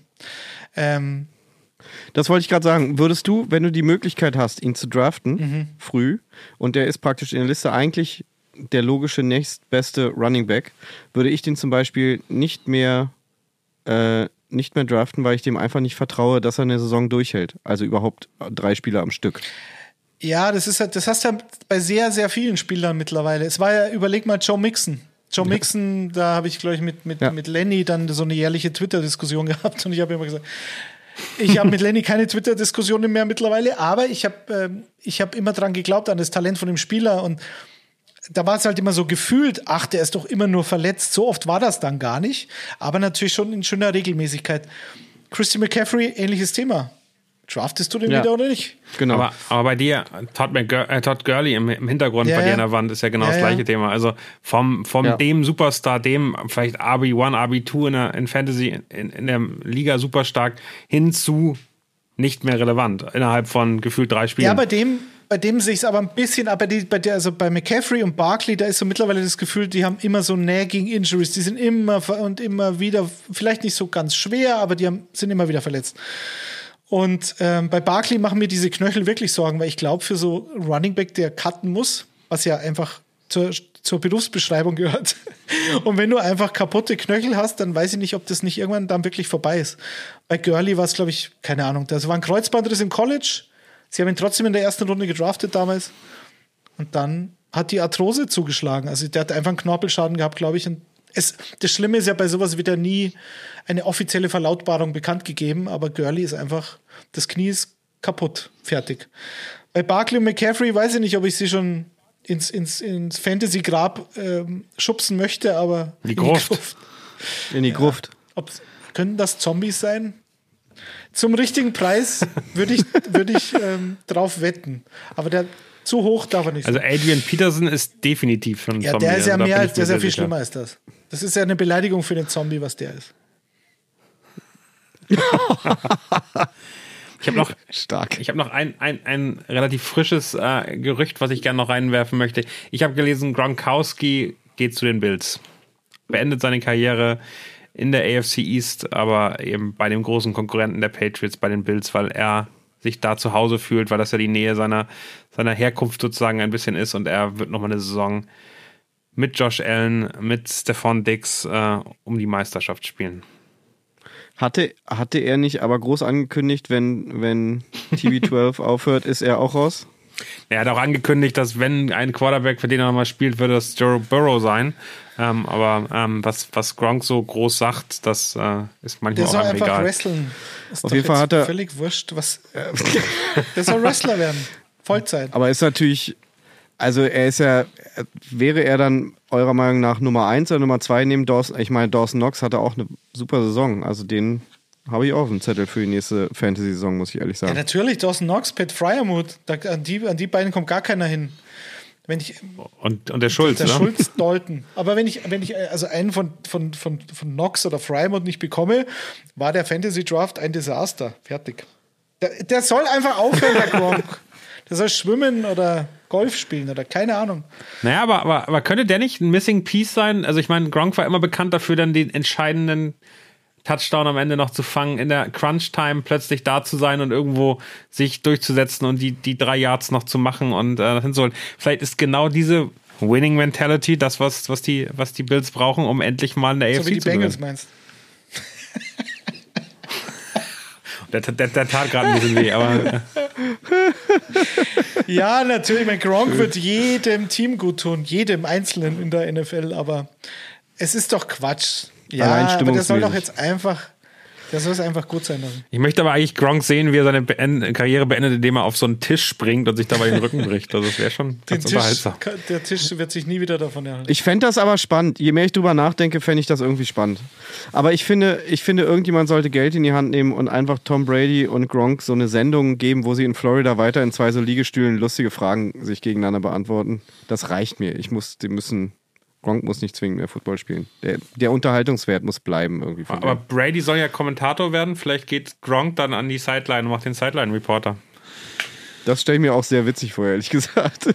Das wollte ich gerade sagen. Würdest du, wenn du die Möglichkeit hast, ihn zu draften, früh, und der ist praktisch in der Liste eigentlich der logische nächstbeste Running Back, würde ich den zum Beispiel nicht mehr draften, weil ich dem einfach nicht vertraue, dass er eine Saison durchhält. Also überhaupt 3 Spieler am Stück. Ja, das hast du ja bei sehr, sehr vielen Spielern mittlerweile. Es war ja, überleg mal, Joe Mixon. Da habe ich, glaube ich, mit Lenny dann so eine jährliche Twitter-Diskussion gehabt und ich habe immer gesagt, ich habe mit Lenny keine Twitter-Diskussionen mehr mittlerweile, aber ich hab immer dran geglaubt, an das Talent von dem Spieler und da war es halt immer so gefühlt, der ist doch immer nur verletzt. So oft war das dann gar nicht, aber natürlich schon in schöner Regelmäßigkeit. Christian McCaffrey, ähnliches Thema. Draftest du den wieder oder nicht? Genau. Aber bei dir, Todd Gurley im Hintergrund bei dir an der Wand ist ja genau das gleiche Thema. Also vom dem Superstar, dem vielleicht RB1, RB2 in Fantasy, in der Liga super stark, hin zu nicht mehr relevant innerhalb von gefühlt 3 Spielen. Ja, bei dem sehe ich es aber ein bisschen, aber bei McCaffrey und Barkley, da ist so mittlerweile das Gefühl, die haben immer so nagging Injuries, die sind immer und immer wieder, vielleicht nicht so ganz schwer, aber sind immer wieder verletzt. Und bei Barkley machen mir diese Knöchel wirklich Sorgen, weil ich glaube, für so Running Back, der cutten muss, was ja einfach zur Berufsbeschreibung gehört. Und wenn du einfach kaputte Knöchel hast, dann weiß ich nicht, ob das nicht irgendwann dann wirklich vorbei ist. Bei Gurley war es, glaube ich, keine Ahnung, das war ein Kreuzbandriss im College. Sie haben ihn trotzdem in der ersten Runde gedraftet damals. Und dann hat die Arthrose zugeschlagen. Also der hat einfach einen Knorpelschaden gehabt, glaube ich. Und das Schlimme ist ja, bei sowas wird ja nie eine offizielle Verlautbarung bekannt gegeben, aber Gurley ist einfach, das Knie ist kaputt, fertig. Bei Barkley und McCaffrey weiß ich nicht, ob ich sie schon ins Fantasy-Grab schubsen möchte, aber in die Gruft. In die Gruft. Können das Zombies sein? Zum richtigen Preis würde ich drauf wetten. Aber zu hoch darf er nicht sein. Also Adrian Peterson ist definitiv schon ein Zombie. Der ist ja also der ist ja viel schlimmer als das. Das ist ja eine Beleidigung für den Zombie, was der ist. Ich habe noch, Stark. Ich habe noch ein relativ frisches Gerücht, was ich gerne noch reinwerfen möchte. Ich habe gelesen, Gronkowski geht zu den Bills. Beendet seine Karriere in der AFC East, aber eben bei dem großen Konkurrenten der Patriots, bei den Bills, weil er sich da zu Hause fühlt, weil das ja die Nähe seiner Herkunft sozusagen ein bisschen ist und er wird nochmal eine Saison mit Josh Allen, mit Stephon Diggs um die Meisterschaft spielen. Hatte er nicht aber groß angekündigt, wenn TB12 aufhört, ist er auch raus? Er hat auch angekündigt, dass wenn ein Quarterback, für den er nochmal spielt, würde das Joe Burrow sein. Was Gronk so groß sagt, das ist manchmal auch einfach egal. Der soll einfach wresteln. Ist auf jeden Fall hat er völlig wurscht. Der soll Wrestler werden. Vollzeit. Aber ist natürlich, also wäre er dann eurer Meinung nach Nummer 1 oder Nummer 2 neben Dawson? Ich meine, Dawson Knox hatte auch eine super Saison. Also den habe ich auch auf dem Zettel für die nächste Fantasy-Saison, muss ich ehrlich sagen. Ja, natürlich, Dawson Knox, Pat Fryermuth, an die beiden kommt gar keiner hin. Und der Schulz, der ne? Schulz Dalton. Aber wenn ich also einen von Knox oder Fryermuth nicht bekomme, war der Fantasy-Draft ein Desaster. Fertig. Der soll einfach aufhören, der Gronk. Der soll schwimmen oder Golf spielen oder keine Ahnung. Naja, aber könnte der nicht ein Missing Piece sein? Also ich meine, Gronk war immer bekannt dafür, dann den entscheidenden Touchdown am Ende noch zu fangen, in der Crunch-Time plötzlich da zu sein und irgendwo sich durchzusetzen und die 3 Yards noch zu machen und hinzuholen. Vielleicht ist genau diese Winning-Mentality das, was die Bills brauchen, um endlich mal in der AFC zu gewinnen. So wie die Bengals meinst. Der tat gerade ein bisschen weh, aber... Ja, natürlich, mein Gronk wird jedem Team gut tun, jedem Einzelnen in der NFL, aber es ist doch Quatsch. Ja, aber der soll doch jetzt einfach gut sein lassen. Ich möchte aber eigentlich Gronk sehen, wie er seine Karriere beendet, indem er auf so einen Tisch springt und sich dabei den Rücken bricht. Also das wäre schon ganz unterhaltsam. Der Tisch wird sich nie wieder davon erhalten. Ich fände das aber spannend. Je mehr ich drüber nachdenke, fände ich das irgendwie spannend. Aber ich finde, irgendjemand sollte Geld in die Hand nehmen und einfach Tom Brady und Gronk so eine Sendung geben, wo sie in Florida weiter in 2 so Liegestühlen lustige Fragen sich gegeneinander beantworten. Das reicht mir. Gronk muss nicht zwingend mehr Football spielen. Der Unterhaltungswert muss bleiben irgendwie. Aber Brady soll ja Kommentator werden. Vielleicht geht Gronk dann an die Sideline und macht den Sideline-Reporter. Das stelle ich mir auch sehr witzig vor, ehrlich gesagt.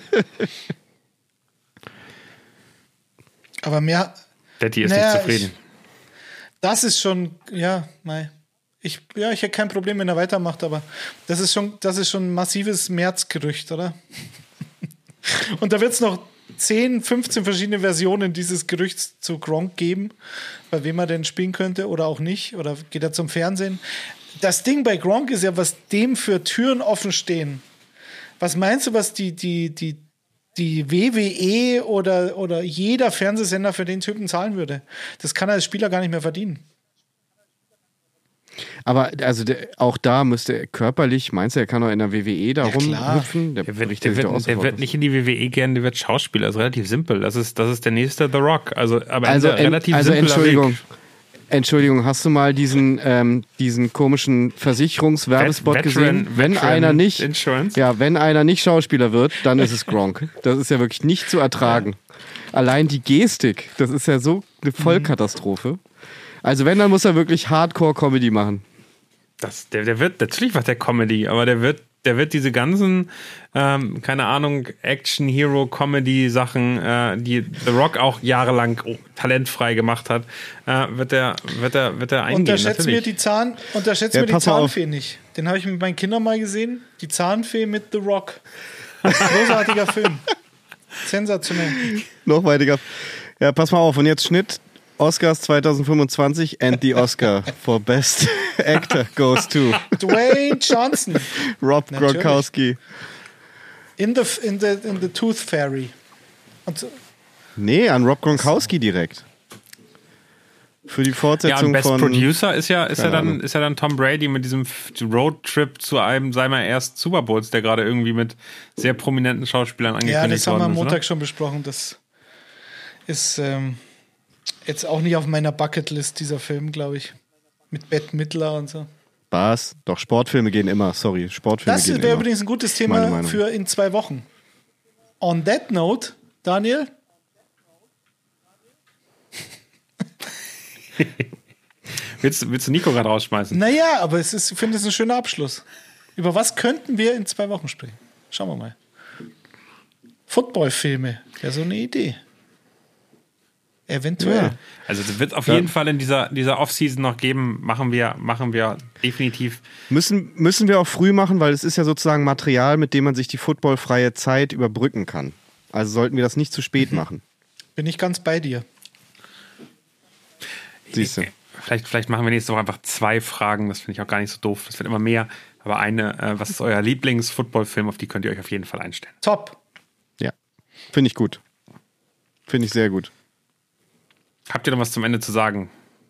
Aber mehr... Daddy ist nicht zufrieden. Das ist schon... Ja, nein. Ich hätte kein Problem, wenn er weitermacht, aber das ist schon ein massives Märzgerücht, oder? Und da wird es noch 10, 15 verschiedene Versionen dieses Gerüchts zu Gronk geben, bei wem er denn spielen könnte oder auch nicht, oder geht er zum Fernsehen. Das Ding bei Gronk ist ja, was dem für Türen offen stehen. Was meinst du, was die WWE oder jeder Fernsehsender für den Typen zahlen würde? Das kann er als Spieler gar nicht mehr verdienen. Aber also auch da müsste er körperlich, meinst du, er kann doch in der WWE da rumhüpfen? Der wird nicht in die WWE gehen, der wird Schauspieler. Das ist relativ simpel. Das ist der nächste The Rock. Relativ simpler Weg. Entschuldigung, hast du mal diesen komischen Versicherungswerbespot gesehen? Wenn einer nicht Schauspieler wird, dann ist es Gronk. Das ist ja wirklich nicht zu ertragen. Allein die Gestik, das ist ja so eine Vollkatastrophe. Also wenn, dann muss er wirklich Hardcore-Comedy machen. Der wird, natürlich macht der Comedy, aber der wird diese ganzen, keine Ahnung, Action-Hero-Comedy-Sachen, die The Rock auch jahrelang talentfrei gemacht hat, wird er eingehen. Unterschätzt mir die Zahnfee nicht. Den habe ich mit meinen Kindern mal gesehen. Die Zahnfee mit The Rock. Großartiger Film. Sensationell. Noch weitiger. Ja, pass mal auf. Und jetzt Schnitt. Oscars 2025 and the Oscar for Best Actor goes to Dwayne Johnson. Rob Gronkowski. In the Tooth Fairy. Und so. Nee, an Rob Gronkowski direkt. Für die Ja, Fortsetzung und Best von... Producer ist ja Ahnung. dann Tom Brady mit diesem Roadtrip zu einem seiner ersten Super Bowls, der gerade irgendwie mit sehr prominenten Schauspielern angekündigt Ja, worden ist. das haben wir am oder? Montag schon besprochen. Das ist jetzt auch nicht auf meiner Bucketlist, dieser Film, glaube ich. Mit Bette Midler und so. Was? Doch, Sportfilme gehen immer. Sorry, Sportfilme Das gehen wäre immer. übrigens ein gutes Meine Thema Meinung. für in 2 Wochen. On that note, Daniel, Willst du Nico gerade rausschmeißen? naja, aber ich finde es ein schöner Abschluss. Über was könnten wir in 2 Wochen sprechen? Schauen wir mal. Footballfilme, ja, so eine Idee. Eventuell. Ja. Also es wird auf jeden Fall in dieser Offseason noch geben, machen wir definitiv. Müssen wir auch früh machen, weil es ist ja sozusagen Material, mit dem man sich die footballfreie Zeit überbrücken kann. Also sollten wir das nicht zu spät machen. Bin ich ganz bei dir. Siehst du. Vielleicht machen wir nächste Woche einfach 2 Fragen, das finde ich auch gar nicht so doof. Das wird immer mehr. Aber eine, was ist euer Lieblings-Football-Film, auf die könnt ihr euch auf jeden Fall einstellen. Top. Ja, finde ich gut. Finde ich sehr gut. Habt ihr noch was zum Ende zu sagen?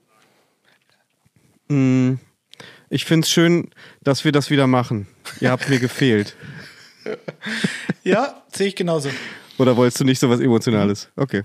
Ich finde es schön, dass wir das wieder machen. Ihr habt mir gefehlt. Ja, sehe ich genauso. Oder wolltest du nicht so was Emotionales? Okay.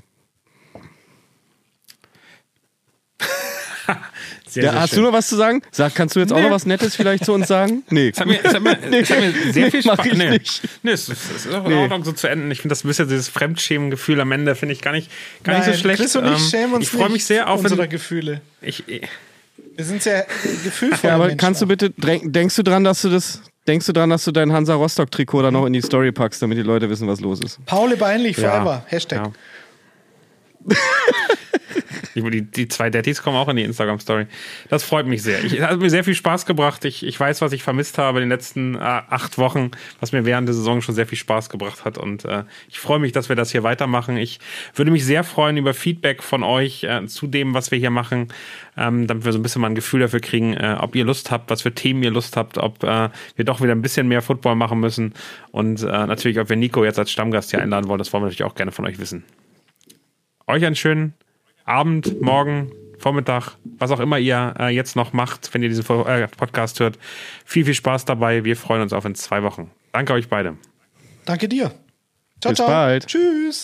Sehr, Ja, sehr hast schön. du noch was zu sagen? Kannst du jetzt auch noch was Nettes vielleicht zu uns sagen? Nee. Es hat mir sehr viel mach Spaß. ich nicht. Nee, es ist auch in Ordnung, so zu enden. Ich finde das ein bisschen dieses Fremdschämen-Gefühl am Ende finde ich gar nicht so schlecht. Chris und ich schämen uns ich freue mich nicht sehr auf unserer Gefühle. Wir sind sehr gefühlvolle Ja, aber Menschen. kannst du bitte, denkst du dran, dass du dein Hansa Rostock-Trikot da noch in die Story packst, damit die Leute wissen, was los ist? Paul Beinlich Ja. forever. Hashtag. Ja. Die 2 Daddies kommen auch in die Instagram-Story. Das freut mich sehr. Es hat mir sehr viel Spaß gebracht. Ich weiß, was ich vermisst habe in den letzten 8 Wochen, was mir während der Saison schon sehr viel Spaß gebracht hat. Und ich freue mich, dass wir das hier weitermachen. Ich würde mich sehr freuen über Feedback von euch zu dem, was wir hier machen, damit wir so ein bisschen mal ein Gefühl dafür kriegen, ob ihr Lust habt, was für Themen ihr Lust habt, ob wir doch wieder ein bisschen mehr Football machen müssen. Und natürlich, ob wir Nico jetzt als Stammgast hier einladen wollen, das wollen wir natürlich auch gerne von euch wissen. Euch einen schönen Abend, Morgen, Vormittag, was auch immer ihr jetzt noch macht, wenn ihr diesen Podcast hört. Viel, viel Spaß dabei. Wir freuen uns auf in 2 Wochen. Danke euch beide. Danke dir. Ciao, Bis ciao. bald. Tschüss.